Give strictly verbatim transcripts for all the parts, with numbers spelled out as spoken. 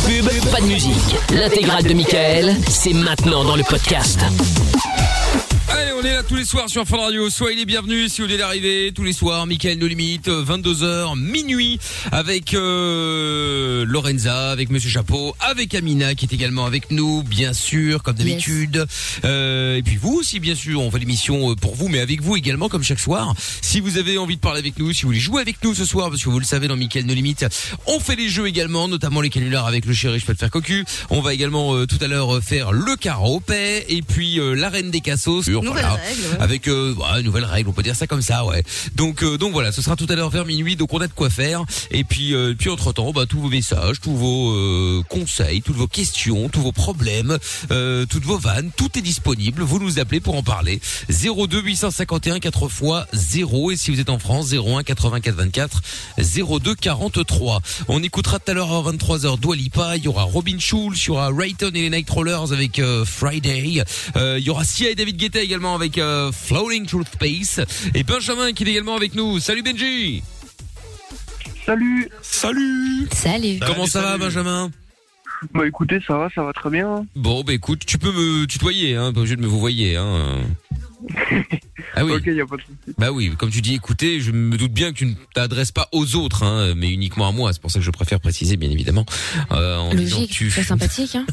pub, pas de musique. L'intégrale de Mickaël, c'est maintenant dans le podcast. Allez, on est là tous les soirs sur Fun Radio. Soyez les bienvenus si vous venez d'arriver. Tous les soirs, Mickaël No Limite, vingt-deux heures, minuit, avec euh, Lorenza, avec Monsieur Chapeau, avec Amina qui est également avec nous, bien sûr, comme d'habitude. Yes. Euh, et puis vous aussi, bien sûr, on fait l'émission pour vous, mais avec vous également, comme chaque soir. Si vous avez envie de parler avec nous, si vous voulez jouer avec nous ce soir, parce que vous le savez, dans Mickaël No Limite, on fait les jeux également, notamment les canulars avec le chéri, je peux te faire cocu. On va également euh, tout à l'heure faire le karaopé et puis euh, la reine des cassos. Nouvelle voilà. règle, ouais. Avec euh, bah, nouvelle règle, on peut dire ça comme ça, ouais. Donc euh, donc voilà, ce sera tout à l'heure vers minuit, donc on a de quoi faire. Et puis euh, puis entre temps, bah tous vos messages, tous vos euh, conseils, toutes vos questions, tous vos problèmes, euh, toutes vos vannes, tout est disponible. Vous nous appelez pour en parler. zéro deux huit cent cinquante et un quatre fois zéro et si vous êtes en France, zéro un quatre-vingt-quatre vingt-quatre zéro deux quarante-trois. On écoutera tout à l'heure à vingt-trois heures Dua Lipa, il y aura Robin Schulz, il y aura Rayton et les Nightcrawlers avec euh, Friday. Euh, il y aura Sia et David Guetta également avec euh, Floating Through Space et Benjamin qui est également avec nous. Salut Benji. Salut. Salut. Salut. Comment ça salut. va Benjamin? Bah écoutez, ça va, ça va très bien. Bon bah écoute, tu peux me tutoyer, hein, pas obligé de me vous voyez, hein. Ah oui. Ok, y a pas de souci. Bah oui, comme tu dis, écoutez, je me doute bien que tu ne t'adresses pas aux autres, hein, mais uniquement à moi. C'est pour ça que je préfère préciser, bien évidemment. Euh, en disant Logique, que tu... très sympathique, hein.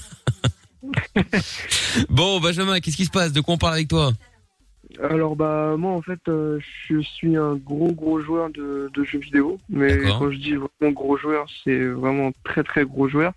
Bon, Benjamin, qu'est-ce qui se passe? De quoi on parle avec toi? Alors bah moi en fait euh, je suis un gros gros joueur de, de jeux vidéo, mais D'accord. quand je dis vraiment gros joueur, c'est vraiment très très gros joueur.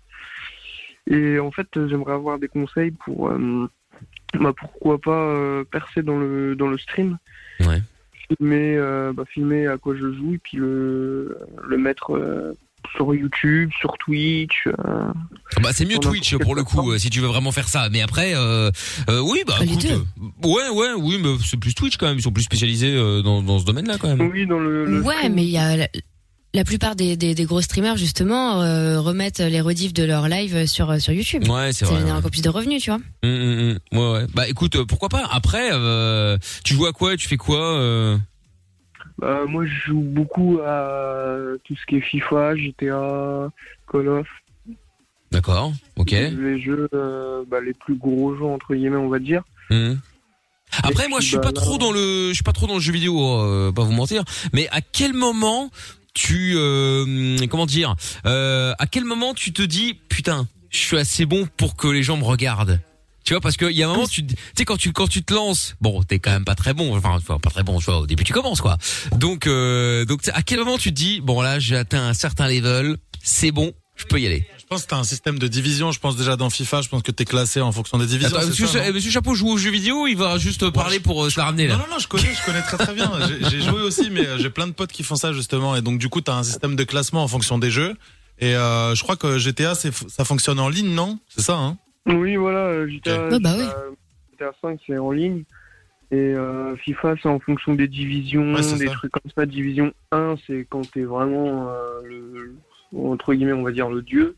Et en fait j'aimerais avoir des conseils pour euh, bah, pourquoi pas euh, percer dans le dans le stream. Ouais. Filmer euh, bah, filmer à quoi je joue et puis le le mettre euh, sur YouTube, sur Twitch. Euh, Bah c'est mieux sur Twitch n'importe pour quelle le coup, plateforme. euh, si tu veux vraiment faire ça. Mais après, euh, euh, oui, bah Ah, les écoute, deux. euh, ouais, ouais, oui, mais c'est plus Twitch quand même. Ils sont plus spécialisés euh, dans dans ce domaine-là quand même. Oui, dans le, le Ouais, stream. mais il y a la, la plupart des, des, des gros streamers justement euh, remettent les rediffs de leur live sur sur YouTube. Ouais, c'est Ça vrai. génère Ouais. encore plus de revenus, tu vois. Hum, hum, hum. Ouais, ouais. Bah écoute, euh, pourquoi pas. Après, euh, tu joues à quoi? Tu fais quoi euh... Bah, moi, je joue beaucoup à tout ce qui est FIFA, G T A, Call of. D'accord, ok. Les jeux, euh, bah, les plus gros jeux, entre guillemets, on va dire. Mmh. Après, Et moi, puis, je suis bah, pas là- trop dans le, je suis pas trop dans le jeu vidéo, euh, pas vous mentir. Mais à quel moment tu, euh, comment dire, euh, à quel moment tu te dis, putain, je suis assez bon pour que les gens me regardent. Tu vois, parce qu'il y a un moment, tu, tu sais, quand tu, quand tu te lances, bon, t'es quand même pas très bon, enfin, enfin, pas très bon, tu vois, au début tu commences, quoi. Donc, euh, donc, à quel moment tu te dis, bon, là, j'ai atteint un certain level, c'est bon, je peux y aller. Je pense que t'as un système de division. Je pense déjà dans FIFA, je pense que t'es classé en fonction des divisions. Attends, c'est monsieur, ça, Cha- non monsieur Chapeau joue aux jeux vidéo, il va juste parler pour euh, se la ramener, là. Non, non, non, je connais, je connais très très bien. J'ai, j'ai joué aussi, mais euh, j'ai plein de potes qui font ça justement. Et donc du coup, t'as un système de classement en fonction des jeux. Et euh, je crois que G T A, c'est, ça fonctionne en ligne, non? C'est ça, hein? Oui, voilà, euh, G T A, Ouais, bah oui. G T A cinq, c'est en ligne. Et euh, FIFA, c'est en fonction des divisions, Ouais, c'est des ça. trucs comme ça. Division un, c'est quand t'es vraiment, euh, le, entre guillemets, on va dire, le dieu.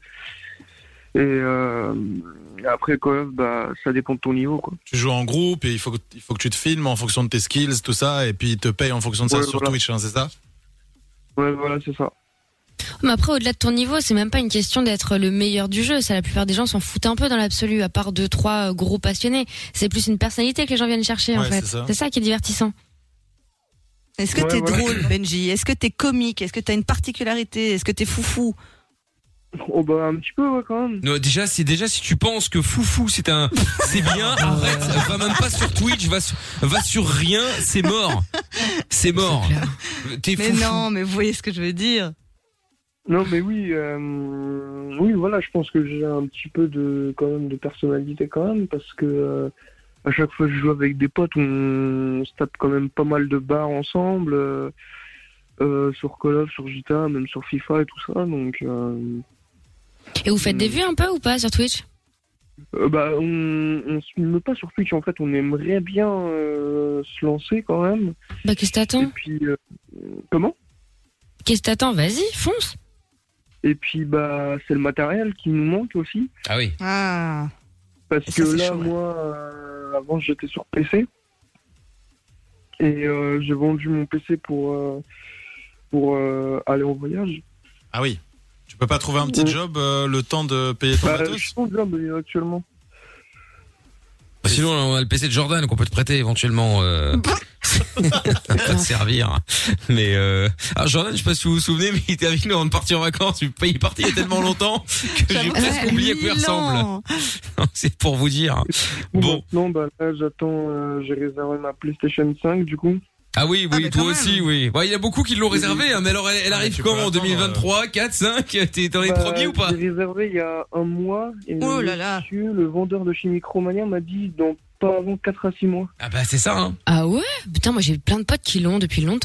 Et euh, après, Call of, bah, ça dépend de ton niveau, quoi. Tu joues en groupe et il faut que, il faut que tu te filmes en fonction de tes skills, tout ça, et puis ils te payent en fonction de ça Ouais, sur voilà. Twitch, hein, c'est ça? Ouais, voilà, c'est ça. Mais après, au-delà de ton niveau, c'est même pas une question d'être le meilleur du jeu. Ça, la plupart des gens s'en foutent un peu dans l'absolu, à part deux, trois gros passionnés. C'est plus une personnalité que les gens viennent chercher, en Ouais, fait. c'est ça. C'est ça qui est divertissant. Est-ce que Ouais, t'es voilà. drôle, Benji? Est-ce que t'es comique? Est-ce que t'as une particularité? Est-ce que t'es foufou? Oh, bah, un petit peu, ouais, quand même. Non, déjà, c'est déjà si tu penses que Foufou c'est un, c'est bien, arrête, va même pas sur Twitch, va sur, va sur rien, c'est mort, c'est mort. T'es Mais Foufou. non, mais vous voyez ce que je veux dire. Non, mais oui, euh, oui, voilà, je pense que j'ai un petit peu de, quand même, de personnalité quand même, parce que euh, à chaque fois que je joue avec des potes, on, se tape quand même pas mal de barres ensemble, euh, euh, sur Call of, sur G T A, même sur FIFA et tout ça, donc. Euh, Et vous faites des vues un peu ou pas sur Twitch? euh, bah, on, on se filme pas sur Twitch, en fait, on aimerait bien euh, se lancer quand même. Bah, qu'est-ce que Et t'attends? puis, euh, comment? Qu'est-ce que t'attends? Vas-y, fonce. Et puis, bah, c'est le matériel qui nous manque aussi. Ah oui. Ah. Parce Ça, que c'est là, chaud, ouais. moi, euh, avant, j'étais sur P C. Et euh, j'ai vendu mon P C pour, euh, pour euh, aller en voyage. Ah oui. Tu peux pas trouver un petit Oui. job euh, le temps de payer ton Bah, matos? je suis en job euh, actuellement. Bah, sinon, on a le P C de Jordan qu'on peut te prêter éventuellement. Euh... ça peut te servir. Mais euh... alors Jordan, je sais pas si vous vous souvenez, mais il était avec nous avant de partir en vacances. Il est parti il y a tellement longtemps que j'ai presque oublié à quoi il ressemble. C'est pour vous dire. Bon. Maintenant, bah, là, j'attends, euh, j'ai réservé ma PlayStation cinq, du coup. Ah oui, oui, mais toi quand aussi, même. oui. Bah, il y a beaucoup qui l'ont réservé, hein, mais alors elle, elle Ouais, arrive tu quand peux en l'attendre, deux mille vingt-trois, quatre, cinq? T'es dans les Bah, premiers ou pas? J'ai réservé il y a un mois, et Oh le là là. monsieur, le vendeur de chez Micromania, m'a dit dans pas avant quatre à six mois. Ah bah c'est ça, hein. Ah ouais? Putain, moi j'ai plein de potes qui l'ont depuis longtemps.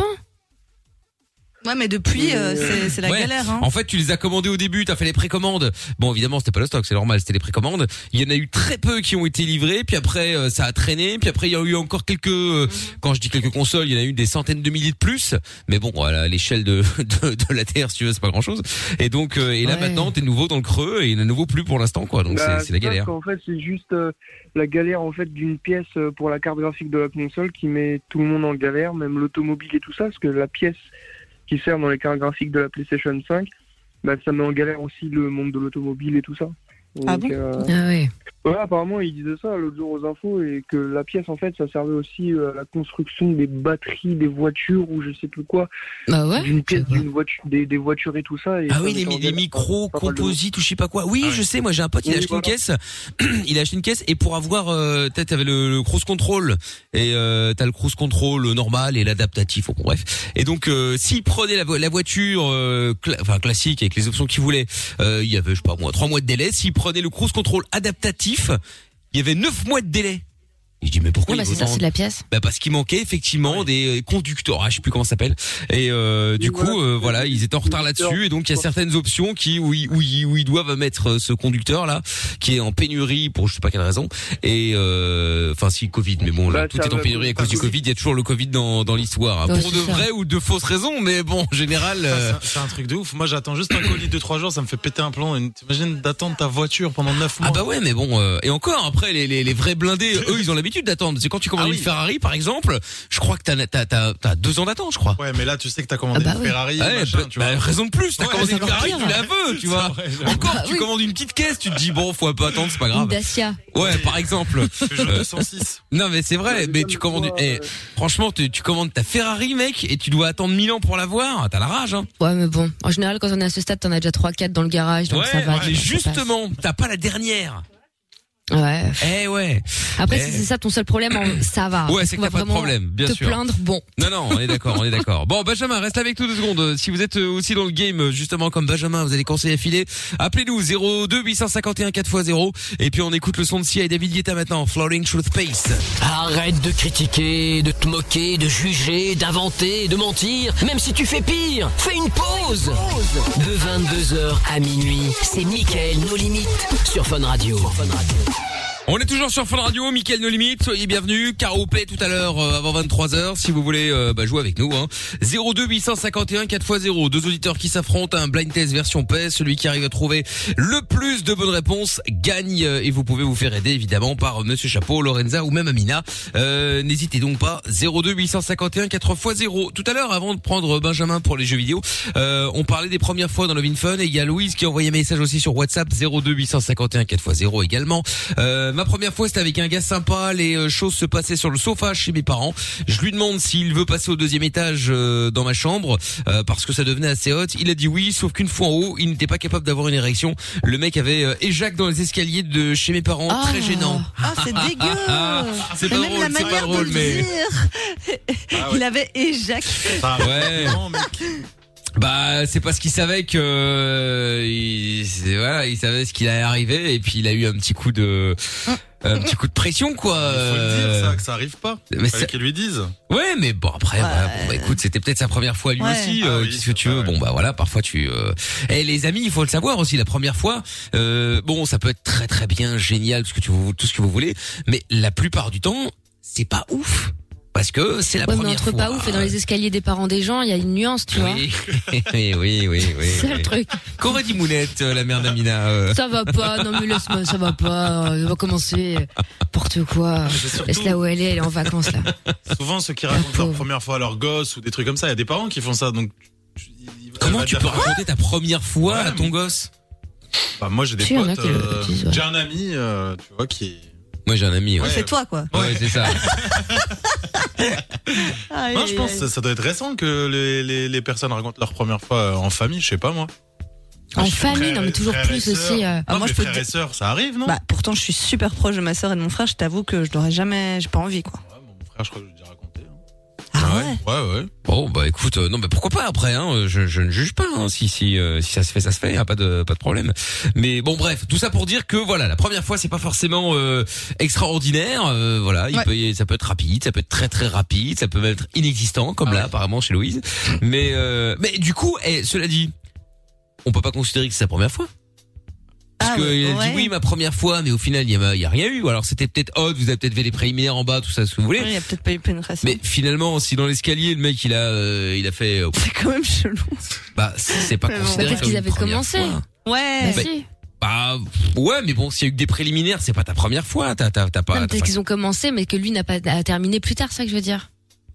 Ouais, mais depuis, euh, c'est c'est la Ouais. galère. Hein. En fait, tu les as commandés au début, t'as fait les précommandes. Bon, évidemment, c'était pas le stock, c'est normal, c'était les précommandes. Il y en a eu très peu qui ont été livrés, puis après, euh, ça a traîné, puis après, il y a eu encore quelques, euh, quand je dis quelques consoles, il y en a eu des centaines de milliers de plus. Mais bon, voilà, à l'échelle de, de, de la Terre, si tu veux, c'est pas grand chose. Et donc, euh, et là, Ouais. maintenant, t'es nouveau dans le creux, et il y en a nouveau plus pour l'instant, quoi. Donc, Bah, c'est, c'est la ça, galère. En fait, c'est juste euh, la galère en fait d'une pièce euh, pour la carte graphique de la console qui met tout le monde en galère, même l'automobile et tout ça, parce que la pièce qui sert dans les cartes graphiques de la PlayStation cinq, bah, ça met en galère aussi le monde de l'automobile et tout ça. Ah Donc, bon euh, Ah ouais. ouais, apparemment, il disait ça l'autre jour aux infos, et que la pièce, en fait, ça servait aussi euh, à la construction des batteries des voitures ou je sais plus quoi, Bah ouais. d'une pièce je sais pas. d'une voiture, des, des voitures et tout ça. Et Ah ça oui, mettait les, en les galère micros pas mal de monde. composites ou je sais pas quoi. Oui, Ah ouais. je sais, moi j'ai un pote, il a Oui, acheté une voilà. caisse. Il a acheté une caisse et pour avoir, euh, peut-être t'avais le, le cruise control et euh, t'as le cruise control normal et l'adaptatif. Bon bref. Et donc euh, s'il prenait la, vo- la voiture, euh, cla- enfin classique avec les options qu'il voulait, euh, il y avait je sais pas moi trois mois de délai. S'il prenait le cruise control adaptatif, il y avait neuf mois de délai. Et je dis mais pourquoi Ouais, bah il c'est vaut ça, tant- c'est de la pièce. bah parce qu'il manquait effectivement des conducteurs, ah, je sais plus comment ça s'appelle. Et euh, du Oui, coup, voilà. euh, voilà, ils étaient en retard là-dessus. Et donc il y a certaines options qui où ils, où ils, où ils doivent mettre euh, ce conducteur là, qui est en pénurie pour je sais pas quelle raison. Et euh, enfin si Covid, mais bon là Bah, tout ça est en va, pénurie à pas cause du Covid. Covid. Il y a toujours le Covid dans dans l'histoire, hein. Ouais, pour c'est de ça. vraies ou de fausses raisons. Mais bon, en général. Ça, euh, c'est un- C'est un truc de ouf. Moi, j'attends juste un colis de trois jours, ça me fait péter un plomb. Et T'imagines d'attendre ta voiture pendant neuf mois. Ah bah ouais, mais bon, euh, et encore après les, les les vrais blindés, eux ils ont l'habitude d'attendre. C'est quand tu commandes Ah oui. une Ferrari par exemple, je crois que t'as t'as t'as, t'as deux ans d'attente, je crois. Ouais, mais là, tu sais que t'as commandé Ah bah une oui. Ferrari, Ouais, machin, bah, tu bah, vois. raison de plus, t'as Ouais, commandé c'est une encore Ferrari, pire. tu la veux, tu vois. C'est vrai, j'avoue. Encore, Bah tu oui. commandes une petite caisse, tu te dis bon, faut un peu attendre, c'est pas Une grave. Dacia. Ouais, par exemple. Peugeot deux cent six. Non mais c'est vrai, mais tu commandes, eh, franchement, tu, tu commandes ta Ferrari, mec, et tu dois attendre mille ans pour l'avoir. T'as la rage, hein. Ouais, mais bon. En général, quand on est à ce stade, t'en as déjà trois quatre dans le garage, donc Ouais, ça va. mais tu vois, ça justement, t'as pas la dernière. passe. Ouais. Eh ouais. Après, Eh. si c'est ça ton seul problème, en- ça va. Ouais, Est-ce c'est que qu'on t'as va pas de vraiment problème, bien te sûr. plaindre, bon. Non, non, on est d'accord, on est d'accord. Bon, Benjamin, reste avec nous deux secondes. Euh, Si vous êtes euh, aussi dans le game, euh, justement, comme Benjamin, vous avez des conseils à filer, appelez-nous zéro deux huit cent cinquante et un quatre fois zéro. Et puis on écoute le son de Sia et David Guetta maintenant, Floating Through Space. Arrête de critiquer, de te moquer, de juger, d'inventer, de mentir. Même si tu fais pire, fais une pause. De vingt-deux heures à minuit, c'est Mickaël No Limites sur Fun Radio. On est toujours sur Fun Radio, Mickaël No Limites, soyez bienvenus. Karaopé tout à l'heure euh, avant vingt-trois heures si vous voulez euh, bah, jouer avec nous. Hein. zéro deux huit cent cinquante et un quatre fois zéro, deux auditeurs qui s'affrontent, un blind test version P E S. Celui qui arrive à trouver le plus de bonnes réponses gagne euh, et vous pouvez vous faire aider évidemment par euh, Monsieur Chapeau, Lorenza ou même Amina. Euh, n'hésitez donc pas, zéro deux huit cent cinquante et un quatre fois zéro. Tout à l'heure, avant de prendre Benjamin pour les jeux vidéo, euh, on parlait des premières fois dans Love in Fun et il y a Louise qui a envoyé un message aussi sur WhatsApp, zéro deux huit cent cinquante et un quatre fois zéro également. Euh, ma première fois c'était avec un gars sympa, les euh, choses se passaient sur le sofa chez mes parents. Je lui demande s'il veut passer au deuxième étage euh, dans ma chambre euh, parce que ça devenait assez haute. Il a dit oui, sauf qu'une fois en haut, il n'était pas capable d'avoir une érection. Le mec avait euh, éjac dans les escaliers de chez mes parents, Ah. très gênant. Ah, c'est dégueu. C'est Et pas même drôle, la c'est pas manière drôle, de mais le dire. Ah ouais. Il avait éjaculé. Ça ouais. Non, mec. Bah c'est parce qu'il savait que euh, il, c'est- voilà, il savait ce qu'il allait arriver et puis il a eu un petit coup de un petit coup de pression quoi. Il faut le dire, ça, que ça arrive pas. Mais Fallait ça- qu'ils lui disent. Ouais, mais bon après, Ouais. voilà, bon, bah, écoute, c'était peut-être sa première fois lui Ouais. aussi. Ah euh, oui, Qu'est-ce que tu c'est veux vrai. Bon bah voilà, parfois tu. Euh... Et les amis, il faut le savoir aussi. La première fois, euh, bon, ça peut être très très bien, génial, tout ce que tu vous, tout ce que vous voulez, mais la plupart du temps, c'est pas ouf. Parce que c'est la Ouais, mais première entre fois. pas ouf et dans les escaliers des parents des gens, il y a une nuance, tu vois. Oui, oui, oui, oui, oui. C'est le oui. truc. Qu'aurait dit Mounette, euh, la mère d'Amina euh Ça va pas, non mais laisse-moi, ça va pas, euh, on va commencer, n'importe quoi. C'est surtout- Laisse-la où elle est, elle est en vacances là. Souvent, ceux qui racontent pauvre. leur première fois à leur gosse ou des trucs comme ça, il y a des parents qui font ça. Donc, tu- ils- Comment va tu dire peux quoi raconter ta première fois Ouais, à ton mais- gosse? Bah, moi, j'ai des Si, y en a potes. qui le euh, disent, ouais. J'ai un ami, euh, tu vois, qui. Moi, j'ai un ami. Ouais, Ouais. C'est toi, quoi. ouais, c'est ça. Aïe, Non, aïe, je pense aïe. que ça, ça doit être récent que les, les, les personnes racontent leur première fois euh, en famille, je sais pas moi. En Je suis famille, frère non, et- mais toujours frère et plus sœur. aussi. euh, Ah, Non, moi, mais je peux frères te et sœurs, ça arrive, non? Bah, pourtant, je suis super proche de ma sœur et de mon frère. Je t'avoue que je n'aurais jamais, j'ai pas envie, quoi. Ouais, mon frère, je crois que je l'ai déjà raconté. hein. Ah ouais. ouais. Ouais, ouais. Bon, bah écoute, euh, non, mais pourquoi pas après, hein, je, je ne juge pas, hein, si si euh, si ça se fait, ça se fait, hein, pas de pas de problème. Mais bon, bref, tout ça pour dire que voilà, la première fois, c'est pas forcément euh, extraordinaire, euh, voilà, il Ouais. peut, ça peut être rapide, ça peut être très très rapide, ça peut même être inexistant, comme Ah là ouais. apparemment chez Louise. Mais euh, mais du coup, eh, cela dit, on peut pas considérer que c'est sa première fois. Parce Ah que ouais, il a ouais. dit oui ma première fois, mais au final il y a, il y a rien eu. Ou alors c'était peut-être hot, vous avez peut-être fait les préliminaires en bas, tout ça ce que vous voulez. Il y a peut-être pas eu pénétration. Mais finalement, si dans l'escalier le mec il a, euh, il a fait, euh, C'est quand même chelou. bah c'est pas Mais bon. considéré Peut-être comme qu'ils une avaient première commencé. fois. Ouais. Bah Bah, si. Bah ouais, mais bon, s'il y a eu que des préliminaires, c'est pas ta première fois. T'as t'as t'as Non, pas. mais t'as peut-être pas- qu'ils ont commencé, mais que lui n'a pas a terminé plus tard, c'est ça que je veux dire.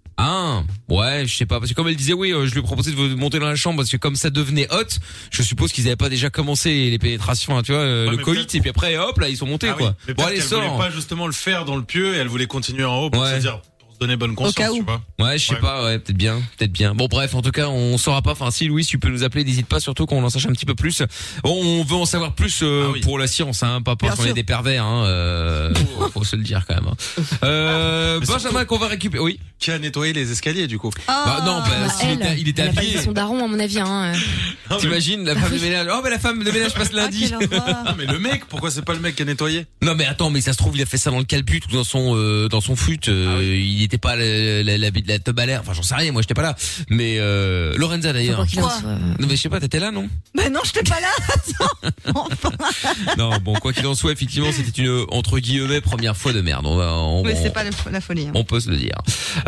Ah ouais, je sais pas, parce que comme elle disait, oui, euh, je lui ai proposé de vous monter dans la chambre parce que comme ça devenait hot, je suppose qu'ils avaient pas déjà commencé les pénétrations, hein, tu vois, euh, Ouais, le mais coït, peut-être- et puis après hop là ils sont montés Ah oui. quoi. Mais Bon peut-être allez qu'elle sors. voulait pas justement le faire dans le pieu et elle voulait continuer en haut pour Ouais. se dire, pour se donner bonne conscience, cas où. tu vois. Ouais, je sais Ouais. pas, ouais, peut-être bien, peut-être bien. Bon, bref, en tout cas, on saura pas. Enfin, si Louis, tu peux nous appeler, n'hésite pas, surtout qu'on en sache un petit peu plus. Bon, on veut en savoir plus euh, Ah oui. pour la science, hein, pas Bien parce qu'on est sûr. des pervers, hein. Euh, faut, faut se le dire quand même. Hein. Euh, Mais Benjamin, surtout- qu'on va récupérer. Oui. Qui a nettoyé les escaliers, du coup? Bah non, bah, Bah, s'il elle, était, il était elle a pas habillé. dit son daron, à mon avis. Hein. Non, mais- T'imagines la femme de ménage. Oh, bah la femme de ménage passe Ah, lundi. quelle horreur. Ah, mais le mec, pourquoi c'est pas le mec qui a nettoyé? Non mais attends, mais ça se trouve il a fait ça dans le calput ou dans son euh, dans son fut. euh, Ah Il était pas la la, la, la teub à l'air. Enfin j'en sais rien, moi j'étais pas là. Mais euh, Lorenza d'ailleurs. Quoi qu'il en Quoi soit. Non mais je sais pas, t'étais là non? Bah non, j'étais pas là. Attends. Enfin. Non bon quoi qu'il en soit, effectivement c'était une entre guillemets première fois de merde. On va on, Mais on- c'est pas la, la folie. hein. on peut se le dire.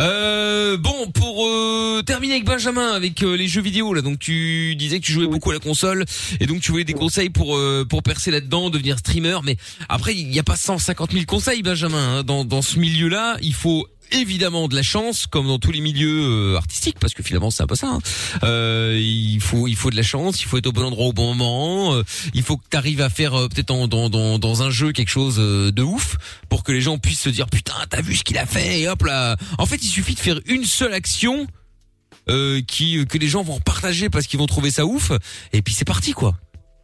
Euh, bon, pour euh, terminer avec Benjamin, avec euh, les jeux vidéo là, donc tu disais que tu jouais beaucoup à la console et donc tu voulais des conseils pour euh, pour percer là-dedans, devenir streamer. Mais après, il n'y a pas cent cinquante mille conseils, Benjamin. Hein. Dans dans ce milieu-là, il faut évidemment de la chance, comme dans tous les milieux euh, artistiques, parce que finalement c'est un peu ça. Hein. Euh, il faut il faut de la chance, il faut être au bon endroit au bon moment. Euh, il faut que tu arrives à faire euh, peut-être en- dans dans dans un jeu quelque chose euh, de ouf pour que les gens puissent se dire putain t'as vu ce qu'il a fait et hop là. En fait il suffit de faire une seule action euh, qui que les gens vont partager parce qu'ils vont trouver ça ouf et puis c'est parti quoi.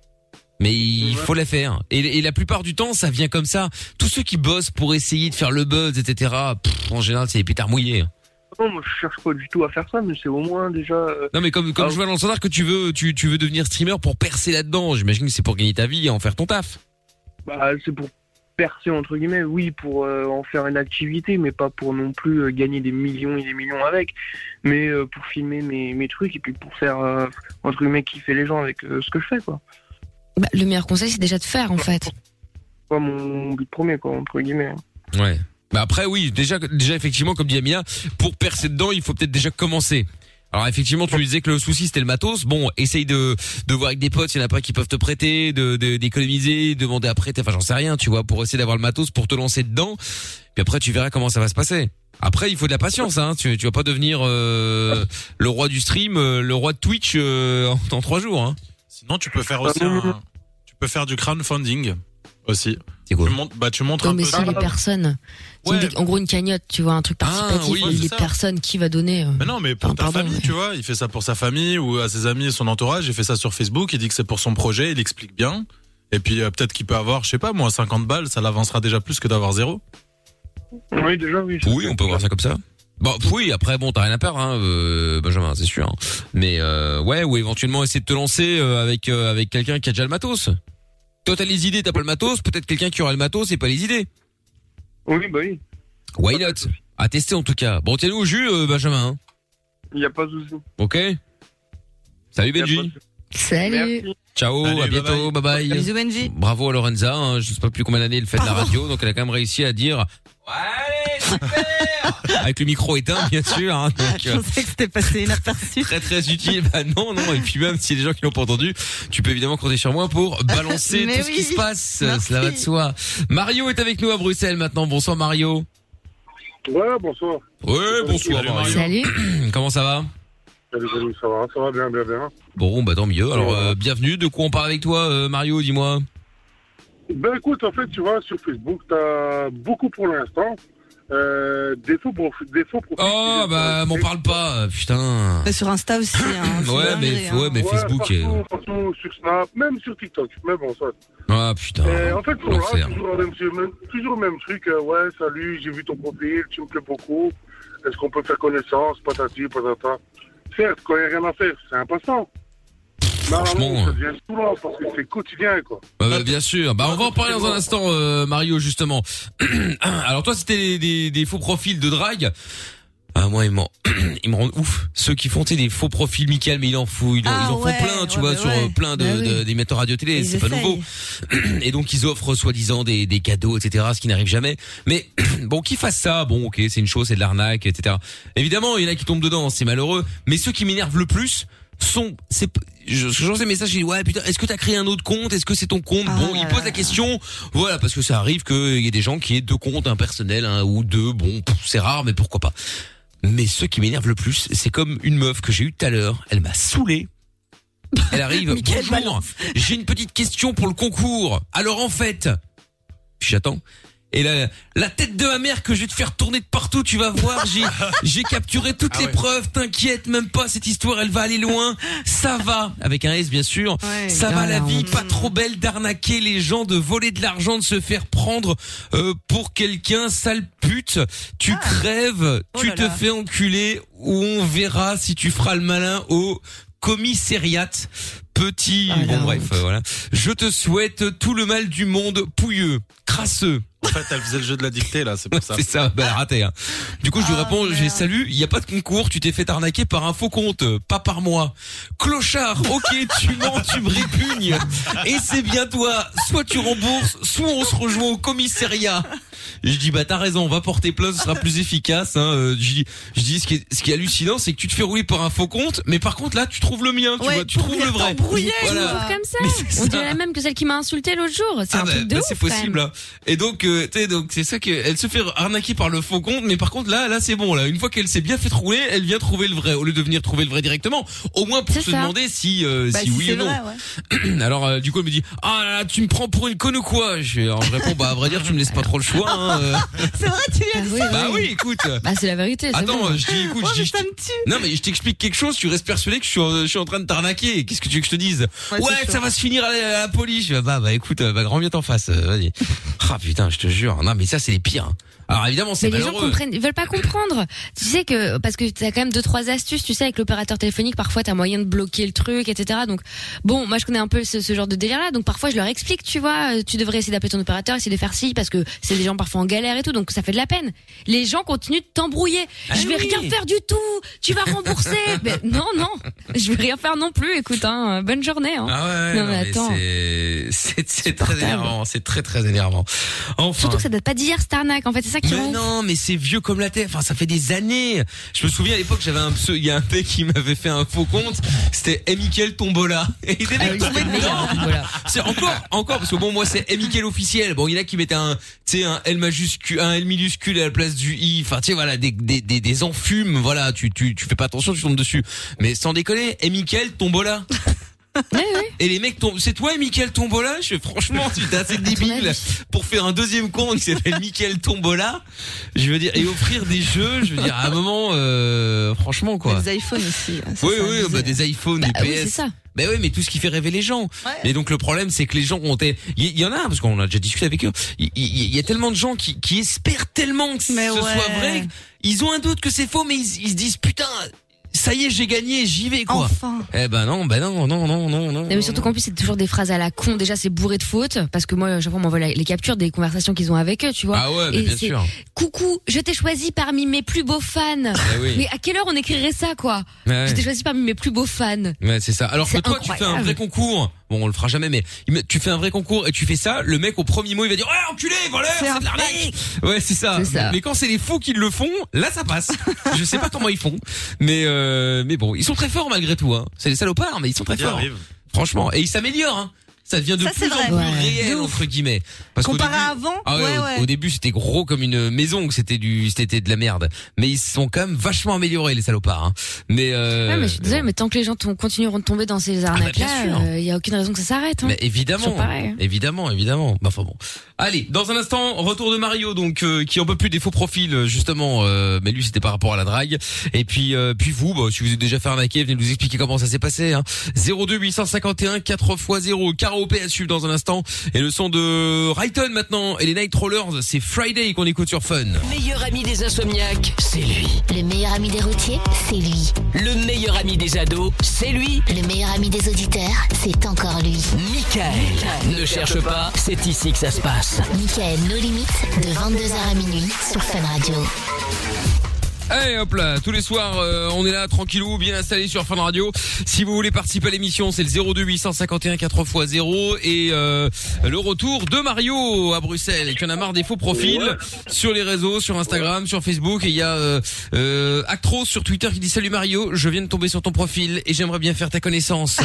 Mais il faut la faire. Et, et la plupart du temps, ça vient comme ça. Tous ceux qui bossent pour essayer de faire le buzz, et cetera. Pff, en général, c'est des pétards mouillés. Non, moi je cherche pas du tout à faire ça, mais c'est au moins déjà. euh, Non, mais comme comme Ah, je vois dans le standard que tu veux, tu tu veux devenir streamer pour percer là-dedans. J'imagine que c'est pour gagner ta vie et en faire ton taf. Bah, c'est pour percer entre guillemets, oui, pour euh, en faire une activité, mais pas pour non plus euh, gagner des millions et des millions avec, mais euh, pour filmer mes, mes trucs et puis pour faire euh, entre guillemets kiffer les gens avec euh, ce que je fais quoi. Bah, le meilleur conseil, c'est déjà de faire, en fait. Pas mon but premier quoi, entre guillemets. Ouais. Bah après oui, déjà déjà effectivement comme dit Amia, pour percer dedans, il faut peut-être déjà commencer. Alors effectivement, tu lui disais que le souci c'était le matos. Bon, essaye de de voir avec des potes, il y en a pas qui peuvent te prêter, de de- d'économiser, demander à prêter, enfin j'en sais rien, tu vois, pour essayer d'avoir le matos pour te lancer dedans. Puis après tu verras comment ça va se passer. Après, il faut de la patience, hein. Tu tu vas pas devenir euh, le roi du stream, euh, le roi de Twitch euh, en, en trois jours, hein. Sinon, tu peux faire aussi un, tu peux faire du crowdfunding aussi. C'est quoi? Tu montres, bah, tu montres Non, un mais peu. si les personnes. C'est Ouais. une- en gros, une cagnotte, tu vois, un truc participatif. oui, et c'est les ça. personnes qui va donner. euh, Mais non, mais pour Ah, ta pardon, famille, mais- tu vois, il fait ça pour sa famille ou à ses amis et son entourage. Il fait ça sur Facebook. Il dit que c'est pour son projet. Il explique bien. Et puis euh, peut-être qu'il peut avoir, je sais pas, moi, cinquante balles, ça l'avancera déjà plus que d'avoir zéro. Oui, déjà oui. Oui, on peut voir ça comme ça. Bon, oui, après, bon, t'as rien à perdre, hein, euh, Benjamin, c'est sûr. hein. Mais euh, ouais, ou éventuellement essayer de te lancer euh, avec euh, avec quelqu'un qui a déjà le matos. Toi, t'as les idées, t'as pas le matos. Peut-être quelqu'un qui aura le matos et pas les idées. Oui, bah oui. Why not? À tester en tout cas. Bon, tiens-nous au jus, euh, Benjamin. hein. Il y a pas de souci. Ok. Salut Y a pas de Benji. souci. Salut. Merci. Ciao, Salut, à bientôt, bye bye. Bisous Benji. Bravo à Lorenza, hein, je sais pas plus combien d'années elle fait de la Pardon. radio, donc elle a quand même réussi à dire allez, super avec le micro éteint, bien sûr. Hein, donc, Je euh, pensais que c'était passé inaperçu. très très utile. Bah non, non. Et puis même si les gens qui l'ont pas entendu, tu peux évidemment compter sur moi pour balancer Mais tout ce qui oui. se passe. Merci. Cela va de soi. Mario est avec nous à Bruxelles maintenant. Bonsoir Mario. Ouais, bonsoir. Ouais, bonsoir Salut, Mario. Salut. Comment ça va? Salut, salut, ça va, ça va bien, bien, bien. Bon, bah tant mieux. Alors, euh, bienvenue. De quoi on parle avec toi, euh, Mario, dis-moi. Ben écoute, en fait, tu vois, sur Facebook, t'as beaucoup pour l'instant. Euh, des faux profils. Des faux profils Oh, bah, m'en parle pas, putain. Et sur Insta aussi, hein. Ouais, mais, ouais, mais ouais, Facebook. partout, est... partout, sur Snap, même sur TikTok. Mais bon, ça. Ah, putain. Et en fait, ils sont là, l'enfer. toujours, le même, même, toujours le même truc. Euh, ouais, salut, j'ai vu ton profil, tu me plais beaucoup. Est-ce qu'on peut faire connaissance, patati, patata. Certes, quand il n'y a rien à faire, c'est un passe-temps. Franchement, ça devient souvent parce que c'est quotidien, quoi. Bah, bah, bien sûr. Bah, on va en parler dans un instant, euh, Mario, justement. Alors, toi, c'était des, des, des faux profils de drague. Ah, moi, ils m'en, ils me rendent ouf. Ceux qui font, tu sais, des faux profils Mickaël, mais ils en font, ils, Ah, ils en ouais, font plein, tu ouais, vois, bah sur ouais. plein de, Bah oui. de- d'émetteurs radio-télé. Ils C'est pas essayent. nouveau. Et donc, ils offrent, soi-disant, des, des cadeaux, et cetera, ce qui n'arrive jamais. Mais, bon, qu'ils fassent ça, bon, ok, c'est une chose, c'est de l'arnaque, et cetera. Évidemment, il y en a qui tombent dedans, c'est malheureux. Mais ceux qui m'énervent le plus, sont, c'est, je, je reçois des messages, je dis, ouais, putain, est-ce que t'as créé un autre compte? Est-ce que c'est ton compte? Ah Bon, là ils posent là. la question. Voilà, parce que ça arrive qu'il y ait des gens qui aient deux comptes, un personnel, un ou deux. Bon, pff, c'est rare, mais pourquoi pas. Mais ce qui m'énerve le plus, c'est comme une meuf que j'ai eue tout à l'heure. Elle m'a saoulé. Elle arrive. Mickaël Bonjour. J'ai une petite question pour le concours. Alors en fait, puis j'attends. Et la, la tête de ma mère que je vais te faire tourner de partout, tu vas voir, j'ai, j'ai capturé toutes Ah les ouais. preuves, t'inquiète même pas, cette histoire, elle va aller loin. Ça va, avec un S bien sûr, Ouais. ça va Ah, la la vie, honte. pas trop belle d'arnaquer les gens, de voler de l'argent, de se faire prendre euh, pour quelqu'un, sale pute. Tu crèves, Oh tu là te là. fais enculer, ou on verra si tu feras le malin au commissariat. Petit, Ah, la bon bref, honte. euh, voilà. Je te souhaite tout le mal du monde, pouilleux, crasseux. En fait, elle faisait le jeu de la dictée, là, c'est pour ça. C'est ça, bah, elle a raté. Hein. Du coup, je lui Ah, réponds, j'ai merde. salut, il y a pas de concours, tu t'es fait arnaquer par un faux compte, euh, pas par moi. Clochard, ok, tu mens, tu me répugnes. Et c'est bien toi, soit tu rembourses, soit on se rejoint au commissariat. Et je dis, bah t'as raison, on va porter plainte, ce sera plus efficace. Hein. Euh, Je dis, je dis, ce qui est, ce qui est hallucinant, c'est que tu te fais rouler par un faux compte, mais par contre là, tu trouves le mien, tu Ouais, vois, tu pour trouves le venir vrai. t'embrouiller, Voilà. quoi. Comme ça. Mais c'est On ça. dirait même que celle qui m'a insulté l'autre jour. C'est Ah un bah, truc de bah, ouf. c'est quand possible même. là. Et donc euh, tu sais donc c'est ça que elle se fait arnaquer par le faux compte, mais par contre là là c'est bon là, une fois qu'elle s'est bien fait rouler, elle vient trouver le vrai au lieu de venir trouver le vrai directement, au moins pour C'est se ça. demander si euh, Bah, si, si oui c'est ou non. vrai, ouais. Alors euh, du coup elle me dit "Ah là, là, tu me prends pour une conne ou quoi?" Je, alors, je réponds "Bah à vrai dire, tu me laisses pas trop le choix hein. euh. C'est vrai, tu lui as Ah dit oui, ça. Bah oui, écoute. Bah c'est la vérité. c'est Attends, bon. je dis écoute, Oh, je mais dis ça me tue. non mais je t'explique quelque chose, tu restes persuadé que je suis en, je suis en train de t'arnaquer. Qu'est-ce que tu veux que je te dise? Ouais, Ouais, c'est ça chaud. va se finir à la, à la police. Je fais, bah bah écoute, euh, bah grand bien t'en face, euh, vas-y. Ah putain, je te jure. Non mais ça c'est les pires. Hein. Alors évidemment, c'est Mais les gens malheureux. comprennent, ils veulent pas comprendre. Tu sais que parce que t'as quand même deux trois astuces. Tu sais avec l'opérateur téléphonique, parfois t'as moyen de bloquer le truc, et cetera. Donc bon, moi je connais un peu ce, ce genre de délire-là. Donc parfois je leur explique, tu vois, euh, tu devrais essayer d'appeler ton opérateur, essayer de faire ci parce que c'est des gens parfois en galère et tout. Donc ça fait de la peine. Les gens continuent de t'embrouiller. Ah je vais oui. rien faire du tout. Tu vas rembourser. Mais non non, je vais rien faire non plus. Écoute, hein, bonne journée. Hein. Ah ouais, ouais, Non, non, mais mais attends. c'est c'est c'est très Insupportable. énervant, c'est très très énervant. Enfin. Surtout que ça date pas d'hier cette arnaque. En fait, c'est ça qui Mais rend ouf. non, mais c'est vieux comme la terre. Enfin, ça fait des années. Je me souviens à l'époque, j'avais un pseudo, il y a un mec qui m'avait fait un faux compte. C'était Mickaël Tombola. Et il Ah était oui, tombé c'est le meilleur, dedans. voilà. C'est encore, encore, parce que bon, moi, c'est Mickaël officiel. Bon, il y en a qui mettaient un, tu sais, un L majuscule, un L minuscule à la place du I. Enfin, tu sais, voilà, des, des, des, des enfumes. Voilà, tu, tu, tu fais pas attention, tu tombes dessus. Mais sans déconner, Mickaël Tombola. Ouais, ouais. Et les mecs tombent, c'est toi Mickaël Tombola? Je fais, franchement, tu es assez ton débile avis. pour faire un deuxième compte qui s'appelle Mickaël Tombola. Je veux dire, et offrir des jeux, je veux dire, à un moment, euh, franchement, quoi. Des iPhones aussi. ça, Oui, c'est oui, abusé. bah, des iPhones, des Bah oui, P S. c'est ça. Ben oui, mais tout ce qui fait rêver les gens. Ouais. Et donc le problème, c'est que les gens ont été, il y, il y en a, parce qu'on a déjà discuté avec eux. Il il- il y, a tellement de gens qui, qui espèrent tellement que Mais ce ouais. soit vrai. Ils ont un doute que c'est faux, mais ils, ils se disent putain, ça y est, j'ai gagné, j'y vais quoi. Enfin. Eh ben non, ben non, non, non, non, non. Non, mais surtout qu'en plus c'est toujours des phrases à la con. Déjà c'est bourré de fautes parce que moi chaque fois on m'envoie la- les captures des conversations qu'ils ont avec eux, tu vois. Ah ouais, mais Et bien c'est, sûr. coucou, je t'ai choisi parmi mes plus beaux fans. Eh oui. Mais à quelle heure on écrirait ça quoi? Ouais. Je t'ai choisi parmi mes plus beaux fans. Ouais, c'est ça. Alors que C'est toi, tu fais un incroyable. vrai concours. Bon, on le fera jamais, mais il me- tu fais un vrai concours et tu fais ça. Le mec au premier mot, il va dire ouais, enculé, voleur, C'est c'est, un de l'arnaque. fake. Ouais, c'est ça. C'est ça. Mais quand c'est les fous qui le font, là, ça passe. Je sais pas comment ils font, mais euh, mais bon, ils sont très forts malgré tout. Hein. C'est des salopards, mais ils sont très Il forts. arrive. Franchement, et ils s'améliorent. Hein. ça devient de Ça, c'est plus en vrai. plus Ouais. réel De ouf. entre guillemets. Parce qu'au Comparé début- à avant, ah ouais, ouais, au, ouais. au début c'était gros comme une maison, que c'était du, c'était de la merde. Mais ils se sont quand même vachement améliorés les salopards. Hein. Mais euh, Ouais, mais je suis désolée, mais tant que les gens tom- continueront de tomber dans ces bah, arnaques-là, bien sûr. il y a aucune raison que ça s'arrête. Hein. Mais évidemment, Toujours pareil, hein. évidemment, évidemment. Bah, enfin bon. Allez, dans un instant, retour de Mario, donc euh, qui en peut plus des faux profils, euh, justement. Euh, mais lui, c'était par rapport à la drague. Et puis, euh, puis vous, bah, si vous êtes déjà fait arnaquer, venez nous expliquer comment ça s'est passé. Hein. zéro deux huit cent cinquante et un quatre fois zéro. Karaopé à suivre dans un instant. Et le son de Rayton maintenant. Et les Night Rollers, c'est Friday qu'on écoute sur Fun. Le meilleur ami des insomniaques, c'est lui. Le meilleur ami des routiers, c'est lui. Le meilleur ami des ados, c'est lui. Le meilleur ami des auditeurs, c'est encore lui. Michael. Ne cherche pas, c'est ici que ça se passe. Michael, nos limites, de vingt-deux heures à minuit sur Fun Radio. Allez hop là, tous les soirs euh, on est là tranquillou, bien installé sur Fun Radio. Si vous voulez participer à l'émission, c'est le zéro deux huit cent cinquante et un quatre fois zéro et euh, le retour de Mario à Bruxelles qui en a marre des faux profils sur les réseaux, sur Instagram, sur Facebook, et il y a euh, euh, Actros sur Twitter qui dit salut Mario, je viens de tomber sur ton profil et j'aimerais bien faire ta connaissance.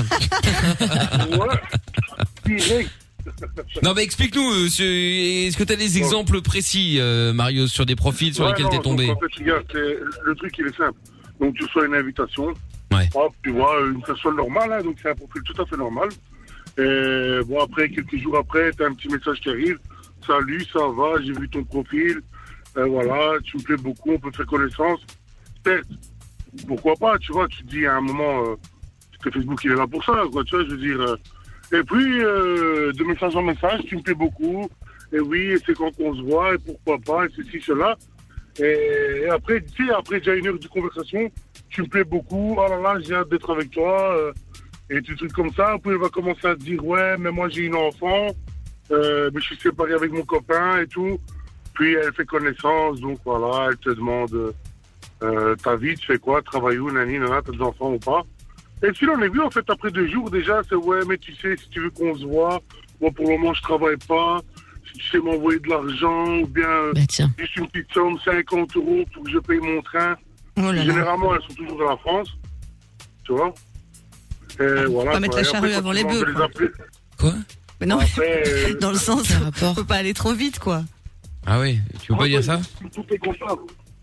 Non mais explique-nous, euh, sur- est-ce que tu as des exemples précis euh, Mario sur des profils sur Ouais, lesquels non, t'es tombé? donc, en fait, regarde, c'est- le truc, il est simple. Donc, tu reçois une invitation. Ouais. Hop, tu vois, une personne normale, hein, donc c'est un profil tout à fait normal. Et bon, après, quelques jours après, tu as un petit message qui arrive. Salut, ça va, j'ai vu ton profil. Euh, voilà, tu me plais beaucoup, on peut faire connaissance. Peut-être, pourquoi pas, tu vois, tu te dis à un moment, euh, que Facebook, il est là pour ça, quoi, tu vois, je veux dire. euh, et puis, euh, de message en message, tu me plais beaucoup. Et oui, et c'est quand on se voit, et pourquoi pas, et ceci, cela. Et, et après, tu sais, après déjà une heure de conversation, tu me plais beaucoup, oh là là, j'ai hâte d'être avec toi, euh, et des trucs comme ça. Puis elle va commencer à te dire, ouais, mais moi j'ai une enfant, euh, mais je suis séparé avec mon copain et tout. Puis elle fait connaissance, donc voilà, elle te demande, euh, ta vie, tu fais quoi, travailles où, nani, nana, t'as des enfants ou pas. Et puis là, on est vu, en fait, après deux jours, déjà, c'est, ouais, mais tu sais, si tu veux qu'on se voit, moi pour le moment, je travaille pas. Si tu sais m'envoyer de l'argent, ou bien Bah tiens. juste une petite somme, cinquante euros pour que je paye mon train. Oh là là. Généralement, elles sont toujours dans la France, tu vois. Et voilà. pas mettre quoi. la Et charrue après, avant quand les tu bœufs, demandes de les quoi. appeler, Quoi? Mais non, après, euh, dans le sens, Quel rapport? faut pas aller trop vite, quoi. Ah oui, tu peux pas dire ça? Tout est comptable.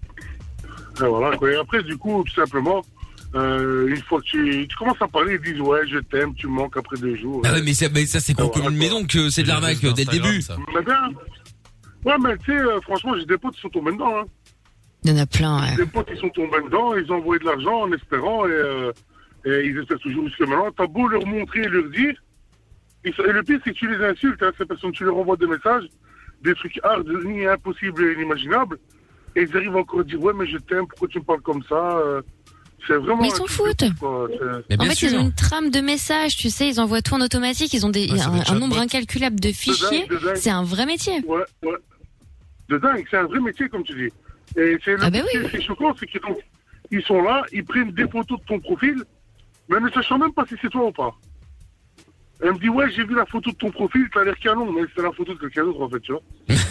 Et voilà, quoi. Et après, du coup, tout simplement, euh, une fois que tu, tu commences à parler, ils disent, ouais, je t'aime, tu me manques après deux jours. Ah ouais, mais, ça, mais ça c'est gros Ah, comme voilà, une quoi. maison que c'est de l'arnaque Juste dès le d'Instagram, début. ça. Mais bien. Ouais, mais tu sais, euh, franchement, j'ai des potes qui sont tombés dedans, hein. Il y en a plein, ouais. Des potes qui sont tombés dedans, ils ont envoyé de l'argent en espérant, et, euh, et ils espèrent toujours jusque maintenant. T'as beau leur montrer et leur dire, ils sont- et le pire, c'est que tu les insultes, hein, ces personnes, tu leur envoies des messages, des trucs hard, ni impossibles et inimaginables, et ils arrivent encore à dire, ouais, mais je t'aime, pourquoi tu me parles comme ça euh, C'est vraiment. Mais ils un s'en truc de foutent. fou, quoi. C'est- Mais En bien fait, sûr. ils ont une trame de messages, tu sais, ils envoient tout en automatique, ils ont des, Ouais, c'est un, des un chatbots. nombre incalculable de fichiers. de dingue. C'est un vrai métier. Ouais, ouais. De dingue, c'est un vrai métier, comme tu dis. Et c'est le Ah ben ce oui. qui est choquant, c'est qu'ils sont, ils sont là, ils prennent des photos de ton profil, mais ne sachant même pas si c'est toi ou pas. Elle me dit, ouais, j'ai vu la photo de ton profil, t'as l'air canon, mais c'est la photo de quelqu'un d'autre, en fait, tu vois.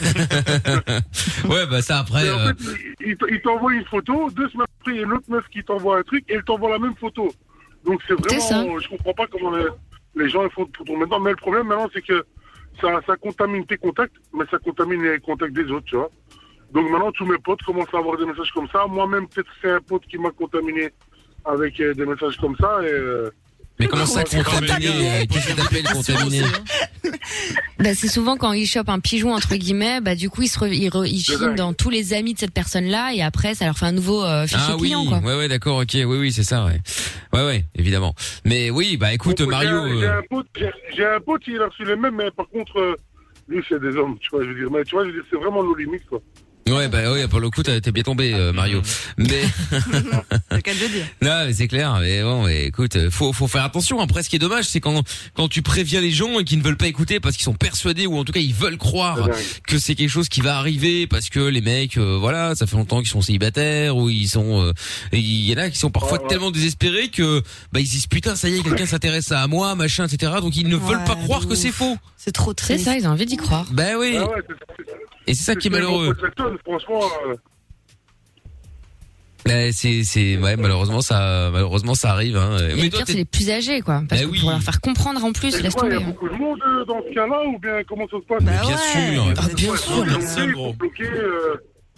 Ouais, bah ça après. Et en euh, fait, il, il t- il t'envoie une photo, deux semaines après, il y a une autre meuf qui t'envoie un truc, et elle t'envoie la même photo. Donc c'est C'est ça. vraiment, je comprends pas comment les, les gens ils font pour tomber dedans. Mais le problème maintenant, c'est que ça, ça contamine tes contacts, mais ça contamine les contacts des autres, tu vois. Donc maintenant, tous mes potes commencent à avoir des messages comme ça. Moi-même, peut-être c'est un pote qui m'a contaminé avec euh, des messages comme ça, et... euh, Mais comment ça Ouais, contaminé? Qu'est-ce que t'appelles contaminé? Bah, c'est souvent quand ils chopent un pigeon entre guillemets, bah du coup ils se re- ils, re- ils C'est filment dingue. dans tous les amis de cette personne-là et après ça leur fait un nouveau euh, fichier Ah oui, client quoi. ouais ouais d'accord, ok, oui oui c'est ça, ouais, ouais ouais évidemment. Mais oui, bah écoute Donc, Mario. J'ai, j'ai euh, un pote, j'ai, j'ai un pote, il a reçu les mêmes, mais par contre, euh, lui, c'est des hommes, tu vois, je veux dire. Mais tu vois, je veux dire, c'est vraiment nos limites, quoi. Ouais bah ouais pour le coup t'as- t'es bien tombé euh, Mario. Mais C'est le cas de le dire. non mais c'est clair. Mais bon, mais écoute, faut faut faire attention. Après, ce qui est dommage, c'est quand quand tu préviens les gens et qu'ils ne veulent pas écouter parce qu'ils sont persuadés ou en tout cas ils veulent croire C'est dingue. que c'est quelque chose qui va arriver parce que les mecs, euh, voilà, ça fait longtemps qu'ils sont célibataires ou ils sont, euh, et il y en a qui sont parfois Ouais, ouais. tellement désespérés que bah ils se disent putain ça y est quelqu'un s'intéresse à moi machin et cetera. Donc ils ne veulent Ouais, pas croire de que c'est ouf. faux. C'est trop C'est triste. ça, ils ont envie d'y croire. Bah oui. Ah ouais, c'est, c'est, Et c'est ça qui est c'est malheureux. Franchement, euh, Ouais, c'est, c'est, ouais, malheureusement ça, malheureusement ça arrive. Hein. Et Mais le toi, pire, t'es- c'est les plus âgés, quoi. Parce Bah que oui. pour leur faire comprendre en plus, Et laisse quoi, il y tomber. a hein. beaucoup de monde euh, dans ce cas-là, ou bien comment ça se passe? Bah bien ouais. sûr. Ah, bien Ouais, sûr. ils sont Bien sûr, bloqués, gros. ils sont bloqués, euh,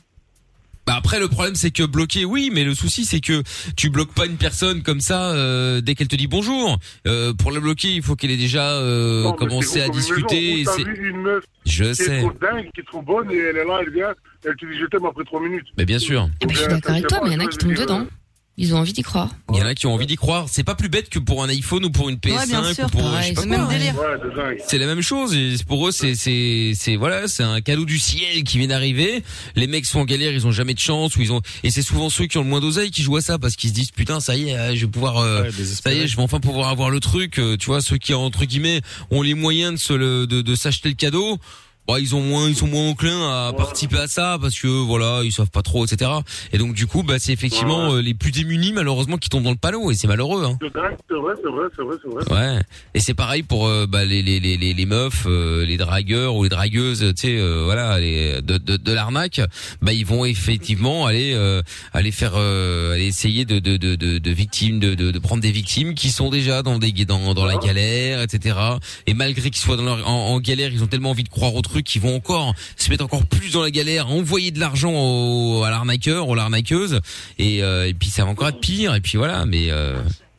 Bah après le problème c'est que bloquer oui, mais le souci c'est que tu bloques pas une personne comme ça euh, dès qu'elle te dit bonjour. Euh, pour la bloquer, il faut qu'elle ait déjà euh, non, mais commencé c'est à gros comme une discuter. maison. et Où t'as c'est- vu une meuf Je qui est sais. trop dingue, qui est trop bonne, et elle est là, elle vient, elle te dit je t'aime après trois minutes. Mais bien sûr. Eh ben, je suis d'accord avec toi, mais il y en a qui tombent dedans. Ils ont envie d'y croire. Il y en a qui ont envie d'y croire. C'est pas plus bête que pour un iPhone ou pour une P S Ouais, bien cinq sûr, ou pour pareil, je sais pas c'est quoi. Même Ouais. délire. Ouais, c'est dingue. C'est la même chose. Et pour eux, c'est c'est c'est voilà, c'est un cadeau du ciel qui vient d'arriver. Les mecs sont en galère, ils ont jamais de chance ou ils ont. Et c'est souvent ceux qui ont le moins d'oseille qui jouent à ça parce qu'ils se disent putain ça y est, euh, je vais pouvoir. euh, Ouais, Ça désespéré. y est, je vais enfin pouvoir avoir le truc. euh, Tu vois, ceux qui entre guillemets ont les moyens de se le, de, de s'acheter le cadeau. Bon, ils ont moins, ils sont moins enclins à participer à ça parce que voilà, ils savent pas trop, et cetera. Et donc du coup, bah c'est effectivement Ouais. euh, les plus démunis malheureusement qui tombent dans le panneau et c'est malheureux. Hein. C'est dingue, c'est vrai, c'est vrai, c'est vrai, c'est vrai. Ouais. Et c'est pareil pour euh, bah, les, les les les les meufs, euh, les dragueurs ou les dragueuses, tu sais, euh, voilà, les, de, de de l'arnaque. Bah ils vont effectivement aller euh, aller faire euh, aller essayer de de de de, de victimes, de, de de prendre des victimes qui sont déjà dans des dans dans la galère, et cetera. Et malgré qu'ils soient dans leur, en, en galère, ils ont tellement envie de croire au truc qu'ils vont encore se mettre encore plus dans la galère, envoyer de l'argent au, à l'arnaqueur, aux l'arnaqueuse, et euh, et puis ça va encore être pire. Et puis voilà, mais euh,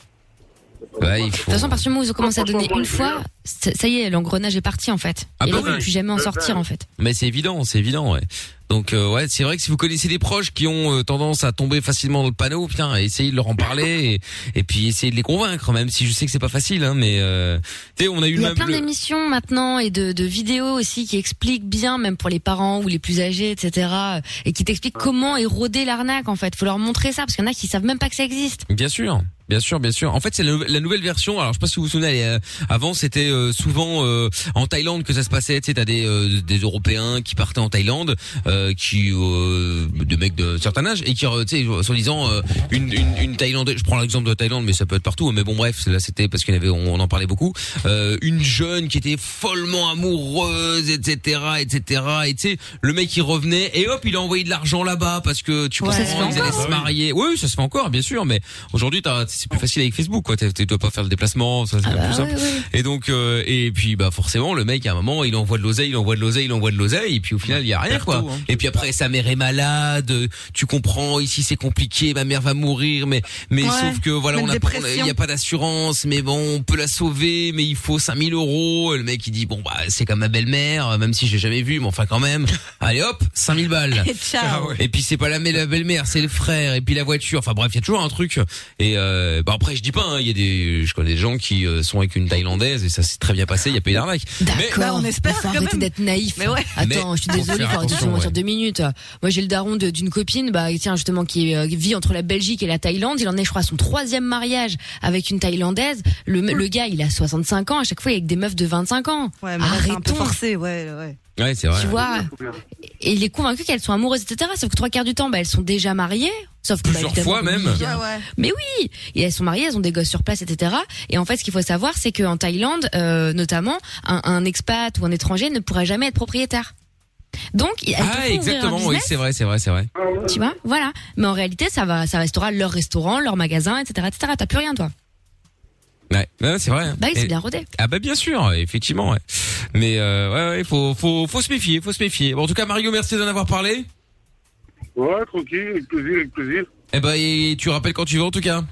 ouais, il De faut. toute façon, à partir du moment où ils ont commencé à donner une fois, ça ça y est, l'engrenage est parti en fait. Ah Et bah là, ils ne oui. plus jamais en sortir en fait. Mais c'est évident, c'est évident, ouais. Donc euh, ouais, c'est vrai que si vous connaissez des proches qui ont euh, tendance à tomber facilement dans le panneau, putain, essayez de leur en parler et, et puis essayez de les convaincre, même si je sais que c'est pas facile, hein, mais euh, tu sais, on a eu Il y a le plein même. le- d'émissions maintenant et de, de vidéos aussi qui expliquent bien, même pour les parents ou les plus âgés, et cetera, et qui t'expliquent comment éroder l'arnaque en fait. Faut leur montrer ça parce qu'il y en a qui savent même pas que ça existe. Bien sûr. Bien sûr, bien sûr. En fait, c'est la, la nouvelle version. Alors, je sais pas si vous vous souvenez, euh, avant, c'était euh, souvent euh, en Thaïlande que ça se passait. Tu sais, t'as des euh, des Européens qui partaient en Thaïlande, euh, qui euh, des mecs de certain âge et qui, euh, tu sais, soi-disant euh, une, une une Thaïlandaise. Je prends l'exemple de Thaïlande, mais ça peut être partout. Mais bon, bref, là, c'était parce qu'il y en avait, on, on en parlait beaucoup. Euh, une jeune qui était follement amoureuse, et cetera, et cetera. Et tu sais, le mec il revenait et hop, il a envoyé de l'argent là-bas parce que tu Ouais. comprends, Ça se fait ils allaient encore. se marier. Oui, ça se fait encore, bien sûr. Mais aujourd'hui, t'as c'est plus facile avec Facebook, quoi. Tu dois pas faire le déplacement, ça c'est Ah bah plus simple. ouais, ouais. Et donc, euh, et puis bah forcément, le mec à un moment, il envoie de l'oseille, il envoie de l'oseille, il envoie de l'oseille, et puis au final, il y a rien, quoi. Partout, hein. Et puis après, sa mère est malade, euh, tu comprends. Ici, c'est compliqué, ma mère va mourir, mais mais Ouais. sauf que voilà, Même on a, pas- dépression. il y a pas d'assurance, mais bon, on peut la sauver, mais il faut cinq mille euros. Et le mec, il dit bon bah c'est comme ma belle-mère, même si j'ai jamais vu, mais enfin quand même. Allez hop, cinq mille balles. Et ciao. Et puis c'est pas la, la belle-mère, c'est le frère, et puis la voiture. Enfin bref, il y a toujours un truc. Et euh, bah après, je dis pas, hein, il y a des, je connais des gens qui euh, sont avec une Thaïlandaise et ça s'est très bien passé. Il y a pas eu d'arnaque. D'accord. Bah, on espère Faut quand arrêter même. d'être naïf. Mais ouais. Attends, Mais je suis faut désolée, faire faut arrêter de se attention, mentir ouais. deux minutes. Moi, j'ai le daron de- d'une copine, bah, tiens, justement, qui euh, vit entre la Belgique et la Thaïlande. Il en est, je crois, à son troisième mariage avec une Thaïlandaise. Le, le gars, il a soixante-cinq ans. À chaque fois, il est avec des meufs de vingt-cinq ans. Ouais, mais là, c'est un peu Arrêtons. forcé, ouais, ouais. Ouais, c'est vrai. Tu vois. Et il est convaincu qu'elles sont amoureuses, et cetera. Sauf que trois quarts du temps, bah, elles sont déjà mariées. Sauf que, bah, Plusieurs évidemment, fois comme même. il vient- Ouais, ouais. Mais oui, et elles sont mariées, elles ont des gosses sur place, et cetera. Et en fait, ce qu'il faut savoir, c'est qu'en Thaïlande, euh, notamment, un, un expat ou un étranger ne pourra jamais être propriétaire. Donc, elles te font Ah ouvrir un exactement, oui, business, c'est vrai, c'est vrai, c'est vrai. tu vois, voilà. Mais en réalité, ça va, ça restera leur restaurant, leur magasin, et cetera, et cetera. T'as plus rien, toi. Ouais, ouais, c'est vrai. Bah oui, c'est Et- bien rodé. Ah bah bien sûr, effectivement. Ouais. Mais euh, ouais, ouais, faut, faut, faut se méfier, faut se méfier. Bon, en tout cas, Mario, merci d'en avoir parlé. Ouais, tranquille, avec plaisir, avec plaisir. Eh ben, et tu rappelles quand tu veux, en tout cas.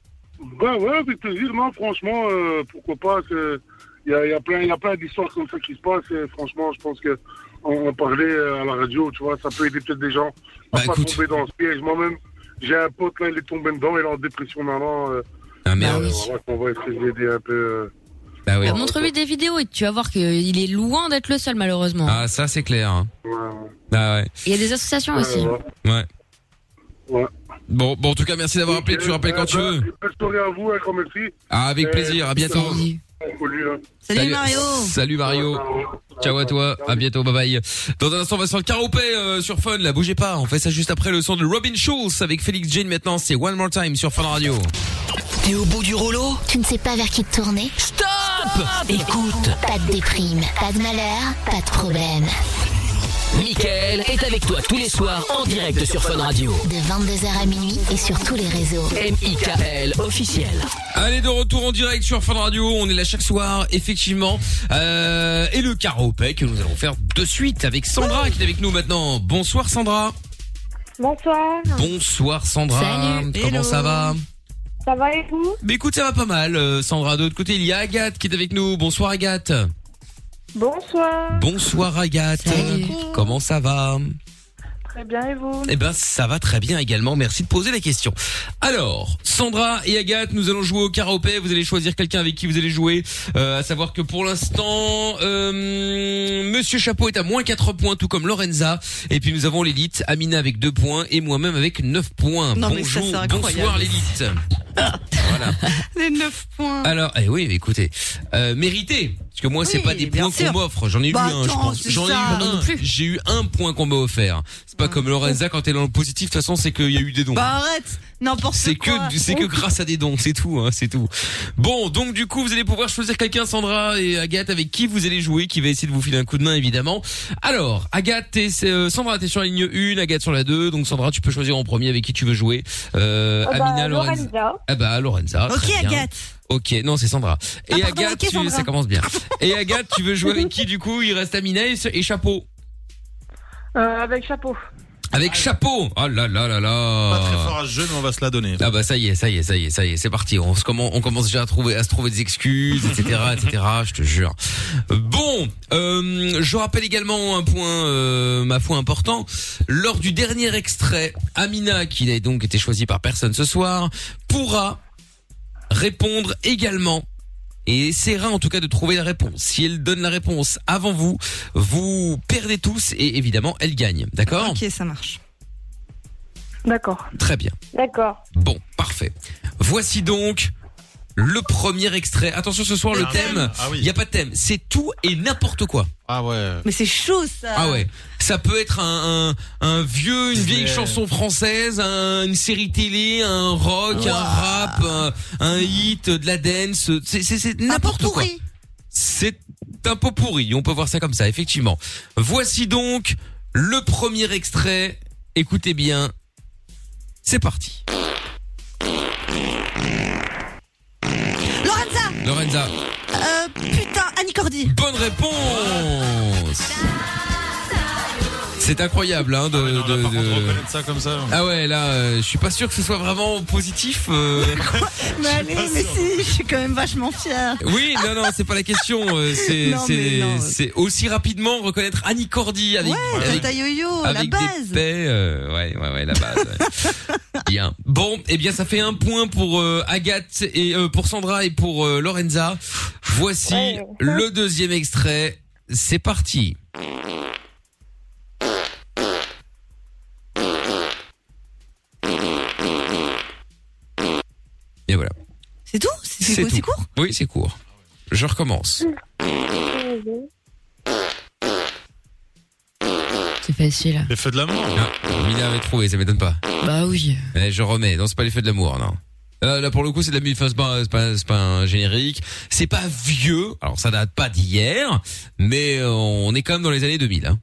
Bah ouais, avec plaisir, non, franchement, euh, pourquoi pas, c'est- il y a, il y a plein, il y a plein d'histoires comme ça qui se passent, et franchement, je pense que en, en parler euh, à la radio, tu vois, ça peut aider peut-être des gens à Bah, pas écoute. tomber dans ce piège. Moi-même, j'ai un pote, là, il est tombé dedans, il est en dépression maintenant, euh, Ah merde. Bah oui. voilà, on va essayer d'aider un peu. euh. Bah oui. Bah, montre-lui des vidéos et tu vas voir qu'il est loin d'être le seul, malheureusement. Ah ça c'est clair. Hein. Ouais, ouais. Bah ouais. Il y a des associations aussi. Ouais, ouais. Ouais. Ouais. Bon, bon, en tout cas, merci d'avoir appelé. Tu rappelles quand tu veux. Belle soirée à vous, un grand merci. Ah, avec Euh, plaisir. À bientôt. Salut. Salut, hein. Salut, Mario. Salut Mario. Ciao à toi. À bientôt. Bye bye. Dans un instant, on va sur le karaopé euh, sur Fun. Là, bougez pas. On fait ça juste après le son de Robin Schulz avec Félix Jane. Maintenant, c'est One More Time sur Fun Radio. T'es au bout du rouleau? Tu ne sais pas vers qui te tourner? Stop! Écoute, Pas de déprime, pas de malheur, pas de problème. Mickaël est avec toi tous les soirs en direct sur Fun Radio. De vingt-deux heures à minuit et sur tous les réseaux. M I K L officiel. Allez, de retour en direct sur Fun Radio. On est là chaque soir, effectivement. Euh, et le karaopé que nous allons faire de suite avec Sandra qui est avec nous maintenant. Bonsoir Sandra. Bonsoir. Bonsoir Sandra. Salut. Comment Hello. ça va? Ça va et vous? Mais écoute, ça va pas mal, euh, Sandra. De l'autre côté, il y a Agathe qui est avec nous. Bonsoir Agathe. Bonsoir. Bonsoir Agathe. Salut. Comment ça va? Très bien et vous? Eh ben, ça va très bien également. Merci de poser la question. Alors, Sandra et Agathe, nous allons jouer au karaopé. Vous allez choisir quelqu'un avec qui vous allez jouer. Euh, à savoir que pour l'instant, euh, Monsieur Chapeau est à moins quatre points, tout comme Lorenza. Et puis nous avons l'élite, Amina avec deux points et moi-même avec neuf points. Non, mais ça, Bonjour, c'est incroyable. bonsoir l'élite. Voilà. Les neuf points. Alors, eh oui, mais écoutez, euh, mérité. Parce que moi, c'est Oui, pas des bien points sûr. qu'on m'offre. J'en ai Bah, eu un, je attends, pense. c'est J'en ai ça. eu Non, un. non plus. J'ai eu un point qu'on m'a offert. C'est pas comme Lorenza quand elle est dans le positif. De toute façon, c'est qu'il y a eu des dons. Bah arrête, n'importe C'est quoi. que c'est que grâce à des dons, c'est tout, hein, c'est tout. Bon, donc du coup, vous allez pouvoir choisir quelqu'un, Sandra et Agathe, avec qui vous allez jouer, qui va essayer de vous filer un coup de main, évidemment. Alors, Agathe, t'es, c'est, euh, Sandra, t'es sur la ligne un, Agathe sur la deux. Donc Sandra, tu peux choisir en premier avec qui tu veux jouer. Euh, Ah bah, Amina, Lorenza. Lorenza. Ah bah Lorenza. Ok, très bien. Agathe. Ok, non, c'est Sandra. Et Ah, pardon, Agathe, ok, tu- Sandra. ça commence bien. Et Agathe, tu veux jouer avec qui du coup? Il reste Amina et, et Chapeau. Euh, avec chapeau. Avec Chapeau. Oh là là là là. Pas très fort à ce jeu, mais on va se la donner. Ah bah ça y est, ça y est, ça y est, ça y est, c'est parti. On se commence, on commence déjà à trouver, à se trouver des excuses, et cetera, et cetera. Je te jure. Bon, euh, je rappelle également un point, euh, ma foi important. Lors du dernier extrait, Amina, qui n'a donc été choisie par personne ce soir, pourra répondre également. Et essaiera en tout cas de trouver la réponse. Si elle donne la réponse avant vous, vous perdez tous et évidemment elle gagne. D'accord? Ok, ça marche. D'accord. Très bien. D'accord. Bon, parfait. Voici donc le premier extrait. Attention ce soir, le Ah, thème, ah oui. il y a pas de thème, c'est tout et n'importe quoi. Ah ouais. Mais c'est chaud ça. Ah ouais, ça peut être un, un, un vieux, une vieille Ouais. chanson française, un- une série télé, un rock, un rap, un, un hit, de la dance, c'est c'est c'est Un n'importe quoi. pot-pourri. C'est un pot pourri, on peut voir ça comme ça, effectivement. Voici donc le premier extrait. Écoutez bien, c'est parti. Lorenza. Lorenza, Euh, putain, Annie Cordy. bonne réponse. C'est incroyable, hein, de, Ah ouais, non, là, de, par contre, de- reconnaître ça comme ça. Ah ouais, là, euh, je suis pas sûr que ce soit vraiment positif. euh. Mais allez, mais si, je suis quand même vachement fière. Oui, non, non, c'est pas la question. euh, C'est, Non, mais c'est, non. c'est aussi rapidement reconnaître Annie Cordy avec, Ouais, avec, Tata Yo-Yo, la avec base. des paix. euh, ouais, ouais, ouais, la base. ouais. Bien. Bon, eh bien, ça fait un point pour euh, Agathe et euh, pour Sandra et pour euh, Lorenza. Voici Ouais. le deuxième extrait. C'est parti. Et voilà. C'est tout? C'est c'est aussi tout. court? Oui, c'est court. Je recommence. C'est facile. Les feux de l'amour. Ah, Mina avait trouvé, ça m'étonne pas. Bah oui. Eh, je remets. Non, c'est pas les feux de l'amour, non. Là, là, pour le coup, c'est de la musique. Enfin, c'est pas, c'est pas, c'est pas un générique. C'est pas vieux. Alors, ça date pas d'hier, mais euh, on est quand même dans les années deux mille. Hein.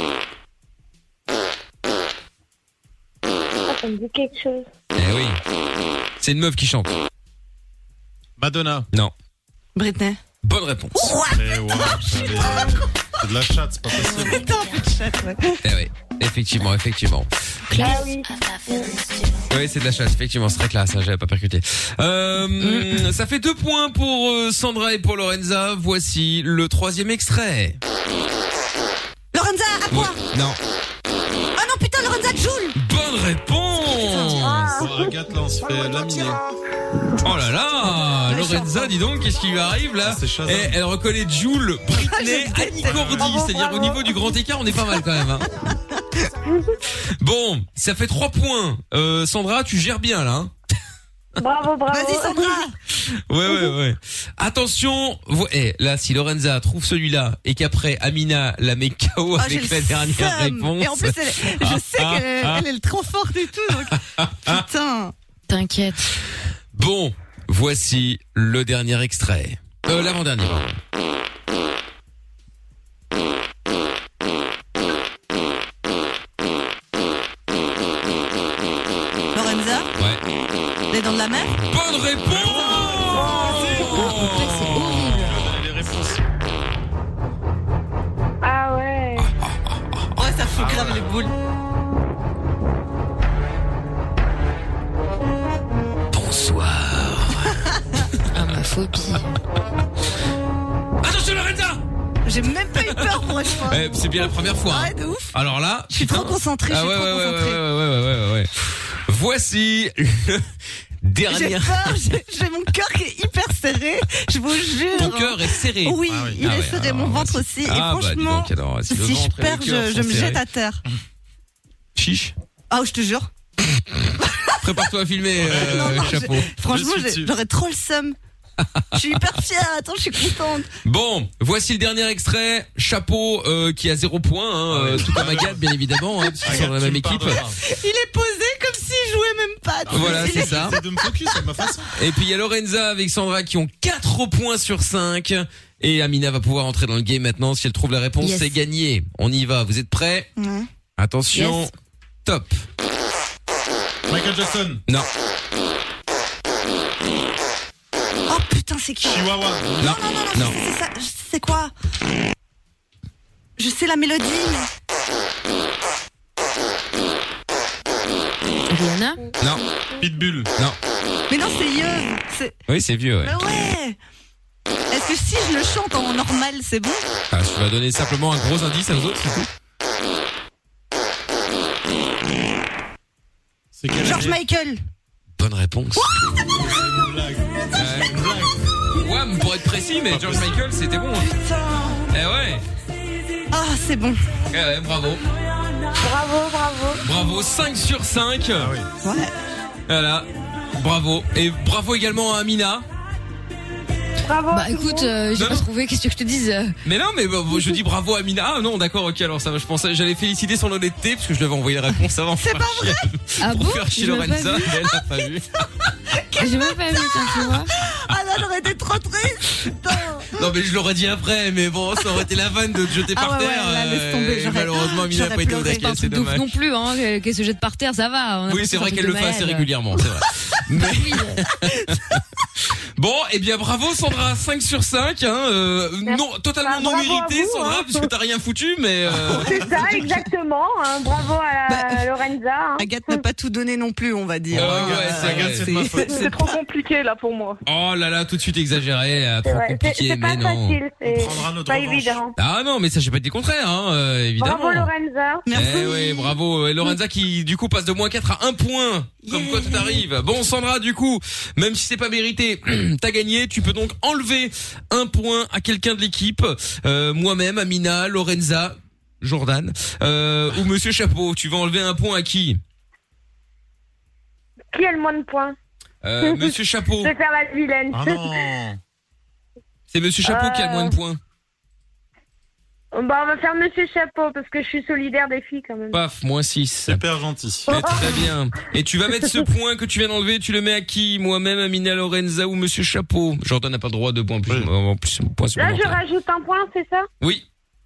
Ah, ça me dit quelque chose. Eh oui. C'est une meuf qui chante. Madonna. Non. Britney. Bonne réponse. Eh ouais, c'est des- c'est de la chatte, c'est pas possible. Putain, un peu de chatte, ouais. Eh oui. Effectivement, effectivement. Ah oui. Oui, c'est de la chasse, effectivement, c'est très classe, hein, j'avais pas percuté. Euh, ça fait deux points pour euh, Sandra et pour Lorenza. Voici le troisième extrait. Lorenza, à Oui, quoi? non. Ah non, putain, Lorenza Joule. Bonne réponse. Bon, Agathe, là, on se fait laminer. Oh là là, Lorenza, dis donc, qu'est-ce qui lui arrive là? C'est Shazam. Eh, elle reconnaît Jul, Britney, Annie Cordy, c'est-à-dire au niveau du grand écart, on est pas mal quand même. Hein. Bon, ça fait trois points. Euh, Sandra, tu gères bien là. Hein. Bravo, bravo. Vas-y, Sandra. Ouais, ouais, ouais. Attention, vo- eh, là, si Lorenza trouve celui-là et qu'après Amina la met K O Ah, avec j'ai la le dernière seum. réponse. Et en plus, elle, je sais qu'elle elle est trop forte et tout, donc. Putain. T'inquiète. Bon, voici le dernier extrait. Euh, l'avant-dernier, pardon. Les dents de la mer. Bonne réponse. Les réponses. Ah ouais. Ouais, ça fout grave les boules. Bonsoir. Ah, ma phobie. Attention Lorenza. J'ai même pas eu peur, franchement. Eh, c'est bien la première fois. Ouais, hein. de ouf. Alors là, Je suis trop concentrée, je ah suis ouais, trop ouais, ouais, concentrée. ouais, ouais, ouais, ouais, ouais, ouais. Voici le dernier. J'ai peur, j'ai, j'ai mon cœur qui est hyper serré, je vous jure. Ton cœur est serré. Oui, Ah oui. il Ah est ouais, serré, alors, mon ventre bah, aussi. c'est- Et Ah, bah, dis franchement, donc, alors, si si, le je ventre et le perds, cœur je, sont je me serrés. jette à terre. Chiche. Ah, je te jure. Prépare-toi à filmer, euh, Non, non, chapeau. je- franchement, Je suis j'ai- dessus. j'aurais trop le seum. Je suis hyper fière. Attends, je suis contente. Bon, voici le dernier extrait. Chapeau euh, qui a zéro point, hein, euh, tout comme Agathe, bien évidemment, hein, parce qu'ils sont dans la même équipe. Il est posé comme s'il jouait même pas. tu Voilà, sais. c'est ça. C'est de me focus à ma façon. Et puis il y a Lorenza avec Sandra qui ont quatre points sur cinq. Et Amina va pouvoir entrer dans le game maintenant. Si elle trouve la réponse, Yes. c'est gagné. On y va. Vous êtes prêts? Ouais. Attention. Yes. Top. Michael Jackson. Non. Oh putain, c'est qui? Chihuahua. Non. Non, non, non, Non. non, c'est ça. Je sais c'est quoi? Je sais la mélodie. Rihanna. Non. Pitbull. Non. Mais non, c'est Yeuz. C'est... Oui, c'est vieux, ouais. Mais ouais. Est-ce que si je le chante en normal, c'est bon? Ah, tu vas donner simplement un gros indice à nous autres, c'est tout. C'est quel George Michael. Bonne réponse. C'est une blague. Ouais. Une blague. Ouais, mais pour être précis, mais George Michael, c'était bon. Hein. Putain. Eh ouais. Ah, c'est bon. Eh ouais, bravo. Bravo, bravo. Bravo, cinq sur cinq. Ah oui. Ouais. Voilà. Bravo. Et bravo également à Amina. Bravo. Bah écoute, euh, j'ai Non, pas non. trouvé, qu'est-ce que je te dise euh, Mais non, mais bah, je dis bravo à Amina. Ah non, d'accord, ok, alors ça va, je pensais, j'allais féliciter son honnêteté, parce que je lui avais envoyé la réponse avant. C'est pas vrai. Ah Pour bon? faire chier Je l'ai Lorenza, pas vu. mais elle l'a pas vu. J'ai même pas vu, tiens, tu vois. Ah là, j'aurais été trop triste. Putain. Non, mais je l'aurais dit après, mais bon, ça aurait été la vanne de te jeter Ah par ouais, terre. ouais, là, laisse euh, tomber, et j'aurais- malheureusement, Amina n'a j'aurais pas été au pleuré. C'est pas taquet, un c'est truc de ouf dommage. non plus, hein, qu'elle qu'elle se jette par terre, ça va. on a Oui, l'impression c'est que vrai un qu'elle truc le de fait assez malade. régulièrement, c'est vrai. Mais... Oui, euh, Bon, eh bien bravo Sandra, cinq sur cinq, hein, euh, non, totalement Bah, non bravo à mérité vous, Sandra, hein. puisque t'as rien foutu, mais... Euh... C'est ça, exactement. hein. Bravo à Bah, Lorenza. hein. Agathe n'a pas tout donné non plus, on va dire. Oh, Euh, ouais, c'est Agathe, vrai. c'est de ma faute. C'est trop compliqué là pour moi. Oh là là, tout de suite exagéré, euh, C'est trop vrai. C'est compliqué, c'est pas mais non. facile. C'est On prendra notre pas revanche. évident. Ah non, mais ça j'ai pas dit le contraire, hein, euh, évidemment. Bravo Lorenza. Merci. Eh oui, bravo. Et Lorenza qui, du coup, passe de moins quatre à un point. Comme Yeah. quoi tout arrive. Bon, Sandra, du coup, même si c'est pas mérité, t'as gagné. Tu peux donc enlever un point à quelqu'un de l'équipe. Euh, moi-même, Amina, Lorenza, Jordan, euh, ou Monsieur Chapeau. Tu vas enlever un point à qui? Qui a le moins de points? Euh, Monsieur Chapeau. Je vais faire la vilaine. Ah non. C'est Monsieur Chapeau qui a le moins de points. Bah, on va faire Monsieur Chapeau parce que je suis solidaire des filles quand même. Paf, moins six. Super gentil. Eh, très bien. Et tu vas mettre ce point que tu viens d'enlever, tu le mets à qui? Moi-même, Amina, Lorenza ou Monsieur Chapeau? Jordan n'a pas le droit de points plus, Oui. en plus, un point Là, je supplémentaire. rajoute un point, c'est ça? Oui.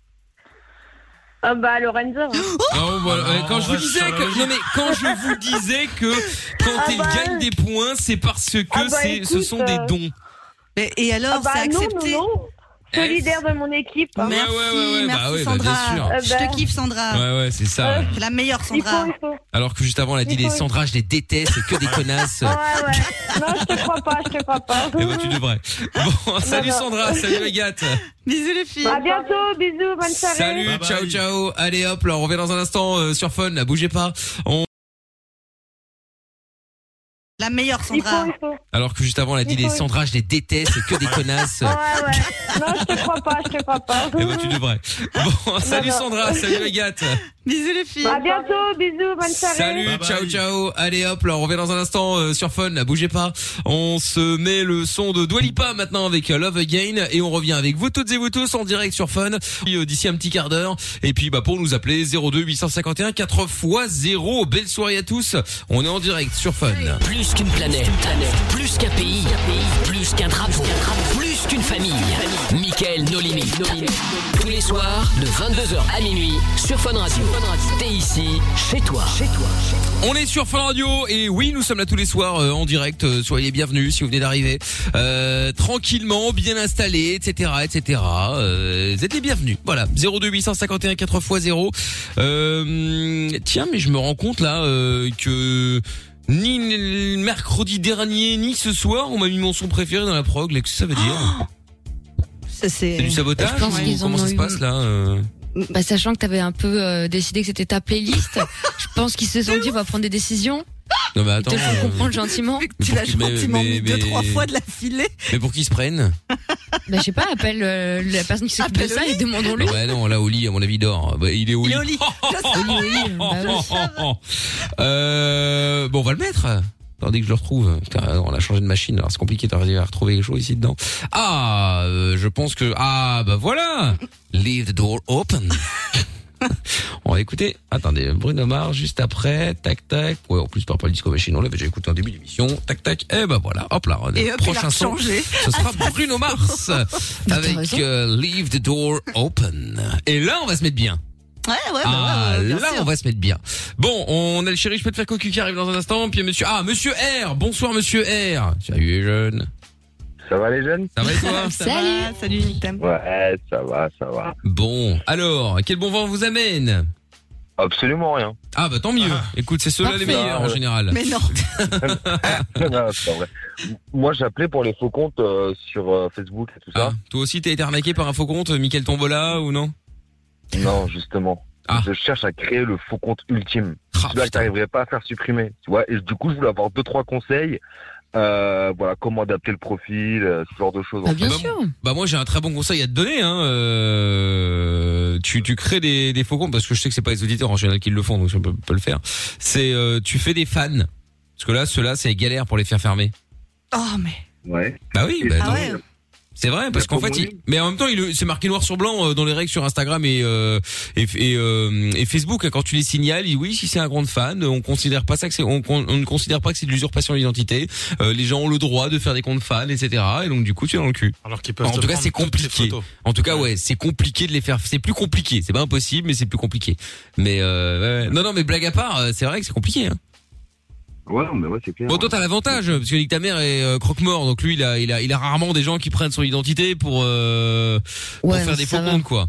Ah bah Lorenza. hein. Oh, voilà. Ah non, Euh, quand on je vous reste disais sur la que, logique. non mais quand je vous disais que quand Ah elle bah, gagne des points, c'est parce que ah bah, c'est, ce écoute, sont des euh, dons. Et, et alors, Ah bah c'est non, accepté. non, non. Solidaire de mon équipe. hein. Ouais, Merci, ouais, ouais, ouais, merci bah ouais, bah, Sandra. bien sûr. Euh, Je bah, te kiffe Sandra. Ouais, ouais, c'est ça. ouais. C'est la meilleure Il faut, Sandra. il faut. Alors que juste avant, elle a dit Il les faut- Sandra, je les déteste, c'est que des connasses. Ouais, ouais. Non, je te crois pas, je te crois pas. Eh ben, tu devrais. Bon, salut non. Sandra, salut Agathe. Bisous les filles. À bientôt, bisous, bonne soirée. Salut, Bye bye. ciao, ciao. Allez hop, là, on revient dans un instant euh, sur Fun, là, bougez pas. On... La meilleure Il faut, Sandra. il faut. Alors que juste avant, elle a dit Il les faut- Sandra, je les déteste, c'est que des connasses. Ouais, ouais. Non, je te crois pas, je te crois pas. Eh ben, tu devrais. Bon, salut non. Sandra, salut Agathe. Bisous les filles. À bientôt, bisous, bonne soirée. Salut, Bye bye. ciao, ciao. Allez hop, là, on revient dans un instant euh, sur Fun, là, bougez pas. On se met le son de Dua Lipa maintenant avec euh, Love Again et on revient avec vous toutes et vous tous en direct sur Fun Puis, euh, d'ici un petit quart d'heure. Et puis, bah, pour nous appeler zéro deux huit cinq un quatre fois zéro. Belle soirée à tous. On est en direct sur Fun. Plus que qu'une planète, plus qu'un pays, plus qu'un drapeau, plus qu'une famille. Mickaël No Limit. Tous les soirs, de vingt-deux heures à minuit, sur Fun Radio. T'es ici, chez toi. On est sur Fun Radio et oui, nous sommes là tous les soirs euh, en direct. Euh, soyez les bienvenus si vous venez d'arriver. Euh, tranquillement, bien installés, et cetera, et cetera. Euh, vous êtes les bienvenus. Voilà, zéro deux huit cent cinquante et un quatre fois zéro. Euh, tiens, mais je me rends compte là euh, que ni le mercredi dernier ni ce soir, on m'a mis mon son préféré dans la prog. Qu'est-ce que ça veut dire? Oh, ça c'est... c'est du sabotage Je pense ou qu'ils comment en ça ont se eu- passe là euh Bah, sachant que t'avais un peu euh, décidé que c'était ta playlist, je pense qu'ils se sont dit on va prendre des décisions. Non mais Ils attends. te le font euh, comprendre gentiment. Tu pour l'as qui- mais- gentiment mais- mis deux, mais- trois fois de la filer. Mais pour qui se prennent? Bah, je sais pas, appelle euh, la personne qui s'occupe de ça et demandons-lui. Bah non, là au lit, à mon avis, il dort. Bah, il est au Il lit. est au lit. Oui, oui, oui, bah oui. Euh, bon, on va le mettre. Attendez que je le retrouve. Putain, on a changé de machine, alors c'est compliqué d'arriver à retrouver quelque chose ici dedans. Ah, euh, je pense que... Ah, bah voilà. Leave the door open. On va écouter. Attendez, Bruno Mars juste après. Tac, tac. Ouais, en plus, par pas le disco machine, on l'avait déjà écouté en début d'émission. Tac, tac. Et bah voilà. Hop là. Et hop, il a prochain son. changé. Ce sera Bruno Mars. t'as avec raison. euh, Leave the door open. Et là, on va se mettre bien. Ouais, ouais, bah, Ah, ouais, ouais, bien là, sûr. on va se mettre bien. Bon, on a le chéri, je peux te faire cocu qui arrive dans un instant. Puis monsieur, ah, monsieur R. Bonsoir, monsieur R. Salut, les jeunes. Ça va les jeunes? Ça va et toi? Ça Salut. va, salut Nitam. Ouais, ça va, ça va. Bon, alors, quel bon vent vous amène? Absolument rien. Ah, bah, tant mieux. Ah. Écoute, c'est ceux-là les Parfait. meilleurs, en général. Mais non. Non, c'est pas vrai. Moi, j'appelais pour les faux comptes euh, sur euh, Facebook et tout ça. Ah, toi aussi, t'as été arnaqué par un faux compte, Mickaël Tombola, ou non? Non, justement. Ah. Je cherche à créer le faux compte ultime. Ah, Celui-là que putain. t'arriverais pas à faire supprimer. Tu vois, et du coup, je voulais avoir deux, trois conseils. Euh, voilà, comment adapter le profil, euh, ce genre de choses. Bah, en bien Bah, sûr. Bah moi j'ai un très bon conseil à te donner. Hein. Euh, tu tu crées des, des faux comptes parce que je sais que c'est pas les auditeurs en général qui le font donc je peux pas le faire. C'est euh, tu fais des fans parce que là ceux-là c'est galère pour les faire fermer. Oh, mais. fait. Ouais. Bah oui. Et Bah, Ah donc, ouais. c'est vrai parce Y a qu'en pas fait moyen. il, mais en même temps il c'est marqué noir sur blanc euh, dans les règles sur Instagram et euh, et et, euh, et Facebook quand tu les signales il- oui si c'est un grand fan on considère pas ça que c'est on, on, on ne considère pas que c'est de l'usurpation d'identité. Euh, les gens ont le droit de faire des comptes fans etc et donc du coup tu es dans le cul. Alors qu'ils peuvent En te tout cas, prendre c'est toutes tes compliqué. photos. En tout cas, ouais, c'est compliqué de les faire. C'est plus compliqué. C'est pas impossible, mais c'est plus compliqué. Mais euh, ouais, ouais. non, non, mais blague à part, euh, c'est vrai que c'est compliqué. Hein. Ouais, mais ouais, c'est clair. Bon, toi, t'as l'avantage parce que Nick ta mère est euh, croque-mort, donc lui, il a, il a, il a rarement des gens qui prennent son identité pour euh, pour Ouais, faire des ça faux va. comptes, quoi.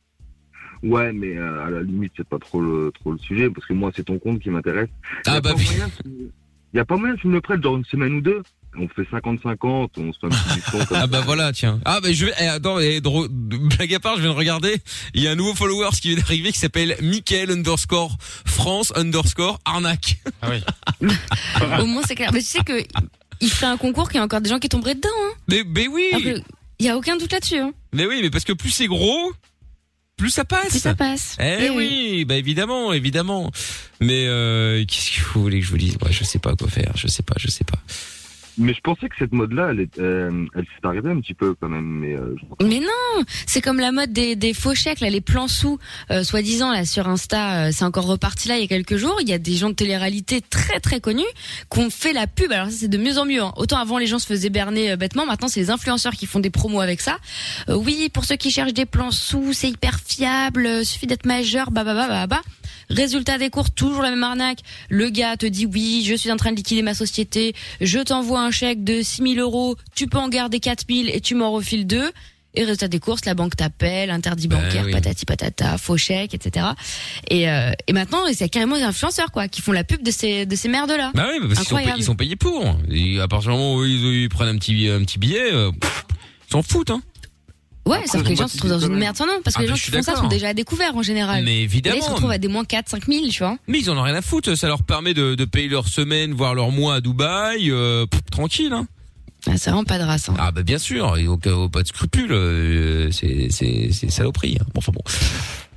Ouais, mais euh, à la limite, c'est pas trop le, trop le sujet, parce que moi, c'est ton compte qui m'intéresse. Y a Ah bah pas oui. moyen que tu- y a pas moyen que tu me le prêtes dans une semaine ou deux. On fait cinquante cinquante, on se fait un petit discount comme Ah ça. bah voilà, tiens. Ah bah je vais. Eh, attends, eh, dro- blague à part, je viens de regarder. Il y a un nouveau follower qui vient d'arriver qui s'appelle Mickaël underscore France underscore arnaque. Ah oui. Au moins, c'est clair. Mais tu sais que il ferait un concours qu'il y a encore des gens qui tomberaient dedans. Hein. Mais, mais oui. Alors que il y a aucun doute là-dessus. Hein. Mais oui, mais parce que plus c'est gros, plus ça passe. Plus ça passe. Eh oui, bah évidemment, évidemment. Mais euh, qu'est-ce que vous voulez que je vous dise? Moi, je sais pas quoi faire. Je sais pas, je sais pas. Mais je pensais que cette mode-là, elle, est- euh, elle s'est arrivée un petit peu quand même. Mais, euh, je- Mais non, c'est comme la mode des, des faux chèques, là, les plans sous, euh, soi-disant là sur Insta, euh, c'est encore reparti là il y a quelques jours. Il y a des gens de télé-réalité très très connus qui ont fait la pub. Alors ça c'est de mieux en mieux. Hein. Autant avant les gens se faisaient berner euh, bêtement, maintenant c'est les influenceurs qui font des promos avec ça. Euh, oui, pour ceux qui cherchent des plans sous, c'est hyper fiable, euh, suffit d'être majeur, bah bah bah bah bah. Résultat des courses, toujours la même arnaque. Le gars te dit oui, je suis en train de liquider ma société, je t'envoie un chèque de six mille euros, tu peux en garder quatre mille et tu m'en refiles deux. Et résultat des courses, la banque t'appelle, interdit Ben bancaire, oui. patati patata, faux chèque, et cetera. Et, euh, et maintenant, c'est carrément des influenceurs quoi, qui font la pub de ces de ces merdes-là. Bah oui, parce qu'ils sont, Incroyable. payés, ils sont payés pour. Et à partir du moment où ils, ils prennent un petit un petit billet, euh, pff, ils s'en foutent, hein. Ouais, Après, sauf que les on gens va se trouvent dans dire une quand merde sans nom, parce que Ah les bah, gens je qui suis font ça d'accord. sont déjà à découvert en général. Mais Et là, ils se évidemment. retrouvent à des moins quatre, cinq mille, tu vois. Mais ils en ont rien à foutre. Ça leur permet de, de payer leur semaine, voire leur mois à Dubaï, euh, pff, tranquille, hein. Ah, c'est vraiment pas de race. Hein. Ah bah bien sûr, et donc euh, pas de scrupules, euh, c'est c'est c'est saloperie. Hein. Bon, enfin bon.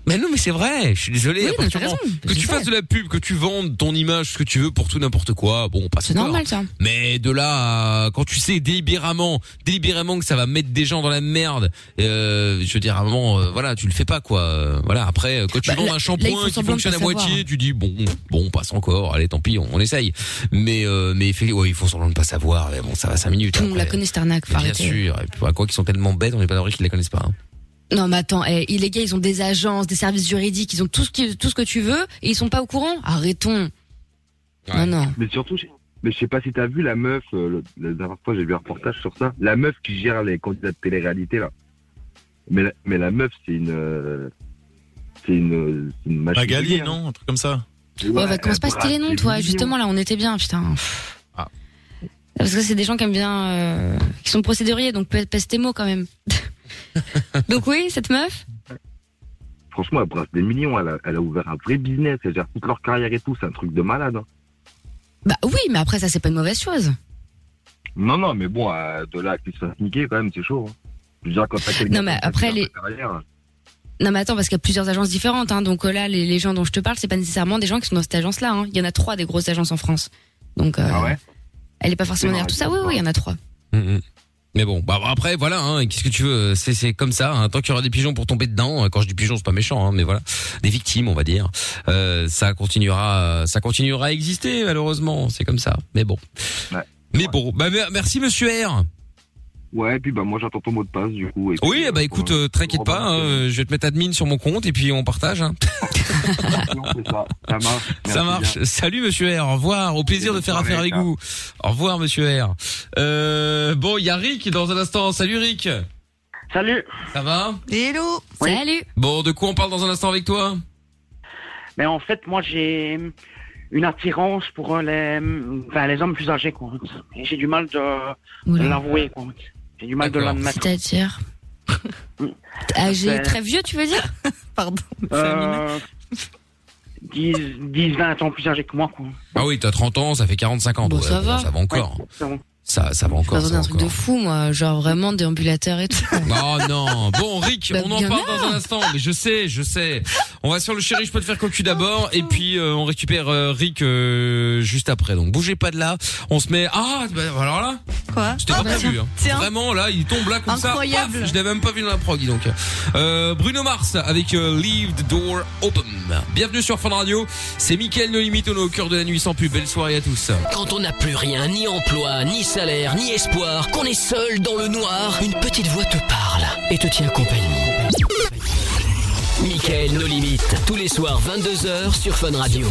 Mais non, mais c'est vrai. Je suis désolé. Oui, à partir non, t'as du moment raison, que je tu sais. fasses de la pub, que tu vendes ton image, ce que tu veux pour tout n'importe quoi. Bon, pas C'est normal, ça. Mais de là, à, quand tu sais délibérément, délibérément que ça va mettre des gens dans la merde, euh, je veux dire, à un moment, euh, voilà, tu le fais pas, quoi. Euh, Voilà. Après, quand tu Bah, vends là- un là, shampoing ils font qui semblant de fonctionne pas à moitié, savoir. tu dis bon, bon, on passe encore. Allez, tant pis, on, on essaye. Mais, euh, mais fait, ouais, ils font semblant de pas savoir. Mais bon, ça va cinq minutes. Tout le monde la après. connaît, cette arnaque, faut Bien arrêter. sûr. Et puis, à quoi qu'ils sont tellement bêtes, on n'est pas d'abri qu'ils la connaissent pas. Hein. Non, mais attends, eh, les gars, ils ont des agences, des services juridiques, ils ont tout ce, qui, tout ce que tu veux, et ils sont pas au courant. Arrêtons. Ouais. Non, non. Mais surtout, je- mais je sais pas si t'as vu la meuf, euh, le- la dernière fois j'ai vu un reportage sur ça, la meuf qui gère les candidats de télé-réalité là. Mais la, mais la meuf c'est une, euh, c'est une, c'est une machine. Magali, de guerre. non? Un truc comme ça. Ouais, Ouais, bah, commence pas à elle citer les noms, brasse toi. des Justement, millions. là, on était bien, putain. Ah. Parce que c'est des gens qui aiment bien, euh, qui sont procéduriers, donc pèse pèse tes mots quand même. Donc oui, cette meuf. Franchement, elle brasse des millions, elle a, elle a ouvert un vrai business, elle gère toute leur carrière et tout, c'est un truc de malade. Hein. Bah oui, mais après ça, c'est pas une mauvaise chose. Non, non, mais bon, euh, de là à qu'il se fasse niquer quand même, c'est chaud. Hein. Je veux dire, quand t'as quelqu'un Non, mais comme ça après, qui gère les- ta carrière, Non, mais attends, parce qu'il y a plusieurs agences différentes, hein. Donc euh, là, les, les gens dont je te parle, c'est pas nécessairement des gens qui sont dans cette agence-là. Hein. Il y en a trois des grosses agences en France. Donc, euh, Ah ouais elle est pas forcément C'est derrière tout ça. vrai, Oui, oui, il y en a trois. Mm, mm. Mais bon, bah après voilà, hein, qu'est-ce que tu veux, c'est c'est comme ça. Hein, tant qu'il y aura des pigeons pour tomber dedans, quand je dis pigeons, c'est pas méchant, hein, mais voilà, des victimes, on va dire. Euh, ça continuera, ça continuera à exister malheureusement, c'est comme ça. Mais bon, Ouais. mais Ouais. bon, bah mer- merci Monsieur R. Ouais, et puis bah moi j'attends ton mot de passe du coup. Et puis, Oui, euh, bah écoute, pour- euh, t'inquiète pour pas, hein, remercier. euh, je vais te mettre admin sur mon compte et puis on partage. Hein. Non, c'est ça, ça marche. Ça Merci marche. bien. Salut Monsieur R. Au revoir. Au plaisir de Bonne faire soirée, affaire avec ciao. vous. Au revoir Monsieur R. Euh, bon, il y a Rick dans un instant. Salut Rick. Salut. Ça va? Hello. Oui. Salut. Bon, de quoi on parle dans un instant avec toi? Mais en fait, moi, j'ai une attirance pour les, enfin, les hommes plus âgés, quoi. Et j'ai du mal de, de Oula. l'avouer, quoi. J'ai du mal de D'accord. l'admettre. C'est-à-dire âgé, C'est- très vieux, tu veux dire? Pardon. féminin. Euh, dix, vingt ans plus âgés que moi, quoi. Ah oui, t'as trente ans, ça fait quarante-cinq ans. Bon, Ouais, ça va. Ça va encore. Ouais, c'est bon. Ça, ça va Je encore. pas Ça va un truc de encore. fou, moi. Genre vraiment déambulateur et tout. Oh non. Bon, Rick, Bah, on en bien parle là. dans un instant. Mais je sais, je sais. On va sur le chéri, je peux te faire cocu d'abord, et puis euh, on récupère euh, Rick euh, juste après. Donc bougez pas de là. On se met. Ah, bah, alors là. Quoi? C'était pas Ah, prévu. Hein. tiens. Vraiment, là, il tombe là comme Incroyable. ça. Paf, je l'avais même pas vu dans la prog, donc. Euh, Bruno Mars avec euh, Leave the Door Open. Bienvenue sur Fun Radio. C'est Mickaël No Limite, on est au cœur de la nuit sans pub. Belle soirée à tous. Quand on n'a plus rien, ni emploi, ni salaire, ni espoir, qu'on est seul dans le noir, une petite voix te parle et te tient compagnie. Mickaël No Limite, tous les soirs vingt-deux heures sur Fun Radio.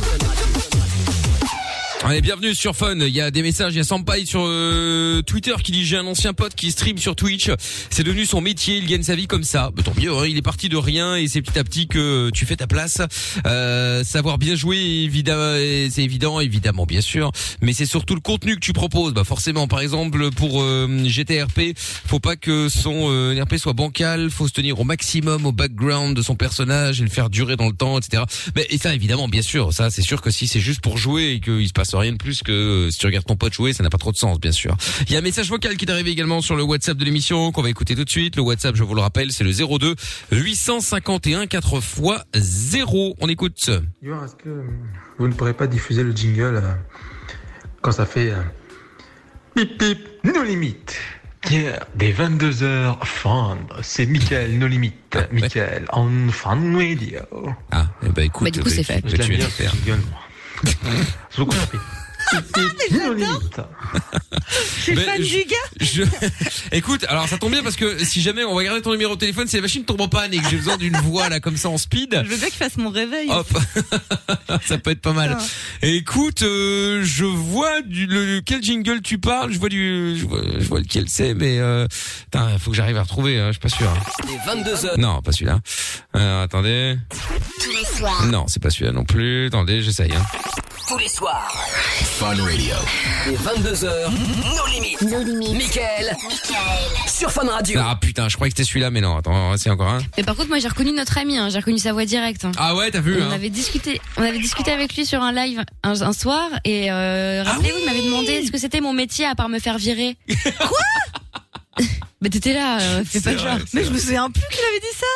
Allez, bienvenue sur Fun. Il y a des messages, il y a Sampai sur euh, Twitter qui dit j'ai un ancien pote qui stream sur Twitch. C'est devenu son métier, il gagne sa vie comme ça. Bah, tant mieux, hein, il est parti de rien et c'est petit à petit que tu fais ta place. Euh, savoir bien jouer, évidemment, c'est évident, évidemment, bien sûr. Mais c'est surtout le contenu que tu proposes. Bah forcément, par exemple pour euh, G T R P, faut pas que son euh, R P soit bancal. Faut se tenir au maximum au background de son personnage et le faire durer dans le temps, et cetera. Mais et ça, évidemment, bien sûr, ça c'est sûr que si c'est juste pour jouer et qu'il se passe rien de plus que euh, si tu regardes ton pote jouer, ça n'a pas trop de sens, bien sûr. Il y a un message vocal qui est arrivé également sur le WhatsApp de l'émission qu'on va écouter tout de suite. Le WhatsApp, je vous le rappelle, c'est le zéro deux huit cent cinquante et un quatre fois zéro. On écoute. Yo, est-ce que vous ne pourrez pas diffuser le jingle euh, quand ça fait euh, pip pip, no limite. Yeah, des vingt-deux heures Fun, c'est Mickaël No Limite. Mickaël on Fun Radio. Ah, eh ben écoute, Bah, du coup, c'est fait. Je l'aime tu es bien faire. ce jingle, moi. J'ai beaucoup compris. Pip pip, no limite. Je suis Ben, fan je- du gars. Je... Écoute, alors ça tombe bien parce que si jamais on va garder ton numéro de téléphone, si la machine tombe en panne et que j'ai besoin d'une voix là comme ça en speed, Je veux bien qu'il fasse mon réveil. hop, ça peut être pas mal. Ah. Écoute, euh, je vois du le, quel jingle tu parles, je vois du, je vois, je vois lequel c'est, mais euh, putain, faut que j'arrive à retrouver, hein, je suis pas sûr. Hein. Les vingt-deux heures. Non, pas celui-là. Alors, attendez. Tous les soirs. Non, c'est pas celui-là non plus. Attendez, j'essaye. Hein. Tous les soirs. Fun Radio. Les vingt-deux heures. Nos limites. Nos limites. Mickaël. Mickaël. Sur Fun Radio. Ah putain, je croyais que c'était celui-là, mais non. Attends, c'est encore un. Mais par contre, moi, j'ai reconnu notre ami, hein. J'ai reconnu sa voix directe. Hein. Ah ouais, t'as vu, On hein. avait discuté, on avait discuté avec lui sur un live un, un soir et euh, Ah rappelez-vous, il m'avait demandé ce que c'était mon métier à part me faire virer. Quoi? Mais t'étais là, euh, fais pas C'est de vrai, genre. c'est Mais je vrai. me souviens plus qu'il avait dit ça.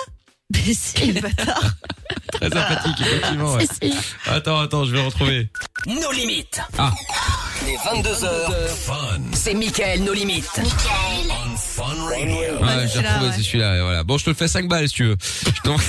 C'est le bâtard. Très sympathique, effectivement. Ouais. Si, si. Attends, attends, je vais retrouver. Nos limites. Ah. Les vingt-deux heures. C'est Mickaël, nos limites. On Fun Radio. Ouais, j'ai retrouvé, c'est celui-là, voilà. Bon, je te le fais cinq balles, si tu veux. Je t'en...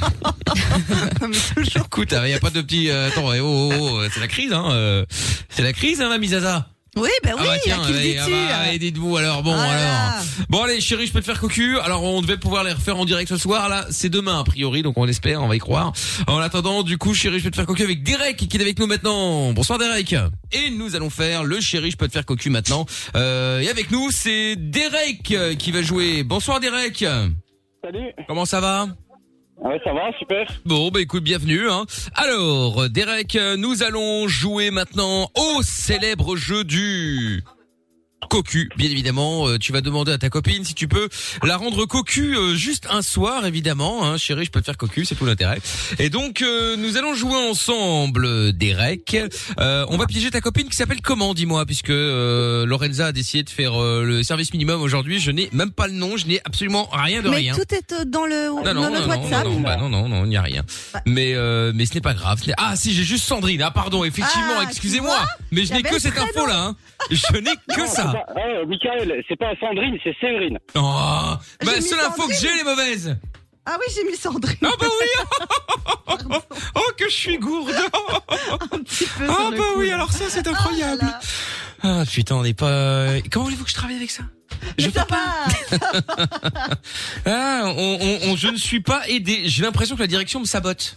Écoute, il y a pas de petit, euh, attends, oh, oh, oh, c'est la crise, hein, euh, c'est la crise, hein, la mise à ça. Oui, bah oui, ah bah tiens, à qui le allez, dis-tu ah bah, allez, dites-vous alors, bon, Ah alors. là. Bon, allez, chérie, je peux te faire cocu. Alors, on devait pouvoir les refaire en direct ce soir, là, c'est demain, a priori, donc on espère, on va y croire. En attendant, du coup, chérie, je peux te faire cocu avec Derek, qui est avec nous maintenant. Bonsoir, Derek. Et nous allons faire le chérie, je peux te faire cocu maintenant. Euh, et avec nous, c'est Derek qui va jouer. Bonsoir, Derek. Salut. Comment ça va? Ouais, ça va, super. Bon, bah écoute, bienvenue. Hein. Alors, Derek, nous allons jouer maintenant au célèbre jeu du cocu. Bien évidemment, euh, tu vas demander à ta copine si tu peux la rendre cocu euh, juste un soir, évidemment. Hein. Chérie, je peux te faire cocu, c'est tout l'intérêt. Et donc, euh, nous allons jouer ensemble, Derek. Euh, on va piéger ta copine qui s'appelle comment, dis-moi, puisque euh, Lorenza a décidé de faire euh, le service minimum aujourd'hui. Je n'ai même pas le nom, je n'ai absolument rien de Mais rien. tout est euh, dans le, Non, dans non, notre non, WhatsApp. non, non, bah non, non, non, il n'y a rien. Mais, euh, mais ce n'est pas grave. Ce n'est- Ah, si, j'ai juste Sandrine. Ah, pardon, effectivement, Ah, excusez-moi. tu vois, Mais je n'ai j'avais que le cette prénom. info-là, hein. Je n'ai que Non, ça. c'est pas- Ouais, Mickaël, c'est pas Sandrine, c'est Séverine. Oh, bah, J'ai la mis seule info que Sandrine. j'ai, elle est mauvaise. Ah oui, j'ai mis Sandrine. Ah, bah oui. Oh, que je suis gourde. Un petit peu Ah, sur le bah coup, oui, là. alors ça, c'est Oh là incroyable. là. Ah, putain, on n'est pas... Comment voulez-vous que je travaille avec ça? Je Mais ça va. Ah, on, on, on- je ne suis pas aidé. J'ai l'impression que la direction me sabote.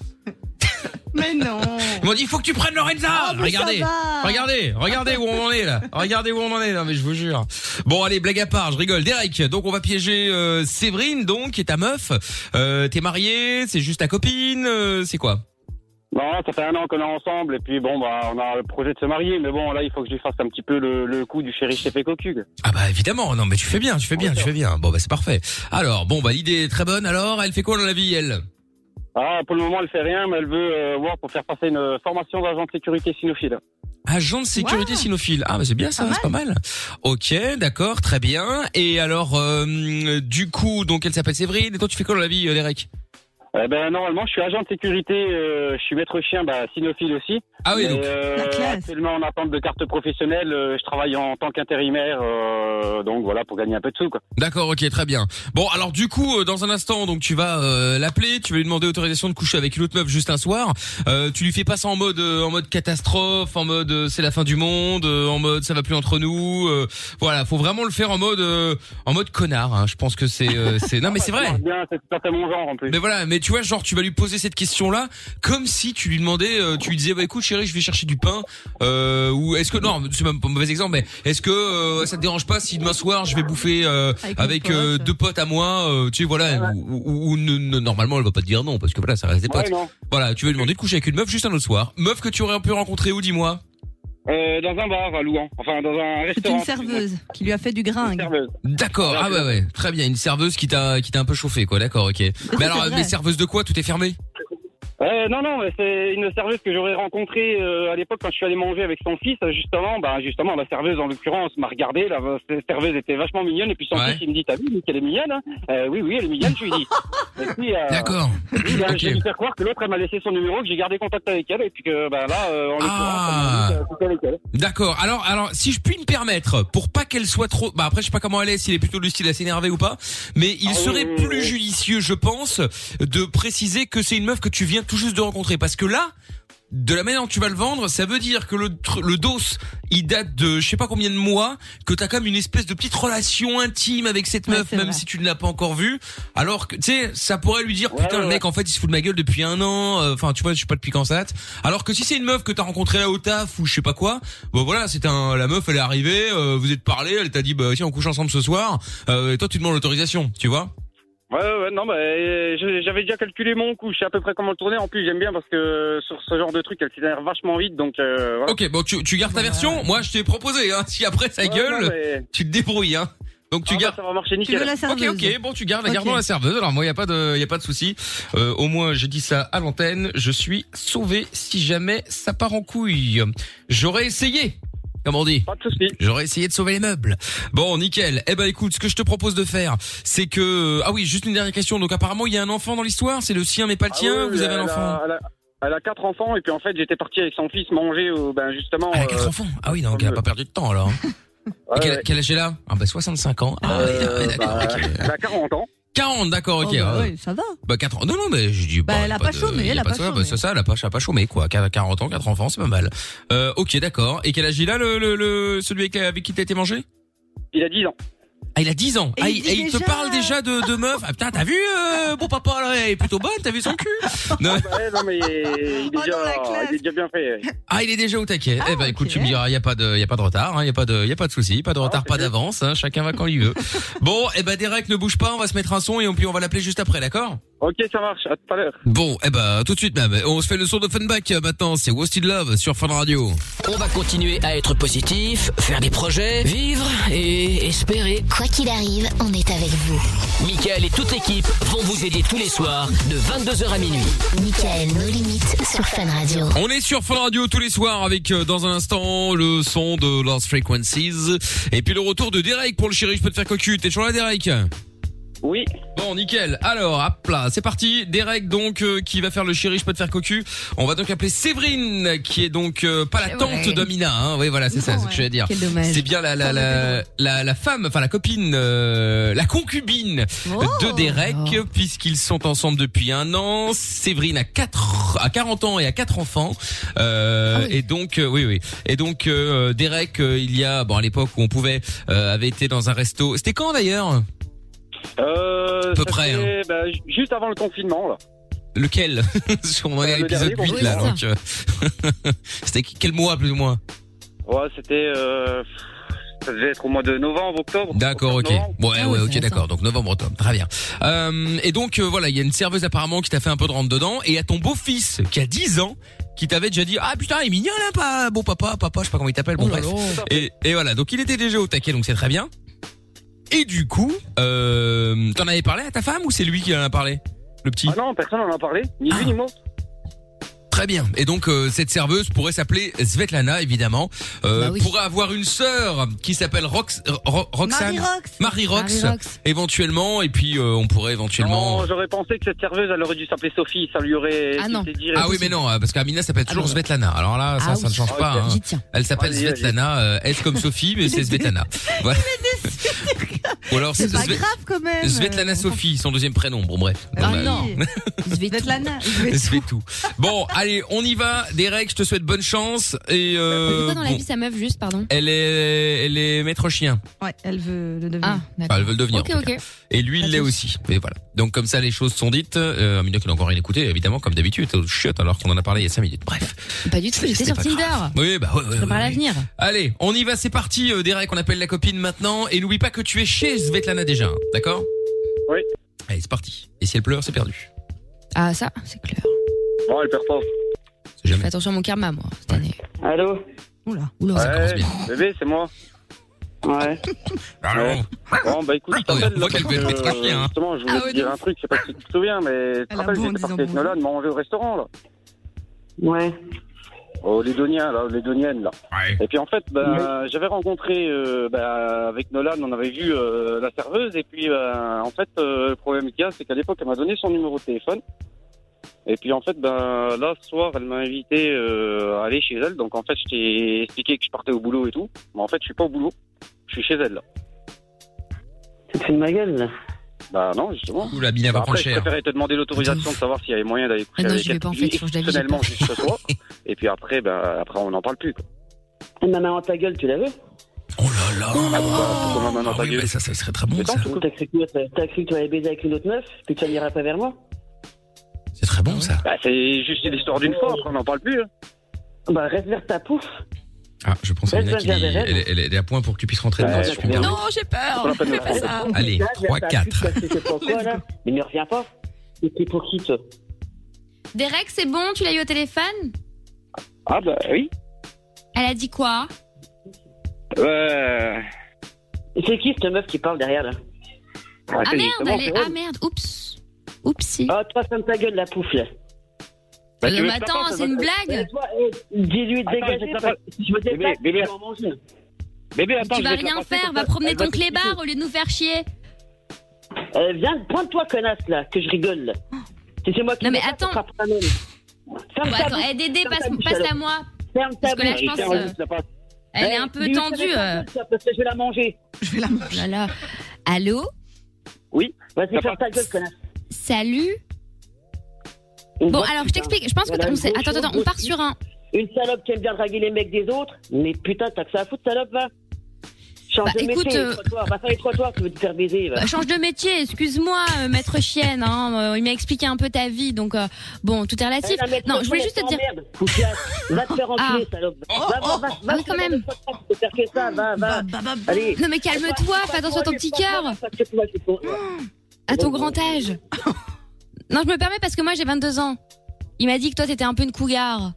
Mais non. Ils m'ont dit, il faut que tu prennes Lorenza. Ah, mais regardez, ça va. regardez, regardez où on en est là. Regardez où on en est là, mais je vous jure. Bon, allez, blague à part, je rigole. Derek, donc on va piéger euh, Séverine, donc, qui est ta meuf. Euh, t'es marié, c'est juste ta copine, euh, c'est quoi? Non, ça fait un an qu'on est ensemble et puis bon, bah, on a le projet de se marier, mais bon, là, il faut que je lui fasse un petit peu le, le coup du chéri, je t'ai fait cocu. Ah bah évidemment, non mais tu fais bien, tu fais bien, tu fais bien. Bon bah c'est parfait. Alors, bon bah l'idée est très bonne. Alors, elle fait quoi dans la vie, elle? Ah, pour le moment, elle fait rien, mais elle veut euh, voir pour faire passer une formation d'agent de sécurité cynophile. Agent de sécurité Wow. cynophile. Ah bah c'est bien ça, Pas c'est pas mal. Ok, d'accord, très bien. Et alors, euh, du coup, donc elle s'appelle Séverine. Et toi, tu fais quoi dans la vie, euh, Derek? Eh ben, normalement, je suis agent de sécurité, euh, je suis maître chien, bah, cynophile aussi. Ah oui, Mais, donc. euh, La classe. actuellement en attente de carte professionnelle, euh, je travaille en tant qu'intérimaire, euh, donc voilà, pour gagner un peu de sous, quoi. D'accord, ok, très bien. Bon, alors du coup, euh, dans un instant, donc tu vas euh, l'appeler, tu vas lui demander autorisation de coucher avec une autre meuf juste un soir. Euh, tu lui fais pas ça en mode euh, en mode catastrophe, en mode euh, c'est la fin du monde, euh, en mode ça va plus entre nous. Euh, voilà, faut vraiment le faire en mode euh, en mode connard. Hein. Je pense que c'est euh, c'est non mais c'est Ça vrai. marche bien, c'est tout à fait mon genre, en plus. Mais voilà, mais tu vois, genre, tu vas lui poser cette question-là, comme si tu lui demandais, euh, tu lui disais, bah écoute, chérie, je vais chercher du pain, euh, ou est-ce que, non, c'est même pas un mauvais exemple, mais est-ce que euh, ça te dérange pas si demain soir je vais bouffer euh, Avec avec, mon euh, pote. deux potes à moi, euh, tu sais, voilà, Ouais. ou, ou- ou ne- ne- normalement elle va pas te dire non, parce que voilà, ça reste des potes. Ouais, non. Voilà, tu vas lui demander de coucher avec une meuf juste un autre soir, meuf que tu aurais pu rencontrer où, dis-moi? Euh, dans un bar à Louan, enfin dans un C'est restaurant. une serveuse qui lui a fait du Une gringue. serveuse. D'accord, ah bah ouais, très bien, une serveuse qui t'a qui t'a un peu chauffé, quoi, d'accord, ok. Mais alors, c'est vrai. mais serveuse de quoi? Tout est fermé? Euh, non, non, mais c'est une serveuse que j'aurais rencontrée euh, à l'époque quand je suis allé manger avec son fils. Justement, bah justement, la serveuse en l'occurrence m'a regardé. La serveuse était vachement mignonne et puis son Ouais. fils il me dit t'as vu qu'elle est mignonne hein euh, Oui, oui, elle est mignonne. Je lui dis. Et puis, euh, D'accord. et puis, bah, Ok. je vais lui faire croire que l'autre elle m'a laissé son numéro, que j'ai gardé contact avec elle et puis que bah là euh, en l'occurrence Ah. elle m'a dit que c'était avec elle. D'accord. Alors, alors, si je puis me permettre, pour pas qu'elle soit trop, bah après je sais pas comment elle est, s'il est plutôt du style à s'énerver ou pas, mais il Ah oui, serait oui, oui, plus oui. judicieux, je pense, de préciser que c'est une meuf que tu viens tout juste de rencontrer, parce que là, de la manière dont tu vas le vendre, ça veut dire que le tr- le dos, il date de je sais pas combien de mois, que t'as comme une espèce de petite relation intime avec cette Ouais, meuf, c'est même vrai. si tu ne l'as pas encore vue. Alors que tu sais, ça pourrait lui dire Ouais, putain ouais, le mec en fait il se fout de ma gueule depuis un an. euh, Enfin tu vois, je sais pas depuis quand ça date. Alors que si c'est une meuf que t'as rencontrée là au taf ou je sais pas quoi, bon voilà, c'est un la meuf elle est arrivée, euh, vous êtes parlé, elle t'a dit bah tiens on couche ensemble ce soir, euh, et toi tu demandes l'autorisation, tu vois. Ouais, ouais, non, bah, euh, je- j'avais déjà calculé mon coup, je sais à peu près comment le tourner. En plus, j'aime bien parce que sur ce genre de truc, elle s'énerve vachement vite, donc euh, voilà. Ok, bon tu tu gardes ta version. Moi je t'ai proposé, hein. Si après ça Ouais, gueule, non, mais- tu te débrouilles, hein. Donc tu Ah, bah, gardes. ça va marcher Tu nickel. veux la Ok, serveuse. ok, bon, tu gardes, Ok. gardons la serveuse. Alors moi, y a pas de, y a pas de souci. Euh, au moins, j'ai dit ça à l'antenne. Je suis sauvé si jamais ça part en couille. J'aurais essayé. comme on dit. Pas de souci. J'aurais essayé de sauver les meubles. Bon, nickel. Eh ben écoute, ce que je te propose de faire, c'est que ah oui, juste une dernière question. Donc apparemment, il y a un enfant dans l'histoire. C'est le sien, mais pas le tien. Ah oui, Vous avez elle un enfant a, elle, a, elle a quatre enfants et puis en fait j'étais parti avec son fils manger euh, ben justement. Elle a quatre euh, enfants. Ah oui, donc elle a pas perdu de temps alors. Ouais, quel, ouais. quel âge elle a? Ah bah soixante-cinq ans. Ah Euh, oui, d'accord. bah, ok. Elle a quarante ans. quarante, d'accord, ok. Oh, bah, ouais. oui, ça va. Bah quatre ans. Non non, mais je dis Bah, bah, elle a pas pas de- chômé, y elle a pas pas de ça, chômé. bah, c'est ça, elle a pas, elle a pas chômé quoi. quarante ans, quatre enfants, c'est pas mal. Euh, ok, d'accord. Et quel âge il a le, le, le celui avec, avec qui t'as été mangé? Il a dix ans. Ah, il a dix ans. Et Ah, il il, dit et il te déjà- parle déjà de, de meuf. Ah putain, t'as vu euh, bon papa là, elle est plutôt bonne, t'as vu son cul? Non. Ouais, non mais il est, Oh, déjà, non, la classe. il est déjà bien fait. Ah, il est déjà au taquet. Ah, eh ben écoute, ok. tu me diras, il y a pas de, il y a pas de retard, hein, il y a pas de, il y a pas de souci, pas de retard, c'est pas bien. d'avance, hein, chacun va quand il veut. Bon, eh ben Derek, ne bouge pas, on va se mettre un son et puis on va l'appeler juste après, d'accord? Ok, ça marche. À tout à l'heure. Bon, eh ben tout de suite même, on se fait le son de Funback euh, maintenant, c'est Wasted Love sur Fun Radio. On va continuer à être positif, faire des projets, vivre et espérer. Quoi qu'il arrive, on est avec vous. Mickaël et toute l'équipe vont vous aider tous les soirs de vingt-deux heures à minuit. Mickaël, nos limites sur Fun Radio. On est sur Fun Radio tous les soirs avec euh, dans un instant le son de Lost Frequencies et puis le retour de Derek pour le chéri, je peux te faire cocu. T'es toujours là, Derek? Oui. Bon, nickel. Alors, hop là, c'est parti. Derek, donc, euh, qui va faire le chéri, je peux te faire cocu. On va donc appeler Séverine, qui est donc euh, pas la C'est tante vrai. d'Amina. Hein. Oui, voilà, c'est ça, Non, c'est ce que je vais dire. Quel dommage. C'est bien la la la, la la femme, enfin la copine, euh, la concubine Oh. de Derek, Oh. puisqu'ils sont ensemble depuis un an. Séverine a quatre, à quarante ans et a quatre enfants. Euh, Ah oui. Et donc, euh, oui, oui. Et donc, euh, Derek, euh, il y a, bon, à l'époque où on pouvait, euh, avait été dans un resto. C'était quand d'ailleurs? Euh, À peu ça près, fait, bah, juste avant le confinement là. Lequel? On en est à Euh, le l'épisode dernier, huit oui, là, c'est donc euh, c'était quel mois plus ou moins? Ouais, c'était. Euh, ça devait être au mois de novembre, octobre. D'accord, ok. Octobre, novembre. Ouais, Ah ouais, oui, ok, c'est d'accord. Donc novembre, octobre, très bien. Euh, et donc euh, voilà, il y a une serveuse apparemment qui t'a fait un peu de rentre dedans, et à ton beau-fils qui a dix ans, qui t'avait déjà dit ah putain il est mignon là, pas bon papa, papa, je sais pas comment il t'appelle, bon Oh là bref. là. Et, et voilà, donc il était déjà au taquet, donc c'est très bien. Et du coup, euh, t'en avais parlé à ta femme ou c'est lui qui en a parlé, le petit? Ah non, personne n'en a parlé, ni lui ni moi. Très bien. Et donc euh, cette serveuse pourrait s'appeler Svetlana évidemment. Euh, Bah oui. pourrait avoir une sœur qui s'appelle Rox, Ro- Roxane, Marie-Rox. Marie-Rox, Marie-Rox. éventuellement. Et puis euh, on pourrait éventuellement. Non, j'aurais pensé que cette serveuse, elle aurait dû s'appeler Sophie, ça lui aurait Ah non. été direct. Ah oui mais non, euh, parce qu'Amina s'appelle toujours Ah non. Svetlana. Alors là ça, Ah ça oui. ne change Ah, pas. ok. Hein. J'y tiens. Elle s'appelle Vas-y, vas-y. Svetlana, euh, S comme Sophie, mais c'est Svetlana. Voilà. Ou alors C'est pas Sve- grave quand même. Svetlana Sophie, son deuxième prénom. Bon bref. Ah Bon, bah, non. Svetlana. je fais tout. Bon, allez, on y va. Derek, je te souhaite bonne chance. Et C'est euh, quoi dans la bon, vie sa meuf juste, pardon? elle est, elle est maître chien. Ouais, elle veut le devenir. Ah, Enfin, d'accord. elle veut le devenir. Ok, en tout cas. ok. Et lui, il l'est aussi. Et voilà. Donc comme ça, les choses sont dites. Euh, Amina qui n'a encore rien écouté, évidemment, comme d'habitude, au chiotte, alors qu'on en a parlé il y a cinq minutes. Bref. Pas du tout, j'étais C'est sur pas Tinder. grave. Oui, bah ouais, ouais, Je ouais, prépare ouais. l'avenir. Allez, on y va, c'est parti. Euh, Derek, on appelle la copine maintenant. Et n'oublie pas que tu es chez Svetlana déjà. hein. D'accord? Oui. Allez, c'est parti. Et si elle pleure, c'est perdu. Ah, ça, c'est clair. Non, elle perd pas. C'est jamais. Fais attention à mon karma, moi, cette année. Allô? Oula. Oula. Ça commence Ouais, bien. bébé, c'est moi. Ouais. Alors, Bon, bah écoute, je Ah ouais, t'appelle on voit là qu'elle parce veut que, être maître chien, hein. justement, je voulais Ah te ouais, dire de un truc, je sais pas si tu te souviens, mais tu te Elle a rappelles, beau en j'étais disant parti avec bonjour. Nolan manger au restaurant, là. Ouais. Au Lédonien, là, au Lédonienne, là. Ouais. Et puis en fait, ben, j'avais rencontré, euh, ben, avec Nolan, on avait vu euh, la serveuse, et puis ben, en fait, euh, le problème qu'il y a, c'est qu'à l'époque, elle m'a donné son numéro de téléphone. Et puis en fait, ben là, ce soir, elle m'a invité euh, à aller chez elle. Donc en fait, je t'ai expliqué que je partais au boulot et tout. Mais en fait, je suis pas au boulot. Je suis chez elle, là. Tu te fais de ma gueule, là? Bah non, justement. Ouh, la bille, elle Bah, va prendre après, je cher. préférais te demander l'autorisation de savoir s'il y avait moyen d'aller coucher Ah non, avec j'y vais elle pas, en fait, il faut que je la vie, j'ai exceptionnellement peur. juste ce soir. Et puis après, ben après, on n'en parle plus, quoi. Ma main dans ta gueule, tu l'avais? Oh là là. Ah, pourquoi ma main dans Ah ta oui, gueule mais ça, ça serait très bon, Mais ça. non, tout- T'as cru, que- t'as cru que tu allais baiser avec une autre meuf, puis tu n'iras pas vers moi? C'est très bon, ça. Bah, c'est juste l'histoire d'une fois, après, on n'en parle plus. Hein. Bah, reste vers ta pouffe. Ah, je pense à Reste Mina qui vers dit, derrière. elle, est- elle est à point pour que tu puisses rentrer dedans, Ouais, si je puis me je permettre. Non, j'ai peur. Pas la peine de Fais pas ça. Allez, Là, trois, vers ta quatre. pute, parce que je sais pas quoi, là. Mais ne reviens pas. Et t'es pour qui, toi? Derek, c'est bon, tu l'as eu au téléphone? Ah bah oui. Elle a dit quoi? Ouais. C'est qui, cette meuf qui parle derrière, là? Ah c'est merde, justement, elle est... c'est Ah elle. merde, oups. Oupsie. Ah, toi, ferme ta gueule, la pouffe, là. Bah, euh, mais attends, c'est une blague. Dis-lui de dégager, si je me déplace, je vais en manger. Bébé, attends, tu vas rien faire, va promener ton clébard au lieu de nous faire chier. Euh, viens, prends-toi, connasse, là, que je rigole, là. Si c'est moi qui non, mais me attends. Ferme bon, ta attends, bouche. eh, Dédé, Ferme passe, ta bouche, passe-la alors. moi. Ferme ta Parce que là, bouche. je pense, euh, elle est un peu Dis-lui de tendue. fermer euh. ta bouche, là, parce que je vais la manger. Je vais la manger. Oh là là. Allô? Oui, vas-y, ferme ta gueule, connasse. Salut? Une Bon, grosse alors, je putain. t'explique. Je pense que Voilà, t'as- on une sait- grosse attends, attends, chose, on part grosse sur un. Une salope qui aime bien draguer les mecs des autres. Mais putain, t'as que ça à foutre, salope, va. Change Bah, de écoute, métier, euh, les trottoirs. Va faire les trottoirs, tu veux te faire baiser, va. Bah, change de métier, excuse-moi, euh, maître chienne. Hein, euh, il m'a expliqué un peu ta vie, donc euh, bon, tout est relatif. Eh, la maître Non, je voulais Chienne, juste te dire. elle t'emmerde, foufiasse. Va te faire enculer, salope. Va, va, va, va, Ah oui, quand même. va te faire que ça, va, va. Allez. Non mais calme-toi, fais attention à ton petit cœur. À ton grand âge. Non, je me permets parce que moi j'ai vingt-deux ans. Il m'a dit que toi t'étais un peu une cougar.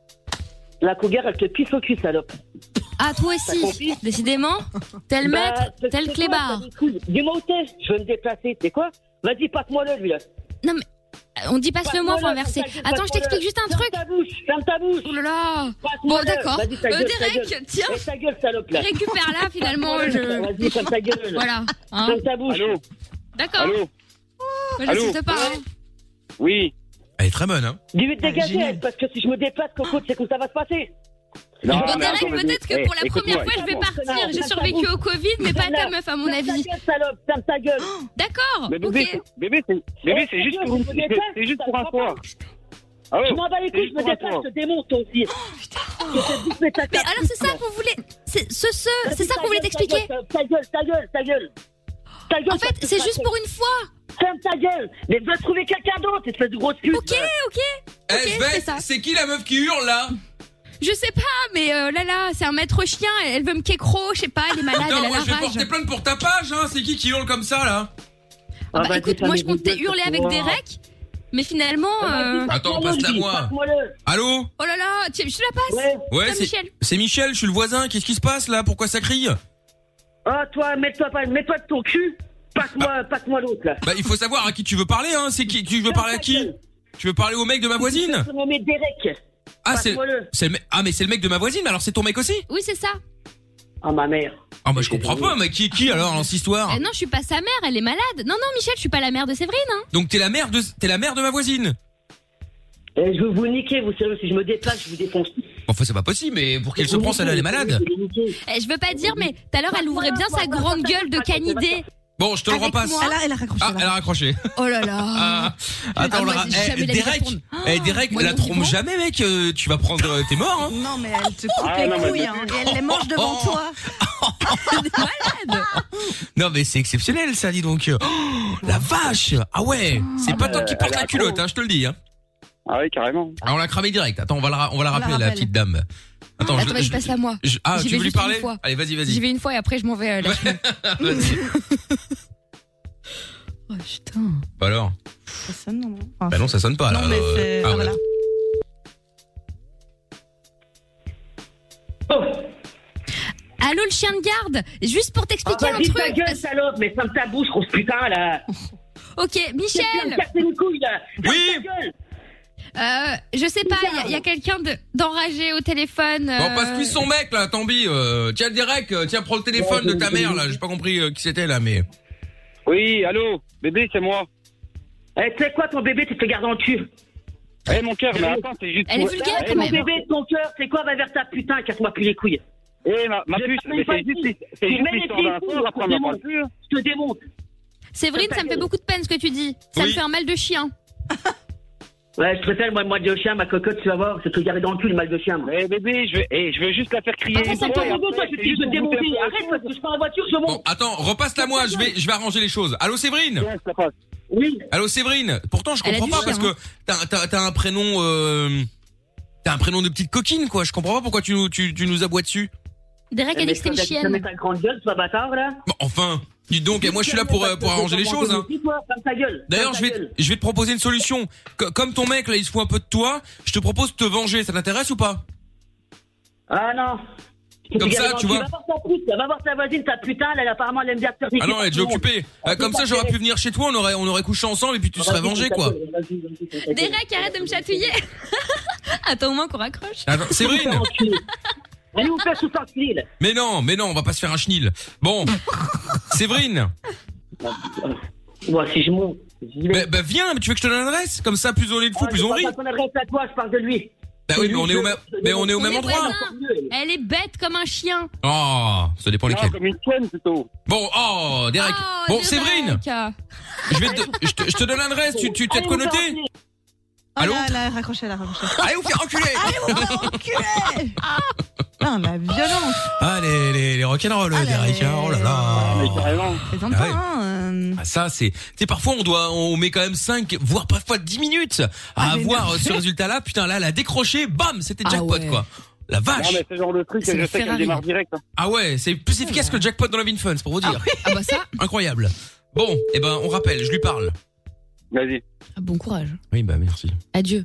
La cougar, elle te pisse au cul, salope. Ah, toi aussi, décidément. Tel Bah, maître, c'est- tel c'est clébard. quoi, t'as des couilles Dis-moi où t'es, je veux me déplacer, c'est quoi? Vas-y, passe-moi-le, lui, là. Non mais, euh, on dit passe-le moi, faut inverser. Attends, je t'explique juste un truc. Ferme ta bouche, ferme ta bouche. Oh là là. Passe-moi Bon, le. d'accord. Vas-y, ta Euh, gueule, ta Derek, gueule. tiens. Eh, ta gueule, salope, là. Récupère-la, finalement, Passe-moi-le, je- Vas-y, ferme ta gueule. Voilà, hein. Ferme ta bouche. Allô? D'accord. Allô? Moi, Allô j'insiste pas. Hein. Oui. Elle est très bonne, hein. Dis-lui de Ah, dégager, génial. parce que si je me déplace, Coco, tu sais comment ça va se passer. Non, Bon, mais Derek, attends, vas-y. peut-être que Eh, pour la écoute-moi, première fois, je vais écoute-moi. partir. J'ai Ferme ta survécu bouche. au Covid, mais pas à ta meuf, à mon Ferme ta avis. gueule, salope, ferme ta gueule. D'accord, Mais bébé, ok. c'est- bébé, c'est, bébé, c'est juste pour, c'est c'est juste pour un soir. Ah ouais. Je m'en bats les couilles, je me C'est juste déplace, pour je un te démonte, toi aussi. Je te bouffe ta Mais carte. alors, c'est ça qu'on voulait. C'est ce, ce, c'est ça qu'on voulait t'expliquer. Ta gueule, ta gueule, ta gueule. Ta gueule. En fait, c'est juste pour une fois. Ferme ta gueule. Mais va trouver quelqu'un d'autre, espèce de grosse pute. Ok, ok. Eh, Ok, Sven, c'est ça. c'est qui la meuf qui hurle là? Je sais pas, mais euh, là, là, c'est un maître chien. Elle, elle veut me kécro, je sais pas, elle est malade, Non, elle a moi la je vais rage. porter plainte pour tapage, hein. C'est qui qui hurle comme ça là? Ah bah vas-y, écoute, fais moi un je comptais bisou, hurler avec toi. Derek, mais finalement. Euh... Attends, passe-la moi. Passe-moi-le. Allô? Oh là là, tiens, je te la passe. Ouais. Ouais, Tiens, c'est Michel. c'est Michel, je suis le voisin. Qu'est-ce qui se passe là? Pourquoi ça crie? Ah, toi, mets-toi pas, mets-toi de ton cul. Passe-moi, passe-moi l'autre, là. Bah, il faut savoir à qui tu veux parler, hein. C'est qui? Tu veux parler à qui? Tu veux parler au mec de ma voisine? Je vais nommer Derek. Ah, c'est Passe-moi-le. c'est le mec. Ah, mais c'est le mec de ma voisine. Mais alors c'est ton mec aussi? Oui, c'est ça. Ah, ma mère. Ah, bah je comprends pas. Mais qui est qui alors dans cette histoire? Eh non, je suis pas sa mère, elle est malade. Non, non, Michel, je suis pas la mère de Séverine. Hein. Donc t'es la mère de t'es la mère de ma voisine. Eh, je veux vous niquer, vous savez, si je me déplace, je vous défonce. Enfin, c'est pas possible. Mais pour qu'elle se prend celle-là, elle est malade. Eh, je veux pas dire, mais tout à l'heure, elle ouvrait bien sa grande gueule de canidé. Bon, je te le Avec repasse. moi. Ah là, elle a raccroché. Ah, là. elle a raccroché. Oh là là. Ah, attends, Ah, moi, Laura. j'ai Eh, jamais la vie Derek, à prendre. eh, Derek, moi, la non, trompe dis-moi. jamais, mec. euh, tu vas prendre, euh, t'es mort. Hein. Non, mais elle te coupe Ah, les non, mais couilles, hein, et elle les mange devant Oh. toi. Malade. Non, mais c'est exceptionnel, ça, dis donc. Oh, la vache. Ah ouais. C'est pas toi qui porte elle la a culotte, trop. hein, je te le dis. Hein. Ah oui, carrément. Alors, on l'a cramé direct. Attends, on va la, on va la On la rappeler, la rappelle. petite dame. Attends, Attends, vas-y, passe-la moi. je- ah, J'y tu vais veux lui juste une parler? fois. Allez, vas-y, J'y vas-y. vais une fois et après, je m'en vais euh, la chemin. Vas-y. Oh putain. Bah alors. Ça sonne, non, non. Enfin, Bah non, ça sonne pas, là. Non, mais Euh, c'est. ah, ouais. voilà. Allô, le chien de garde. Juste pour Ah, t'expliquer un vas-y, ta truc. gueule, salope, mais ferme ta bouche, grosse putain, là. Ok, Tu me Michel. casser les couilles, là. Ferme Oui. ta gueule. Euh, je sais pas, il y a- il y a, quelqu'un de- d'enragé au téléphone. Bon, euh, passe-lui son mec, là, tant pis. Euh, tiens, Derek, euh, tiens, prends le téléphone de ta mère, là. J'ai pas compris euh, qui c'était, là, mais... Oui, allô, bébé, c'est moi. Eh, tu sais quoi, ton bébé, tu te le gardes dans le cul. Eh, mon cœur, mais attends, c'est juste... Elle est pour- vulgaire, Eh, quand Ton même. bébé, ton cœur, c'est quoi, va vers ta putain, casse-moi plus les couilles. Eh, ma, ma Je puce, vais mais pas c'est une juste, fille. c'est Tu juste mets les l'histoire d'un filles soir, après on je n'en te parle démonte. plus. Je te démonte. Séverine, ça me fait beaucoup de peine ce que tu dis. Ça Oui. me fait un mal de chien. Ouais, je préfère, moi, moi, de chien, ma cocotte, tu vas voir, c'est te garder dans le cul, le mal de chien, moi. Eh, bébé, je veux, eh, je veux juste la faire crier. Arrête, une ça fois, toi, et mon après, dos, toi, je c'est vais te juste pour démonter. goûter un peu Arrête, parce que je prends la voiture, je Bon, monte. attends, repasse-la moi, je vais, je vais arranger les choses. Allô, Séverine? Ouais, ça passe. Oui. Allô, Séverine? Pourtant, je Elle a comprends du pas, chien, parce que t'as, t'as, t'as un prénom, euh... T'as un prénom de petite coquine, quoi. Je comprends pas pourquoi tu, nous- tu, tu nous aboies dessus. Derek a dit que c'était une Tu mets chienne. ta grande gueule, toi, bâtard, là. Bon, enfin, dis donc, et moi, je suis là pour, euh, pour arranger les choses, hein. Ferme ta gueule. D'ailleurs, je Ferme vais, ta gueule. je vais te proposer une solution. Co- Comme ton mec, là, il se fout un peu de toi, je te propose de te venger. Ça t'intéresse ou pas? Ah non. Comme Tu ça, regardes tu dans le vois. cul, Va voir ta pute, va voir ta voisine, ta putain, elle, apparemment, elle aime bien te faire Ah non, elle est déjà occupée. Euh, Comme ça, j'aurais pu venir chez toi, on aurait, on aurait couché ensemble et puis tu serais vengé, quoi. Derek, arrête de me chatouiller. Attends au moins qu'on raccroche. Attends, Séverine. Allez vous faire sous tranquille. Mais non, mais non, on va pas se faire un chenil. Bon, Séverine. Moi, si je monte. Bah, bah viens, tu veux que je te donne l'adresse? Comme ça, plus on est de fou, Ah, plus on rit. Je parle pas ton adresse à toi, je parle de lui. Bah oui, mais on est au même, mais on est au même endroit. voisins. Elle est bête comme un chien. Oh, ça dépend lesquels. Comme une chienne plutôt. Bon, oh, Derek. Oh, bon, Derek. Séverine. Je vais te, je te, je te donne l'adresse, tu, tu t'as de quoi noter? Allô? Ah, là, là, raccrochez, là, raccrochez. Allez vous faire enculer. Allez vous faire enculer. Ah, la violence. Ah, les, les, les rock'n'roll, Ah, Derek, les- hein, oh là là. Mais carrément. Plaisante Ah pas, ouais. hein. euh. Ah, ça, c'est, tu sais, parfois, on doit, on met quand même cinq, voire parfois dix minutes à Ah, mais avoir non. ce résultat-là. Putain, là, elle a décroché, bam, c'était Ah jackpot, ouais. quoi. La vache. Non mais c'est genre le truc, C'est je le sais qu'elle Ferrari. démarre direct. hein. Ah ouais, c'est plus efficace que le jackpot dans la Vinfun, c'est pour vous dire. Ah bah ça. Incroyable. Bon, eh ben, on rappelle, je lui parle. Vas-y. Ah, bon courage. Oui, bah, merci. Adieu.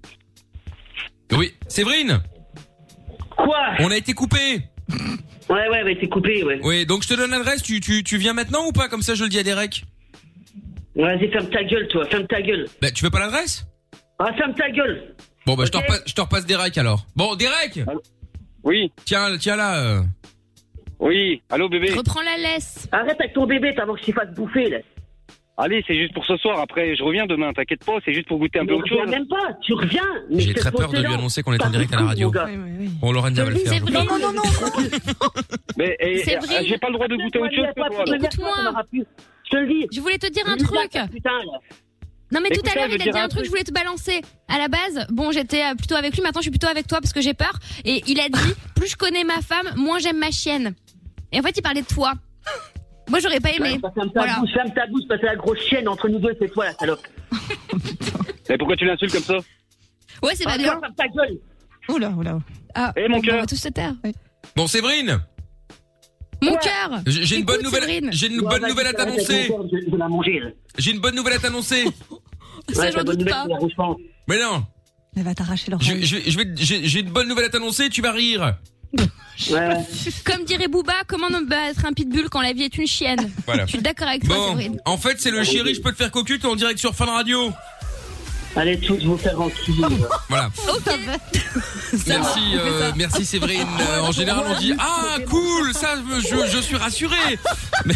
Oui, Séverine, Quoi? on a été coupé. Ouais, ouais, mais t'es coupé, ouais. Oui, donc je te donne l'adresse, tu, tu, tu viens maintenant ou pas? Comme ça, je le dis à Derek. Vas-y, ferme ta gueule, toi, ferme ta gueule. Bah, tu veux pas l'adresse? Ah, ferme ta gueule. Bon, bah, je, te Ok. repasse, je te repasse Derek alors. Bon, Derek. Oui. Tiens, tiens là. euh. Oui. Allô bébé. Reprends la laisse. Arrête avec ton bébé, t'as avant que je t'y fasse bouffer, là. Allez, c'est juste pour ce soir. Après, je reviens demain. T'inquiète pas, c'est juste pour goûter un peu Mais autre reviens chose. même pas, tu reviens. Mais J'ai je te très peur pose de lui dedans. annoncer qu'on est en T'as direct à la beaucoup, radio. mon gars. Oui, oui, oui. Bon, Lorenza va le faire. je Séverine. pense. Non, non, non, non. Mais et, Séverine. euh, j'ai pas le droit de goûter autre chose que toi. là. Écoute-moi. Je te le dis. Je voulais te dire un Lui, truc. là, Putain, là. Non mais Écoute, tout à l'heure je veux il a dire dit un un truc, truc. je voulais te balancer. À la base, bon j'étais euh, plutôt avec lui, maintenant je suis plutôt avec toi parce que j'ai peur. Et il a dit, plus je connais ma femme, moins j'aime ma chienne. Et en fait il parlait de toi. Moi j'aurais pas aimé. Ouais, bah, ferme ta Voilà. bouche, ferme ta bouche, parce que la grosse chienne entre nous deux, c'est toi, la salope. Mais pourquoi tu l'insultes comme ça? Ouais c'est pas Ah, bien. ferme ta gueule. Oula, oula. Ah, Eh, mon bon, cœur. on va tous se taire. Bon, Séverine, Mon Ouais. cœur. j'ai j'ai une Écoute, bonne nouvelle. Séverine. J'ai une Ouais, bonne vas-y, nouvelle à arrête avec t'annoncer. mon corps, Je je vais la manger, là. J'ai une bonne nouvelle à t'annoncer. Ça Ouais, j'en ta bonne doute nouvelle, pas. c'est la rouge-pente. Mais non, Elle va t'arracher je, l'oreille. je, vais- je vais, j'ai j'ai une bonne nouvelle à t'annoncer. Tu vas rire. Ouais. Comme dirait Booba, comment ne pas être un pitbull quand la vie est une chienne. Voilà. Je suis d'accord avec toi Bon, Séverine. en fait, c'est le chéri, je peux te faire cocu en direct sur Fun Radio. Allez, tous vous faire enculer. Voilà. Ok. Merci, euh, merci Séverine. Euh, en général, on dit ah cool, ça, je, je suis rassuré. Mais-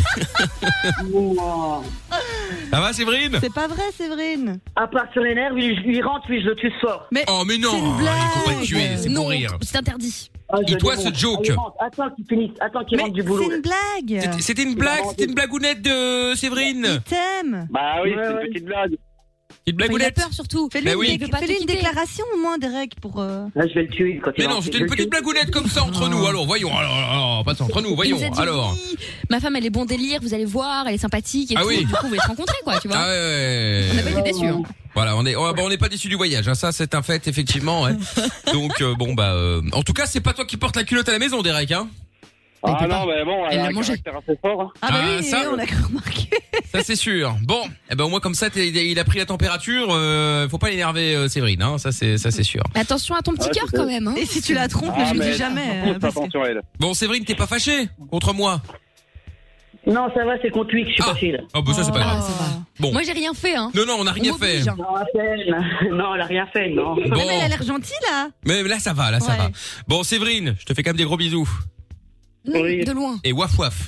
Ça va, Séverine? C'est pas vrai, Séverine. À part sur les nerfs, lui, lui rentre, lui, je le tue ce soir. Mais Oh mais non, c'est une il faut pas blague. te tuer, c'est Non, pour rire. c'est interdit. Ah, je Et toi, démonte. ce joke. Ah, il rentre. Attends qu'il finisse, attends qu'il Mais rentre du c'est boulot. une blague. C'était- C'était une blague, c'était une blagounette de Séverine. Il t'aime. Bah oui, Ouais, c'est une ouais. petite blague. Une Enfin, il a blagounette. peur surtout. Fais-lui Bah une, oui. dé- Il veut pas fais-lui te une quitter. déclaration au moins, Derek, pour. euh, Là, je vais le tuer quand il Mais rentre. non, c'était Je une vais le petite tuer. blagounette comme ça entre nous. Alors, voyons, alors, alors, pas ça entre nous, Il voyons. nous a dit, Alors. oui, ma femme elle est bon délire, vous allez voir, elle est sympathique et Ah tout. oui. Du coup, vous allez se rencontrer quoi, tu vois. Ah ouais, ouais. On n'a pas été déçus. Hein. Voilà, on est, on, bon, on n'est pas déçus du voyage, hein, ça c'est un fait effectivement. Ouais. Donc euh, bon bah, euh, en tout cas c'est pas toi qui portes la culotte à la maison, Derek, hein. Il Ah peut non, pas. mais bon, Elle elle a l'a un mangé. caractère assez fort. hein. Ah bah Ah, oui, ça on a cru remarquer. Ça c'est sûr. Bon, eh ben au moins comme ça t'es- il a pris la température. Euh, faut pas l'énerver, euh, Séverine, hein, ça c'est, ça c'est sûr. Mais attention à ton petit Ouais, cœur c'est quand ça. même. Hein. Et si tu la trompes, Ah, je le mais dis jamais. faut euh, faire parce que- attention à elle. Bon, Séverine, t'es pas fâchée contre moi? Non, ça va, c'est contre lui que je suis Ah. pas là. Oh bah ça c'est pas Ah, grave. ça va. Bon. Moi j'ai rien fait. Hein. Non non, on n'a rien On fait. m'oblige, hein. Non, à peine. Non, elle a rien fait, non. Bon, Ah, mais elle a l'air gentille là. mais là ça va, là ça Ouais. va. Bon, Séverine, je te fais quand même des gros bisous. Non, Oui. de loin. Et waf waf.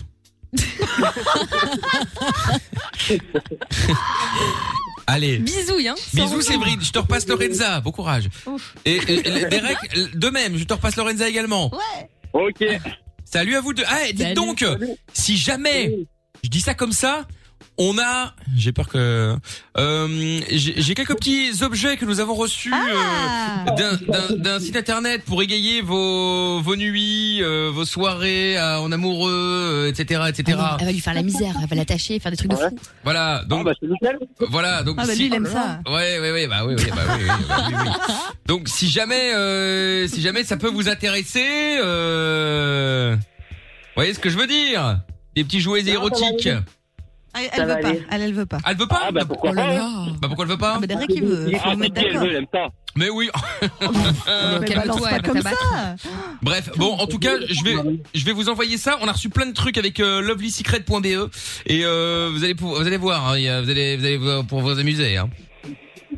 Allez. Bisous, hein. Bisous Séverine, je te repasse Lorenza, bon courage. Et, et- et Derek, de même, je te repasse Lorenza également. Ouais. Ok. Salut à vous deux. Ah, dites Salut. donc, si jamais, je dis ça comme ça, on a, j'ai peur que, euh, j'ai j'ai quelques petits objets que nous avons reçus Ah. euh, d'un- d'un d'un site internet pour égayer vos vos nuits, euh, vos soirées euh, en amoureux, euh, et cetera, et Elle cetera. va, elle va lui faire la misère, elle va l'attacher, faire des trucs de Ouais. fou. Voilà, Ah donc bah c'est nickel. voilà, donc Ah bah si- lui, il aime ça. Ouais, ouais, ouais, bah oui, oui, bah oui, oui, bah oui, oui. Donc si jamais, euh, si jamais ça peut vous intéresser, euh, vous voyez ce que je veux dire? Des petits jouets ça va érotiques. aller. Elle, Ça elle va veut pas. aller. Elle, elle veut pas. Elle veut pas? Ah bah pourquoi Oh là pas. hein. là. Bah pourquoi elle veut pas? Ah bah Derek, il veut. Il faut Ah, le mettre si elle d'accord. veut, elle aime ça. Mais oui. Euh, Mais Calme-toi, balance pas elle va comme t'abattre. ça. Bref, bon, en tout cas, je vais, je vais vous envoyer ça. On a reçu plein de trucs avec euh, lovely secret point b e et euh, vous allez, pou- vous allez voir, hein, il y a- vous allez, vous allez voir pour vous amuser. Hein.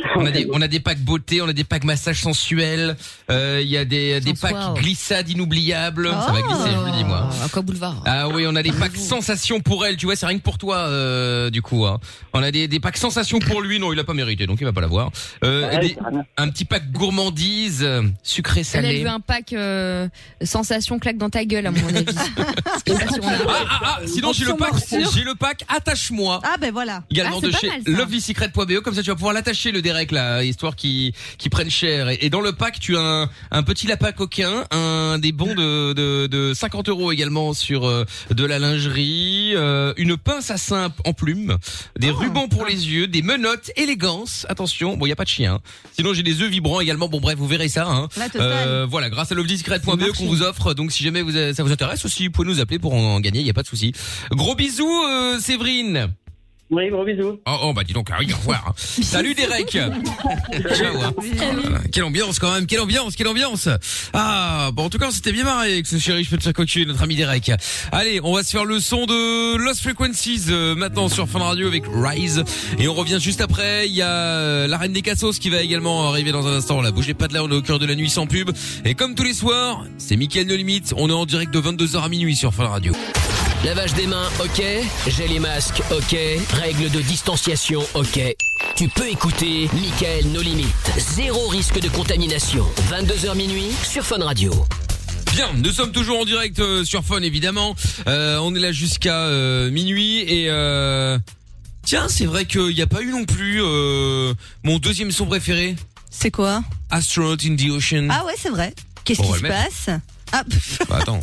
On a des, on a des packs beauté, on a des packs massage sensuel. Euh, il y a des, des packs Sensual. glissade inoubliable. Ça va glisser, je le dis moi. Aqua Boulevard. Ah oui, on a des packs sensations pour elle. Tu vois, c'est rien que pour toi, euh, du coup. Hein. On a des, des packs sensations pour lui. Non, il a pas mérité, donc il va pas l'avoir. Euh, Ouais, des- c'est rien. un petit pack gourmandise, euh, sucré Elle a salé. vu un pack euh, sensation claque dans ta gueule à mon avis. Je sais pas si on a- Ah, ah, ah, sinon j'ai le pack, morsure. j'ai le pack attache-moi. Ah ben voilà. Également Ah, c'est de pas chez mal, ça. lovelySecret.be, comme ça tu vas pouvoir l'attacher le Derek là, histoire qu'il qu'il prenne cher. Et, et dans le pack tu as un, un petit lapin coquin, un des bons de, de, de cinquante euros également sur euh, de la lingerie, euh, une pince à sein en plume, des rubans pour les yeux, des menottes, élégance. Attention, bon il y a pas de chien. Hein. Sinon j'ai des œufs vibrants également. Bon bref vous verrez ça. Hein. La totale. Euh, voilà, grâce à lovelySecret.be qu'on vous offre. Donc si jamais vous, ça vous intéresse aussi, vous pouvez nous appeler pour en gagner. Il y a pas de souci. Gros bisous, euh, Séverine. Oui, gros bisous. Oh, oh bah dis donc, ah oui, au revoir. hein. Salut Derek. Ciao. hein. Voilà. Quelle ambiance quand même, quelle ambiance, quelle ambiance. Ah, bon en tout cas, on s'était bien marré avec ce chéri, je peux te faire coacher, notre ami Derek. Allez, on va se faire le son de Lost Frequencies euh, maintenant sur Fun Radio avec Rise. Et on revient juste après, il y a euh, la Reine des Cassos qui va également arriver dans un instant. Là, bougez pas de là, on est au cœur de la nuit sans pub. Et comme tous les soirs, c'est Mickaël No Limite, on est en direct de vingt-deux heures à minuit sur Fun Radio. Lavage des mains, ok. Gel et masque, ok. Règles de distanciation, ok. Tu peux écouter Mickaël No Limite. Zéro risque de contamination. vingt-deux heures minuit sur Fun Radio. Bien, nous sommes toujours en direct euh, sur Fun évidemment. Euh, on est là jusqu'à euh, minuit et euh... tiens, c'est vrai qu'il n'y a pas eu non plus euh, mon deuxième son préféré. C'est quoi? Astronaut in the Ocean. Ah ouais, c'est vrai. Qu'est-ce On qui va se le mettre. passe? Ah, Bah, attends.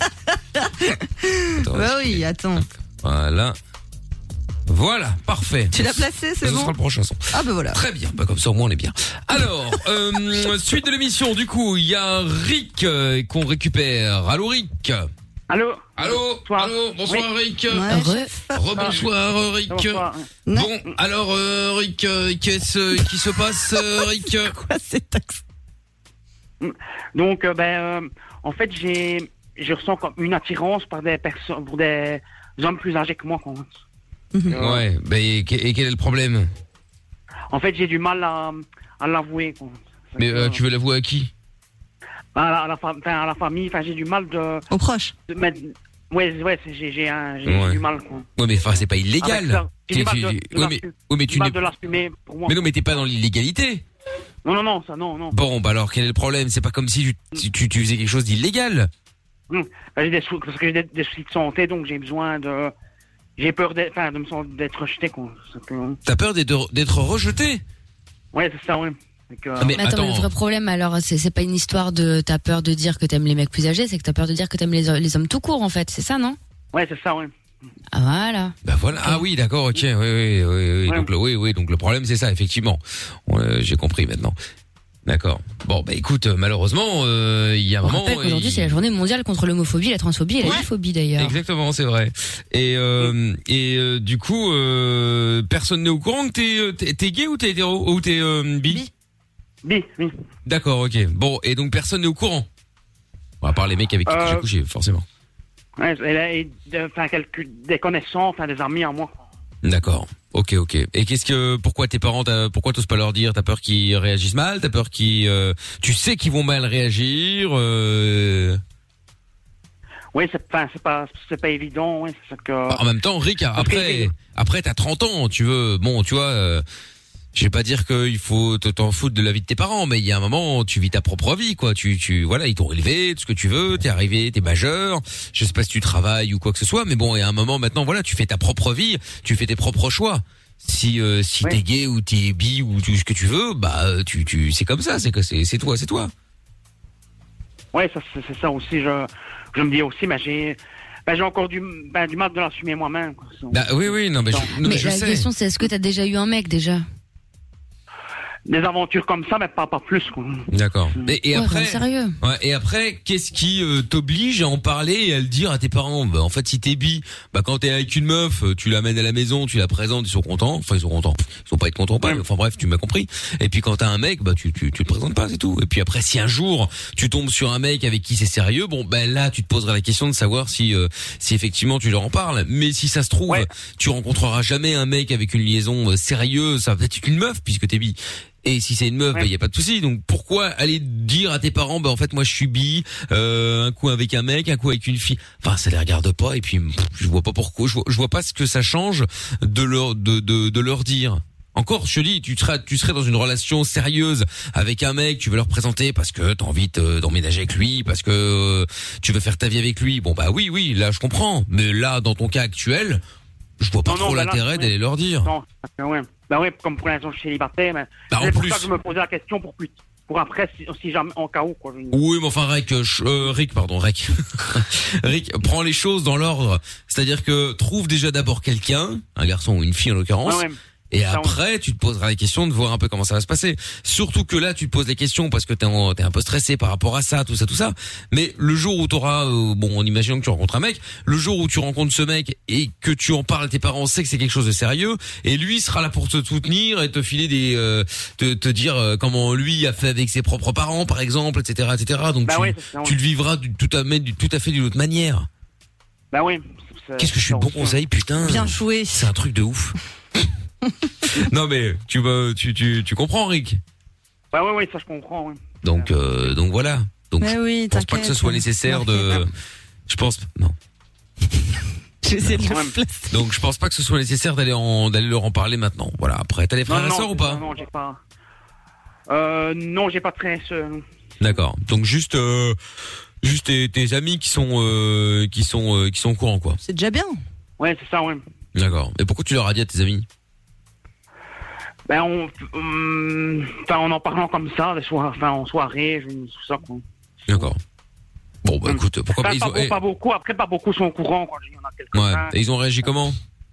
Attends, bah oui, attends. Voilà. Voilà, parfait. Tu l'as placé, c'est Ce bon? sera le prochain son. Ah bah voilà. Très bien, bah comme ça au moins on est bien. Alors, euh, suite de l'émission, du coup, il y a Rick euh, qu'on récupère. Allô Rick. Allô. Allô. Allô. Bonsoir Oui. Rick. Ouais, Re- Rebonsoir Rick. Bonsoir. Bon, alors euh, Rick, euh, qu'est-ce qui se passe euh, Rick? Quoi, c'est taxe? Donc, euh, ben, euh, en fait, j'ai, je ressens comme une attirance par des personnes, pour des hommes plus âgés que moi. Quoi. Euh, Ouais, bah, et, que- et quel est le problème? En fait, j'ai du mal à, à l'avouer. Quoi. Mais euh, tu veux l'avouer à qui? À la, à, la, fa- enfin, à la famille, enfin, j'ai du mal de. Aux proches. de mettre. Ouais, ouais, c'est- j'ai, j'ai, un, j'ai Ouais. du mal. Quoi. Ouais, mais enfin, c'est pas Avec illégal. ça, j'ai du Tu- mal tu- de, de ouais, mais, l'assumer- ouais, mais du tu mal n'es de l'assumer pour moi. mais non, mais t'es pas dans l'illégalité. Non, non, non, ça, non, non. Bon, bah alors quel est le problème? C'est pas comme si tu, tu, tu faisais quelque chose d'illégal. Hum. Ben, j'ai des sou- parce que j'ai des, des soucis de santé, donc j'ai besoin de. J'ai peur d'être, enfin, de me sentir d'être rejeté, quoi. C'est que- T'as peur d'être d'être rejeté? Ouais, c'est ça, ouais. C'est que, Ah, mais Mais attends, mais le attends. vrai problème, alors, c'est c'est pas une histoire de t'as peur de dire que t'aimes les mecs plus âgés, c'est que t'as peur de dire que t'aimes les, les hommes tout court, en fait. C'est ça, non? Ouais, c'est ça, ouais. Ah, voilà. Bah voilà. Ah oui, d'accord, ok. Oui, oui, oui, oui. Ouais. Donc le, oui, oui. Donc le problème, c'est ça, effectivement. On, euh, J'ai compris maintenant. D'accord. Bon, bah écoute, euh, malheureusement, euh, il y a un On moment. rappelle qu'aujourd'hui, il- c'est la journée mondiale contre l'homophobie, la transphobie et la Ouais. biphobie, d'ailleurs. Exactement, c'est vrai. Et euh, et euh, du coup, euh, personne n'est au courant que t'es euh, t'es t'es gay ou t'es hétéro ou t'es euh, bi? Bi. Bi, oui. D'accord, ok. Bon, et donc personne n'est au courant. Bon, à part les mecs avec qui Euh, j'ai couché, forcément. Ouais, elle a et de- enfin, quelques, des connaissances, enfin, des amis à moi. D'accord. Ok, ok. Et qu'est-ce que, pourquoi tes parents, t'as- pourquoi t'oses pas leur dire? T'as peur qu'ils réagissent mal? T'as peur qu'ils, euh, tu sais qu'ils vont mal réagir? Euh... Oui, c'est pas, c'est pas, c'est pas évident, ouais, c'est ça que. En même temps, Rick, après, après t'as trente ans, tu veux, bon, tu vois, euh, je vais pas dire qu'il faut te- t'en foutre de la vie de tes parents, mais il y a un moment, tu vis ta propre vie, quoi. Tu, tu, voilà, ils t'ont élevé, tout ce que tu veux, t'es arrivé, t'es majeur. Je sais pas si tu travailles ou quoi que ce soit, mais bon, il y a un moment maintenant, voilà, tu fais ta propre vie, tu fais tes propres choix. Si, euh, si Ouais. t'es gay ou t'es bi ou tout ce que tu veux, bah, tu, tu, c'est comme ça, c'est que c'est, c'est toi, c'est toi. Ouais, ça, c'est, c'est ça aussi, je, je me dis aussi, mais j'ai, ben, j'ai encore du, ben, du mal de l'assumer moi-même, quoi. Bah oui, oui, non, mais je, non, Mais mais je la sais. question, c'est est-ce que t'as déjà eu un mec, déjà? Des aventures comme ça, mais pas, pas plus, quoi. D'accord. Et, et Ouais, après, enfin, sérieux. ouais, et après, qu'est-ce qui euh, t'oblige à en parler et à le dire à tes parents? Bah, en fait, si t'es bi, bah quand t'es avec une meuf, euh, tu l'amènes à la maison, tu la présentes, ils sont contents. Enfin, ils sont contents. Ils sont pas être contents pas. mais Enfin bref, tu m'as compris. Et puis quand t'as un mec, bah tu tu tu le présentes pas, c'est tout. Et puis après, si un jour tu tombes sur un mec avec qui c'est sérieux, bon ben là, tu te poseras la question de savoir si euh, si effectivement tu leur en parles. Mais si ça se trouve, tu rencontreras jamais un mec avec une liaison euh, sérieuse, ça va peut-être être une meuf puisque t'es bi. Et si c'est une meuf, il ouais. bah, y a pas de souci. Donc pourquoi aller dire à tes parents, bah en fait moi je suis bi, euh, un coup avec un mec, un coup avec une fille. Enfin ça les regarde pas et puis pff, je vois pas pourquoi, je vois, je vois pas ce que ça change de leur de de, de leur dire. Encore, je te dis, tu serais, tu serais dans une relation sérieuse avec un mec, tu veux leur présenter parce que t'as envie de, d'emménager avec lui, parce que euh, tu veux faire ta vie avec lui. Bon bah oui, oui, là je comprends. Mais là, dans ton cas actuel, je vois pas non, trop non, l'intérêt là, d'aller ouais. leur dire. Non, ouais. Bah ouais, comme pour l'instant je suis célibataire, mais bah, c'est en pour plus. ça que je me posais la question pour plus, pour après, si, si jamais, en cas où, quoi. Oui, mais enfin, Rick, euh, Rick, pardon, Rick. Rick, prends les choses dans l'ordre. C'est-à-dire que trouve déjà d'abord quelqu'un, un garçon ou une fille en l'occurrence. Ouais, ouais. Et après, tu te poseras la question de voir un peu comment ça va se passer. Surtout que là, tu te poses les questions parce que t'es, en, t'es un peu stressé par rapport à ça, tout ça, tout ça. Mais le jour où t'auras, euh, bon, en imaginant que tu rencontres un mec, le jour où tu rencontres ce mec et que tu en parles à tes parents, on sait que c'est quelque chose de sérieux. Et lui sera là pour te soutenir et te filer des, euh, te, te dire euh, comment lui a fait avec ses propres parents, par exemple, et cetera, et cetera. Donc bah tu, oui, ça, tu le vivras du, tout à fait, du, tout à fait d'une autre manière. Bah oui. Qu'est-ce que je suis bon conseil, putain. Bien joué. C'est un truc de ouf. Non mais tu vas tu tu tu comprends Rick. Bah oui oui ça je comprends oui. Donc euh, donc voilà. Donc mais oui, je pense pas que ce soit nécessaire de je pense non. J'essaie de le placer. Donc je pense pas que ce soit nécessaire d'aller en d'aller leur en parler maintenant. Voilà, après t'as les frères non, et non, sœurs ou pas? Non, j'ai pas. Euh non, j'ai pas de frères et sœurs. D'accord. Donc juste euh, juste tes, tes amis qui sont euh, qui sont euh, qui sont au courant quoi. C'est déjà bien. Ouais, c'est ça ouais. D'accord. Et pourquoi tu leur as dit à tes amis? Ben on, hum, enfin en en parlant comme ça, des soir, enfin en soirée, je, tout ça quoi. D'accord. Bon bah écoute, pourquoi enfin, pas, ils ont... pas, pas beaucoup, après pas beaucoup sont au courant quand il y en a quelques-uns. Ouais. Et ils ont réagi comment?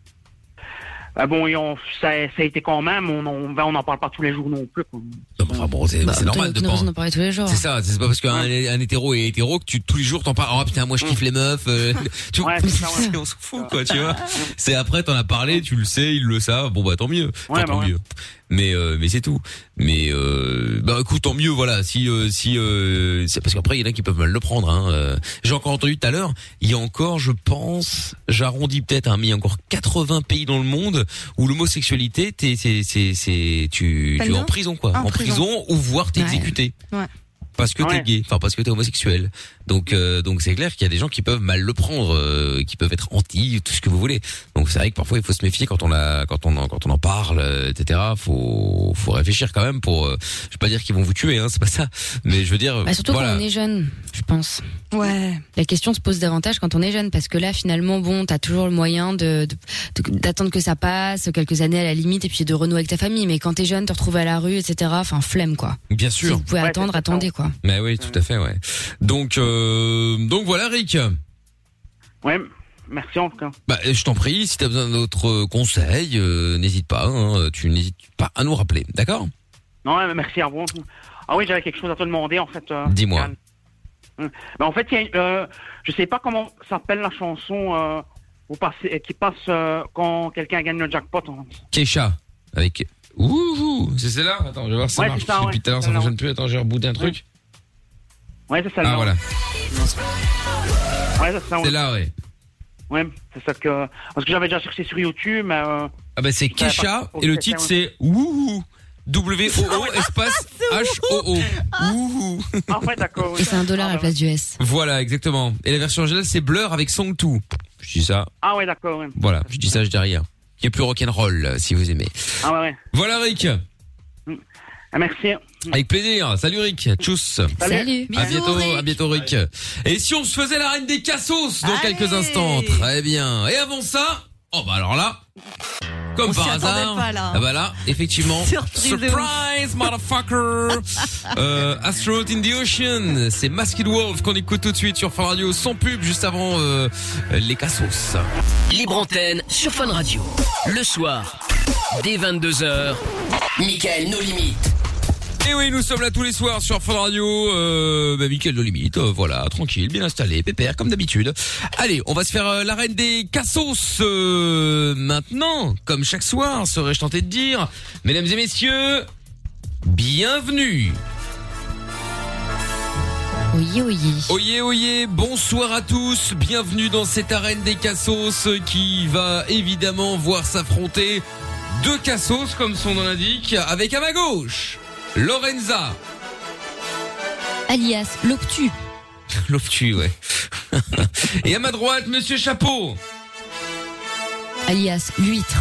Ben bon, ils ont, ça, ça a été quand même, on on on n'en parle pas tous les jours non plus quoi. Non, enfin bon, c'est, bah, c'est normal de pas. On en parle tous les jours. C'est ça, c'est pas parce qu'un ouais. un hétéro est hétéro que tu tous les jours t'en parles. Oh putain, moi je kiffe mmh. les meufs. Euh, tu ouais, c'est ça, ouais. On s'en fout quoi, tu vois. C'est après t'en as parlé, tu le sais, ils le savent. Bon bah tant mieux, enfin, ouais, tant bah, mieux. Ouais. Mais euh, mais c'est tout. Mais euh, bah écoute, tant mieux voilà. Si euh, si euh, c'est parce qu'après il y en a qui peuvent mal le prendre. Hein. Euh, j'ai encore entendu tout à l'heure. Il y a encore, je pense, j'arrondis peut-être, hein, mais il y a encore quatre-vingts pays dans le monde où l'homosexualité, t'es, c'est c'est c'est tu tu es en prison quoi, en, en prison. prison ou voire t'es ouais. exécuté. Ouais. Parce que ouais. t'es gay, enfin parce que t'es homosexuel. Donc euh, donc c'est clair qu'il y a des gens qui peuvent mal le prendre, euh, qui peuvent être anti, tout ce que vous voulez. Donc c'est vrai que parfois il faut se méfier quand on a quand on en, quand on en parle, euh, et cetera. Faut faut réfléchir quand même pour. Euh, je vais pas dire qu'ils vont vous tuer, hein, c'est pas ça. Mais je veux dire. Bah surtout voilà. quand on est jeune, je pense. Ouais. La question se pose davantage quand on est jeune parce que là finalement bon t'as toujours le moyen de, de, de d'attendre que ça passe quelques années à la limite et puis de renouer avec ta famille. Mais quand t'es jeune, te retrouver à la rue, et cetera. Enfin flemme quoi. Bien sûr. Si vous pouvez ouais, attendre, attendez quoi. Mais oui, tout à fait, ouais. Donc, euh, donc voilà, Rick. Ouais, merci en tout cas. Bah, je t'en prie, si t'as besoin d'autres conseils, euh, n'hésite pas, hein, tu n'hésites pas à nous rappeler, d'accord? Non, mais merci à vous. Ah oui, j'avais quelque chose à te demander en fait. Euh, Dis-moi. Ben, en fait, il y a, euh, je sais pas comment s'appelle la chanson euh, vous passez, qui passe euh, quand quelqu'un gagne le jackpot. Hein. Keisha, avec. Ouh, c'est celle-là. Attends, je vais voir si ça ouais, marche. Ça, depuis ouais. tout à l'heure, ça ne fonctionne plus. Attends, j'ai rebooté un truc. Ouais, c'est ça. Ah, voilà. Ouais, c'est ça. C'est là, ouais. Ouais, c'est ça que. Parce que j'avais déjà cherché sur YouTube, mais. Euh, ah, bah, c'est Keisha, et le titre, c'est Wouhou. W O O espace H O O. Wouhou. Ah, ouais, d'accord. Et c'est un dollar à la place du S. Voilà, exactement. Et la version originale, c'est Blur avec Song deux. Je dis ça. Ah, ouais, d'accord, ouais. Voilà, je dis ça, je dis rien. Qui est plus rock'n'roll, si vous aimez. Ah, ouais, ouais. Voilà, Rick. Ah, merci. Avec plaisir. Salut Rick. Tchuss. Salut. À bientôt, Rick. à bientôt Rick. Et si on se faisait la reine des cassos dans Allez. quelques instants. Très bien. Et avant ça, oh bah alors là, comme on par hasard, pas, là. Ah bah là, effectivement, Surprise, surprise motherfucker. euh, Astronaut in the Ocean, c'est Masked Wolf qu'on écoute tout de suite sur Fun Radio, sans pub, juste avant euh, les cassos. Libre antenne sur Fun Radio. Le soir, dès vingt-deux heures, Mickaël No Limites. Et oui, nous sommes là tous les soirs sur Fun Radio. Euh, bah, Mickaël No Limites, euh, voilà, tranquille, bien installé, pépère, comme d'habitude. Allez, on va se faire euh, la reine des cassos euh, maintenant, comme chaque soir, serais-je tenté de dire. Mesdames et messieurs, bienvenue. Oyez, oyez. Oyez, oyez, bonsoir à tous, bienvenue dans cette arène des cassos qui va évidemment voir s'affronter deux cassos, comme son nom l'indique, avec à ma gauche Lorenza. Alias l'obtus. L'obtus, ouais. Et à ma droite, Monsieur Chapeau. Alias l'huître.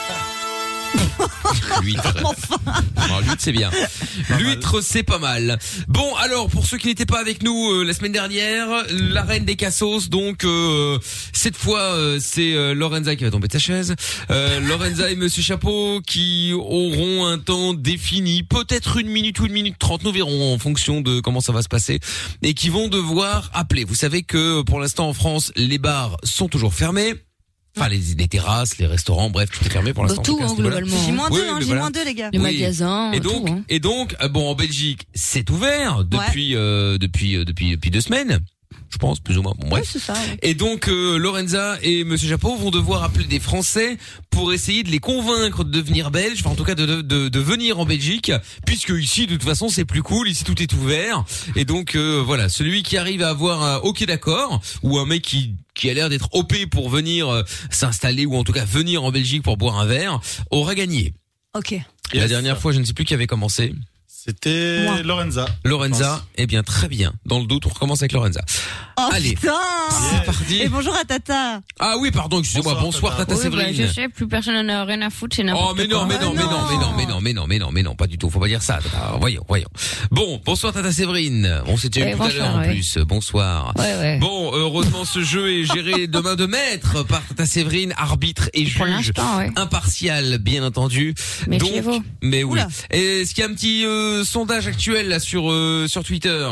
L'huître. Non, l'huître c'est bien. L'huître c'est pas mal. Bon alors pour ceux qui n'étaient pas avec nous euh, la semaine dernière, la reine des cassos donc euh, cette fois euh, c'est euh, Lorenza qui va tomber de sa chaise. Euh, Lorenza et Monsieur Chapeau qui auront un temps défini, peut-être une minute ou une minute trente, nous verrons en fonction de comment ça va se passer, et qui vont devoir appeler. Vous savez que pour l'instant en France les bars sont toujours fermés. Enfin, les, les terrasses, les restaurants, bref, tout est fermé pour l'instant. Tout, hein, globalement. J moins deux, hein, J moins deux, les gars. Les magasins, Et donc, tout, hein. et donc, euh, bon, en Belgique, c'est ouvert depuis, euh, depuis, euh, depuis, depuis deux semaines. Je pense, plus ou moins. Bon, bref. Ouais, c'est ça, ouais. Et donc, euh, Lorenza et Monsieur Chapeau vont devoir appeler des Français pour essayer de les convaincre de devenir belges, enfin en tout cas de, de, de, de venir en Belgique, puisque ici, de toute façon, c'est plus cool, ici tout est ouvert. Et donc, euh, voilà, celui qui arrive à avoir un OK d'accord, ou un mec qui qui a l'air d'être O P pour venir euh, s'installer, ou en tout cas venir en Belgique pour boire un verre, aura gagné. Ok. Et la dernière fois, je ne sais plus qui avait commencé. C'était Moi. Lorenza. Lorenza, eh bien très bien. Dans le doute, on recommence avec Lorenza. Oh Allez, putain. c'est parti. Et bonjour à Tata. Ah oui, pardon, excusez-moi. Bonsoir, Bonsoir, Tata Oui, Séverine. bah, je sais, plus personne n'en a rien à foutre, c'est n'importe Oh mais quoi. non, mais non, mais non, Ah, mais non, non. mais non, mais non, mais non, mais non, mais non, pas du tout. Faut pas dire ça. Tata. Voyons, voyons. Bon, bonsoir Tata Séverine. On s'était Ouais, eu tout à bonsoir, l'heure en ouais. plus. Bonsoir. Ouais, ouais. Bon, heureusement ce jeu est géré de main de maître par Tata Séverine, arbitre et Pour juge l'instant, ouais. impartial, bien entendu. Méfiez-vous. Donc, mais oui. Oula. Est-ce qu'il y a un petit euh, sondage actuel là sur euh, sur Twitter?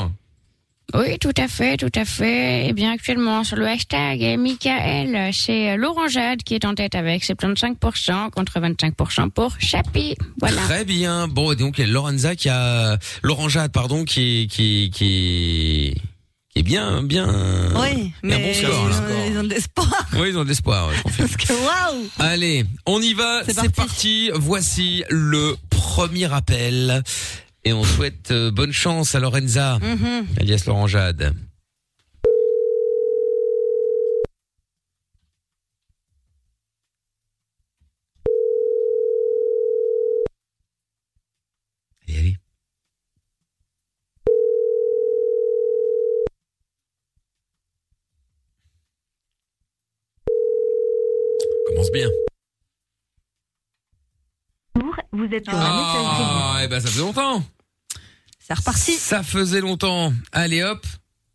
Oui, tout à fait, tout à fait. Eh bien, actuellement, sur le hashtag eh, Michael, c'est Laurent Jade qui est en tête avec soixante-quinze pour cent contre vingt-cinq pour cent pour Chapi. Voilà. Très bien. Bon, et donc il y a Lorenza qui a Laurent Jade, pardon, qui est qui est qui est qui est bien bien. Oui, il y a un mais bon score, ils, là. ont, ils ont de l'espoir. Oui, ils ont de l'espoir. Ouais, je confirme. Parce que waouh. Allez, on y va. C'est C'est parti. parti. Voici le premier appel. Et on souhaite euh, bonne chance à Lorenza, Mhm. alias Laurent Jade. Allez, allez. Commence bien. Vous êtes sur la messagerie. Ah, eh ben ça faisait longtemps. C'est reparti. Ça faisait longtemps. Allez hop.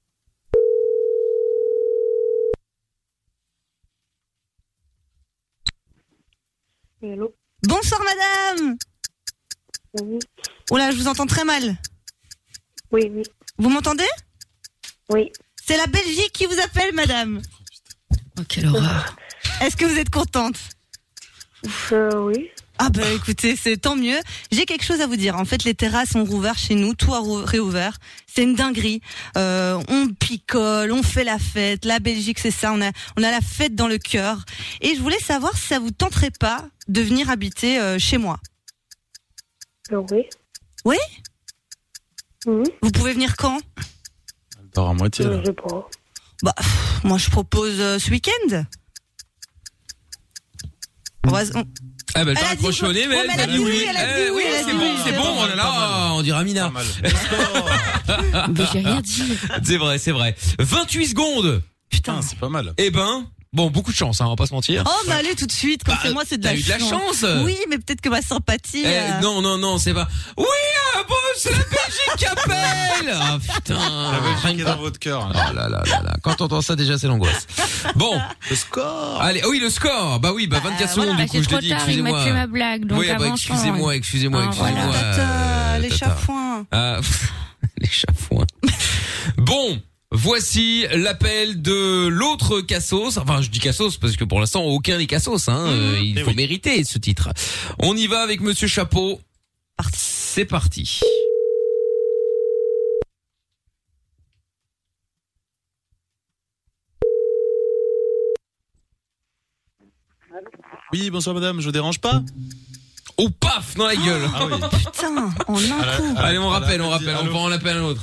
Hello. Bonsoir madame. Oui. Oh là, je vous entends très mal. Oui, oui. Vous m'entendez? Oui. C'est la Belgique qui vous appelle madame. Oh, quelle horreur. Est-ce que vous êtes contente? Euh, oui. Ah bah écoutez, c'est tant mieux. J'ai quelque chose à vous dire. En fait, les terrasses ont rouvert chez nous, tout a rou- réouvert. C'est une dinguerie. Euh, on picole, on fait la fête. La Belgique, c'est ça. On a, on a la fête dans le cœur. Et je voulais savoir si ça vous tenterait pas de venir habiter euh, chez moi. Euh, oui. Oui? Mhm. Vous pouvez venir quand? Elle dort à moitié, là. Euh, je sais pas. Bah, pff, moi je propose euh, ce week-end. On va- on- Ah bah, elle Elle t'a a dit raccroché au nez, mais quoi? elle Ouais, t'a mais elle a dit dit oui. oui, elle a Eh dit oui, oui, elle a c'est dit bon, oui, c'est elle a bon, dit oh là là, on dirait Amina. Mais j'ai rien dit. C'est vrai, c'est vrai. vingt-huit secondes. Putain, c'est pas mal. Eh ben, bon, beaucoup de chance, hein, on va pas se mentir. Oh, mais allez tout de suite, comme Bah, c'est moi, c'est de t'as la eu de la chance. Oui, mais peut-être que ma sympathie. Eh, euh, non, non, non, c'est pas. Oui, ah, bon, c'est la Belgique qui appelle. Ah putain. La Belgique est dans votre cœur. Oh là là là là. Quand t'entends ça, déjà, c'est l'angoisse. Bon. Le score. Allez, ah oui, le score. Bah oui, bah vingt-quatre secondes, Bah, du coup, c'est je trop te dis, tard, il m'a excusez-moi. tué ma blague, donc Oui, ah bah, avançons. excusez-moi, excusez-moi, Ah, excusez-moi. voilà. Tata, euh, les tata. chafouins. Ah, les chafouins. Bon. Voici l'appel de l'autre Cassos. Enfin, je dis Cassos parce que pour l'instant, aucun n'est Cassos. Hein. Euh, il Eh faut oui. mériter ce titre. On y va avec Monsieur Chapeau. C'est parti. Oui, bonsoir madame, je vous dérange pas? Oh paf dans la gueule. Ah oui. Putain, en un À la- coup. à la- Allez, on à la- rappelle, on allez, rappelle, on allô. va en appeler un autre.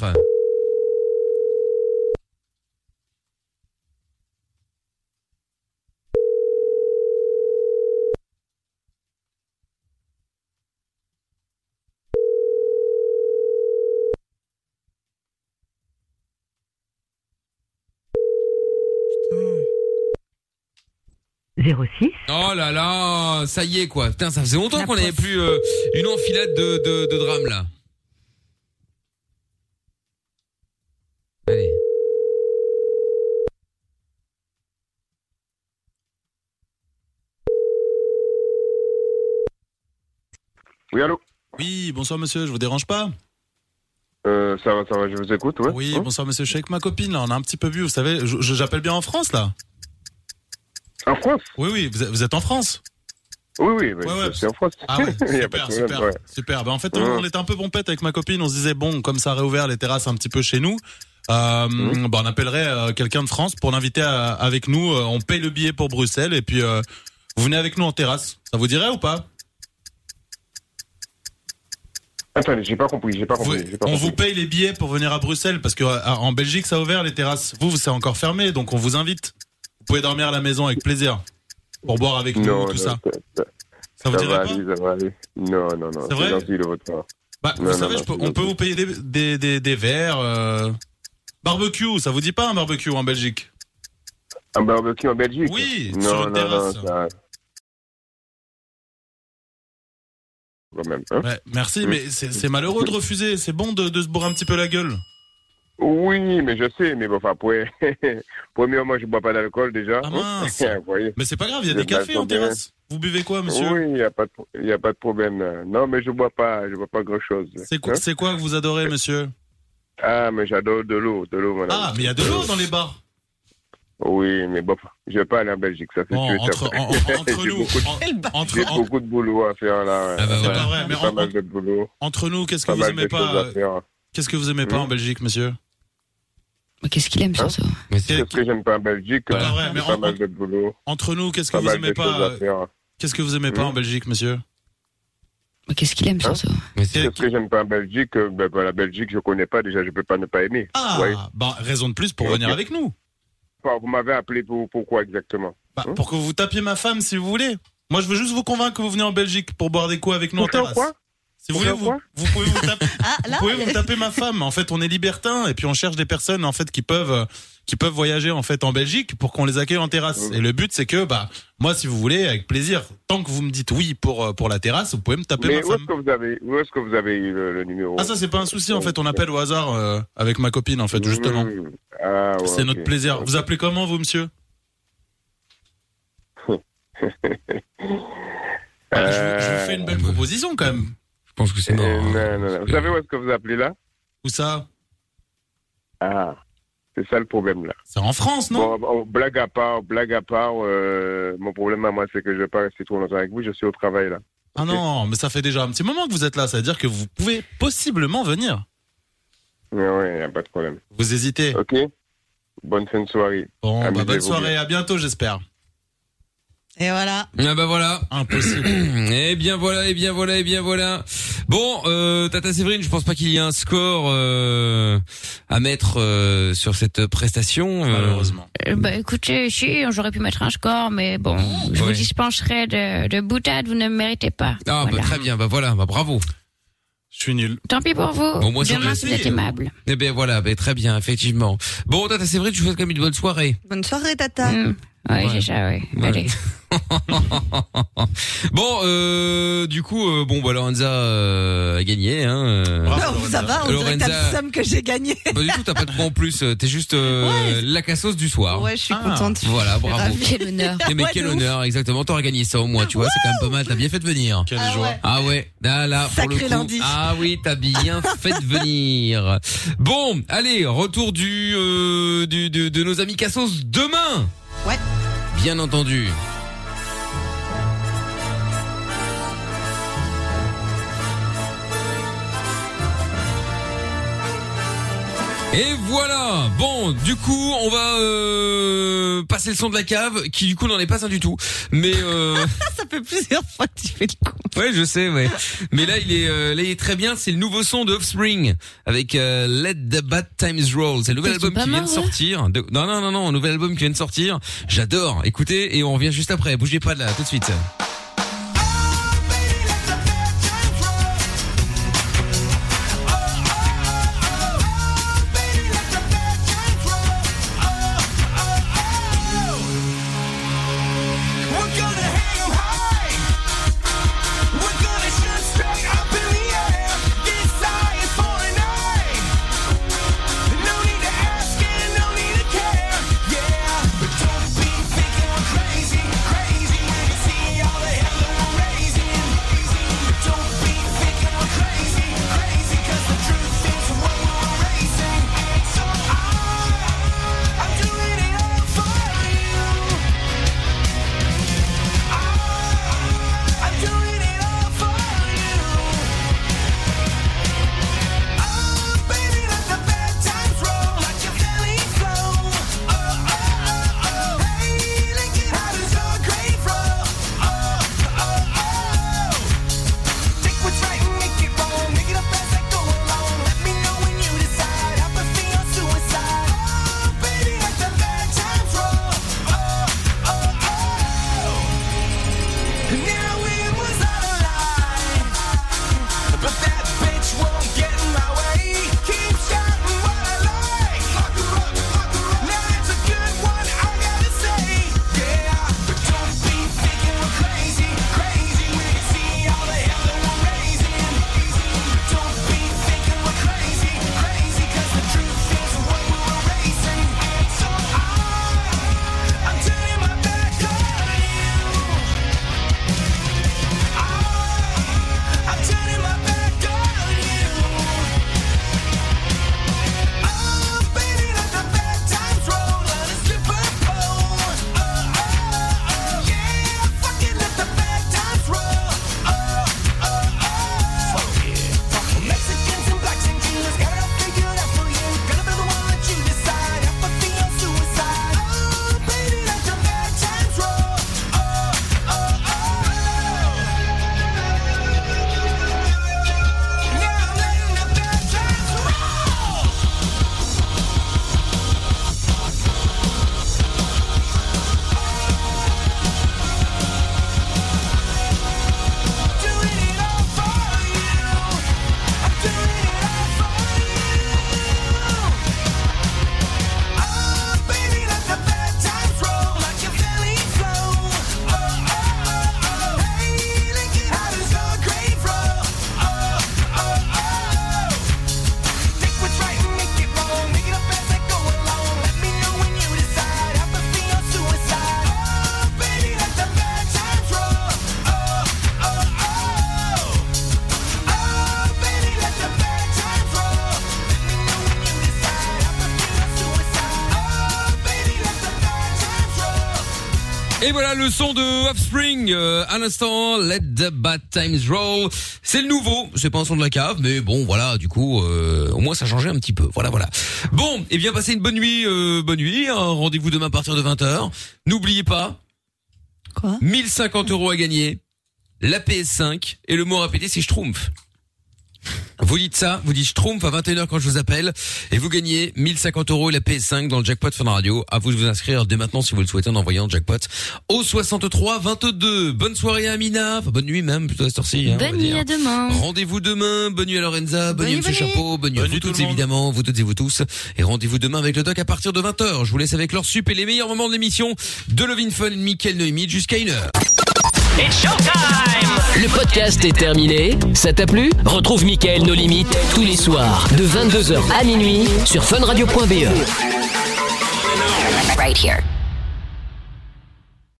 zéro six. Oh là là, ça y est quoi. Putain, ça faisait longtemps qu'on n'avait plus euh, une enfilade de, de, de drame là. Allez. Oui, allô? Oui, bonsoir monsieur, je vous dérange pas? Euh, ça va, ça va, je vous écoute, ouais. Oui, Hein bonsoir monsieur, je suis avec ma copine là, on a un petit peu bu, vous savez, je- je- j'appelle bien en France là. En France? Oui, oui, vous êtes, vous êtes en France? Oui, oui, oui, Ouais, ouais. c'est en France. Ah ouais, Il y a pas super, de problème, super, ouais. super. Ben, en fait, Ouais. on, on était un peu pompette avec ma copine, on se disait, bon, comme ça a réouvert les terrasses un petit peu chez nous, euh, Mhm. ben, on appellerait euh, quelqu'un de France pour l'inviter à- avec nous, euh, on paye le billet pour Bruxelles et puis euh, vous venez avec nous en terrasse. Ça vous dirait ou pas? Attendez, j'ai pas compris, j'ai pas compris. j'ai pas On compris. vous paye les billets pour venir à Bruxelles parce que euh, en Belgique ça a ouvert les terrasses. Vous, vous c'est encore fermé, donc on vous invite. Vous pouvez dormir à la maison avec plaisir pour boire avec nous, Non, tout non, ça. ça, ça, Ça vous ça dirait va pas? aller, ça va aller. Non, non, non. C'est vrai? gentil de votre part. Bah, Non, vous non, savez, non, je peux- c'est on peut gentil. vous payer des, des, des, des verres. Euh... Barbecue, ça vous dit pas un barbecue en Belgique? Un barbecue en Belgique? Oui, non, sur une non, terrasse. non, ça... Quand même, hein? Ouais, merci, Mm. mais c'est c'est malheureux de refuser. C'est bon de, de se bourrer un petit peu la gueule. Oui, mais je sais, mais bon, enfin, pour... premièrement, je bois pas d'alcool déjà. Ah mince. Vous voyez. Mais c'est pas grave, il y a Vous des êtes mal cafés en tombé. terrasse. Vous buvez quoi, monsieur? Oui, il n'y a, pas de pro- y a pas de problème. là. Non, mais je bois pas, je bois pas grand chose. C'est quoi, c'est quoi que vous adorez, monsieur? Ah, mais j'adore de l'eau, de l'eau, madame. Ah, mais il y a de l'eau dans les bars. Oui, mais bon, je vais pas aller en Belgique, ça c'est Bon, sûr. et entre- certain. en- en- entre J'ai nous, beaucoup de- en- entre- j'ai en- beaucoup de boulot à faire là. ouais. Ah bah voilà. C'est pas vrai, mais J'ai pas en- mal de boulot. Entre nous, qu'est-ce que Pas vous mal aimez de choses pas à faire. Qu'est-ce que vous aimez pas Hmm. en Belgique, monsieur? Qu'est-ce qu'il aime Hein surtout? Qu'est-ce que j'aime pas en Belgique? Pas vrai, mais J'ai pas en- mal de boulot. Entre nous, qu'est-ce que Pas vous mal aimez de choses pas à faire. Qu'est-ce que vous aimez pas Hmm. en Belgique, monsieur? Qu'est-ce qu'il aime surtout? Qu'est-ce que j'aime pas en Belgique? euh, Ben, ben, la Belgique, je connais pas, déjà, je peux pas ne pas aimer. Ah, Ouais. bah raison de plus pour Ok. venir avec nous. Enfin, vous m'avez appelé pour, pourquoi exactement? Bah, Hein pour que vous tapiez ma femme si vous voulez. Moi, je veux juste vous convaincre que vous venez en Belgique pour boire des coups avec nous Pour en faire terrasse. quoi? Si vous Pour voulez, faire vous, quoi vous pouvez vous taper. Ah, là, Vous pouvez vous taper ma femme. En fait, on est libertins et puis on cherche des personnes en fait qui peuvent euh, qui peuvent voyager en fait en Belgique pour qu'on les accueille en terrasse. Et le but c'est que bah moi si vous voulez avec plaisir tant que vous me dites oui pour euh, pour la terrasse, vous pouvez me taper Mais ma où femme. est-ce que vous avez, où est-ce que vous avez eu le, le numéro? Ah ça c'est pas un souci en fait, on appelle au hasard euh, avec ma copine en fait justement. Mmh. Ah, ouais, C'est ok. notre plaisir. Vous appelez comment vous monsieur? Ah, je, vous- je vous fais une belle proposition quand même. Je pense que c'est mort. Euh, hein. non, non, non. Vous savez où est-ce que vous appelez là? Où ça? Ah, c'est ça le problème là. C'est en France, non? Bon, bon, blague à part, blague à part, euh, mon problème à moi c'est que je vais pas rester trop longtemps avec vous, je suis au travail là. Ah non, mais ça fait déjà un petit moment que vous êtes là, ça veut dire que vous pouvez possiblement venir. Oui, oui, y a pas de problème. Vous hésitez? Ok. Bonne fin de soirée. Bon, bah, bonne Amusez-vous soirée, bien. à bientôt j'espère. Et voilà. Ah bah voilà. Impossible. Et bien voilà, et bien voilà, et bien voilà. Bon, euh, Tata Séverine, je pense pas qu'il y ait un score euh, à mettre euh, sur cette prestation. euh. Malheureusement. Euh, Bah écoutez, si, j'aurais pu mettre un score, mais bon, je Ouais. vous dispenserai de, de boutade, vous ne me méritez pas. Ah Voilà. bah très bien, bah voilà, bah bravo. Je suis nul. Tant pis pour vous. Bon, moi, Demain, j'aurais vous êtes essayé. aimable. Eh bien voilà, bah, très bien, effectivement. Bon, Tata Séverine, je vous souhaite quand même une bonne soirée. Bonne soirée, Tata. Mm. Oui, Ouais. c'est ça, oui. Ouais. Allez. Bon, euh, du coup, euh, bon, bah Lorenza euh, a gagné. Hein, euh. Non, ça va, on dirait que t'as le seum que j'ai gagné. Pas du tout, t'as pas de points en plus. T'es juste euh, la cassos du soir. Ouais, je suis Ah. contente. Voilà, Je suis bravo. ravie. Quel honneur. Eh, mais Ouais, quel de ouf. honneur, exactement. T'aurais gagné ça au moins, tu vois, c'est quand même pas mal. T'as bien fait de venir. Quelle Ah joie. ouais. Ah ouais, là, là, pour le Sacré coup. lundi. Ah oui, t'as bien fait de venir. Bon, allez, retour du, euh, du de, de nos amis cassos demain. Ouais. Bien entendu. Et voilà. Bon, du coup, on va euh, passer le son de la cave, qui du coup n'en est pas un du tout. Mais euh, Ça fait plusieurs fois que tu fais le coup. ouais, je sais, ouais. Mais là, il est, euh, là, il est très bien. C'est le nouveau son de Offspring avec euh, Let the Bad Times Roll. C'est le nouvel Ils sont album pas qui vient de morts, ouais. sortir. De- Non, non, non, non, un nouvel album qui vient de sortir. J'adore. Écoutez, et on revient juste après. Bougez pas de là, tout de suite. Whoa! Et voilà le son de Offspring euh, à l'instant, Let the Bad Times Roll. C'est le nouveau, c'est pas un son de la cave, mais bon voilà, du coup euh, au moins ça changeait un petit peu. Voilà voilà. Bon, et bien passez une bonne nuit, euh, bonne nuit. Hein, rendez-vous demain à partir de vingt heures. N'oubliez pas. Quoi mille cinquante euros à gagner, la P S cinq et le mot à répéter c'est Schtroumpf. Vous dites ça, vous dites Schtroumpf à vingt et une heures quand je vous appelle et vous gagnez mille cinquante euros et la P S cinq dans le jackpot Fun Radio. À vous de vous inscrire dès maintenant si vous le souhaitez en envoyant jackpot au soixante-trois vingt-deux. Bonne soirée à Amina, enfin bonne nuit même plutôt à cette heure-ci. Hein, bonne nuit à demain. Rendez-vous demain, bonne nuit à Lorenza, bonne, bonne nuit à Monsieur Chapeau, bonne nuit à vous toutes évidemment, vous toutes et vous tous. Et rendez-vous demain avec le doc à partir de vingt heures. Je vous laisse avec leur sup et les meilleurs moments de l'émission de Love in Fun, Mickaël Noémie jusqu'à une heure. It's showtime! Le podcast est terminé. Ça t'a plu? Retrouve Mickaël No Limites tous les soirs de vingt-deux heures à minuit sur funradio point b e. Right here.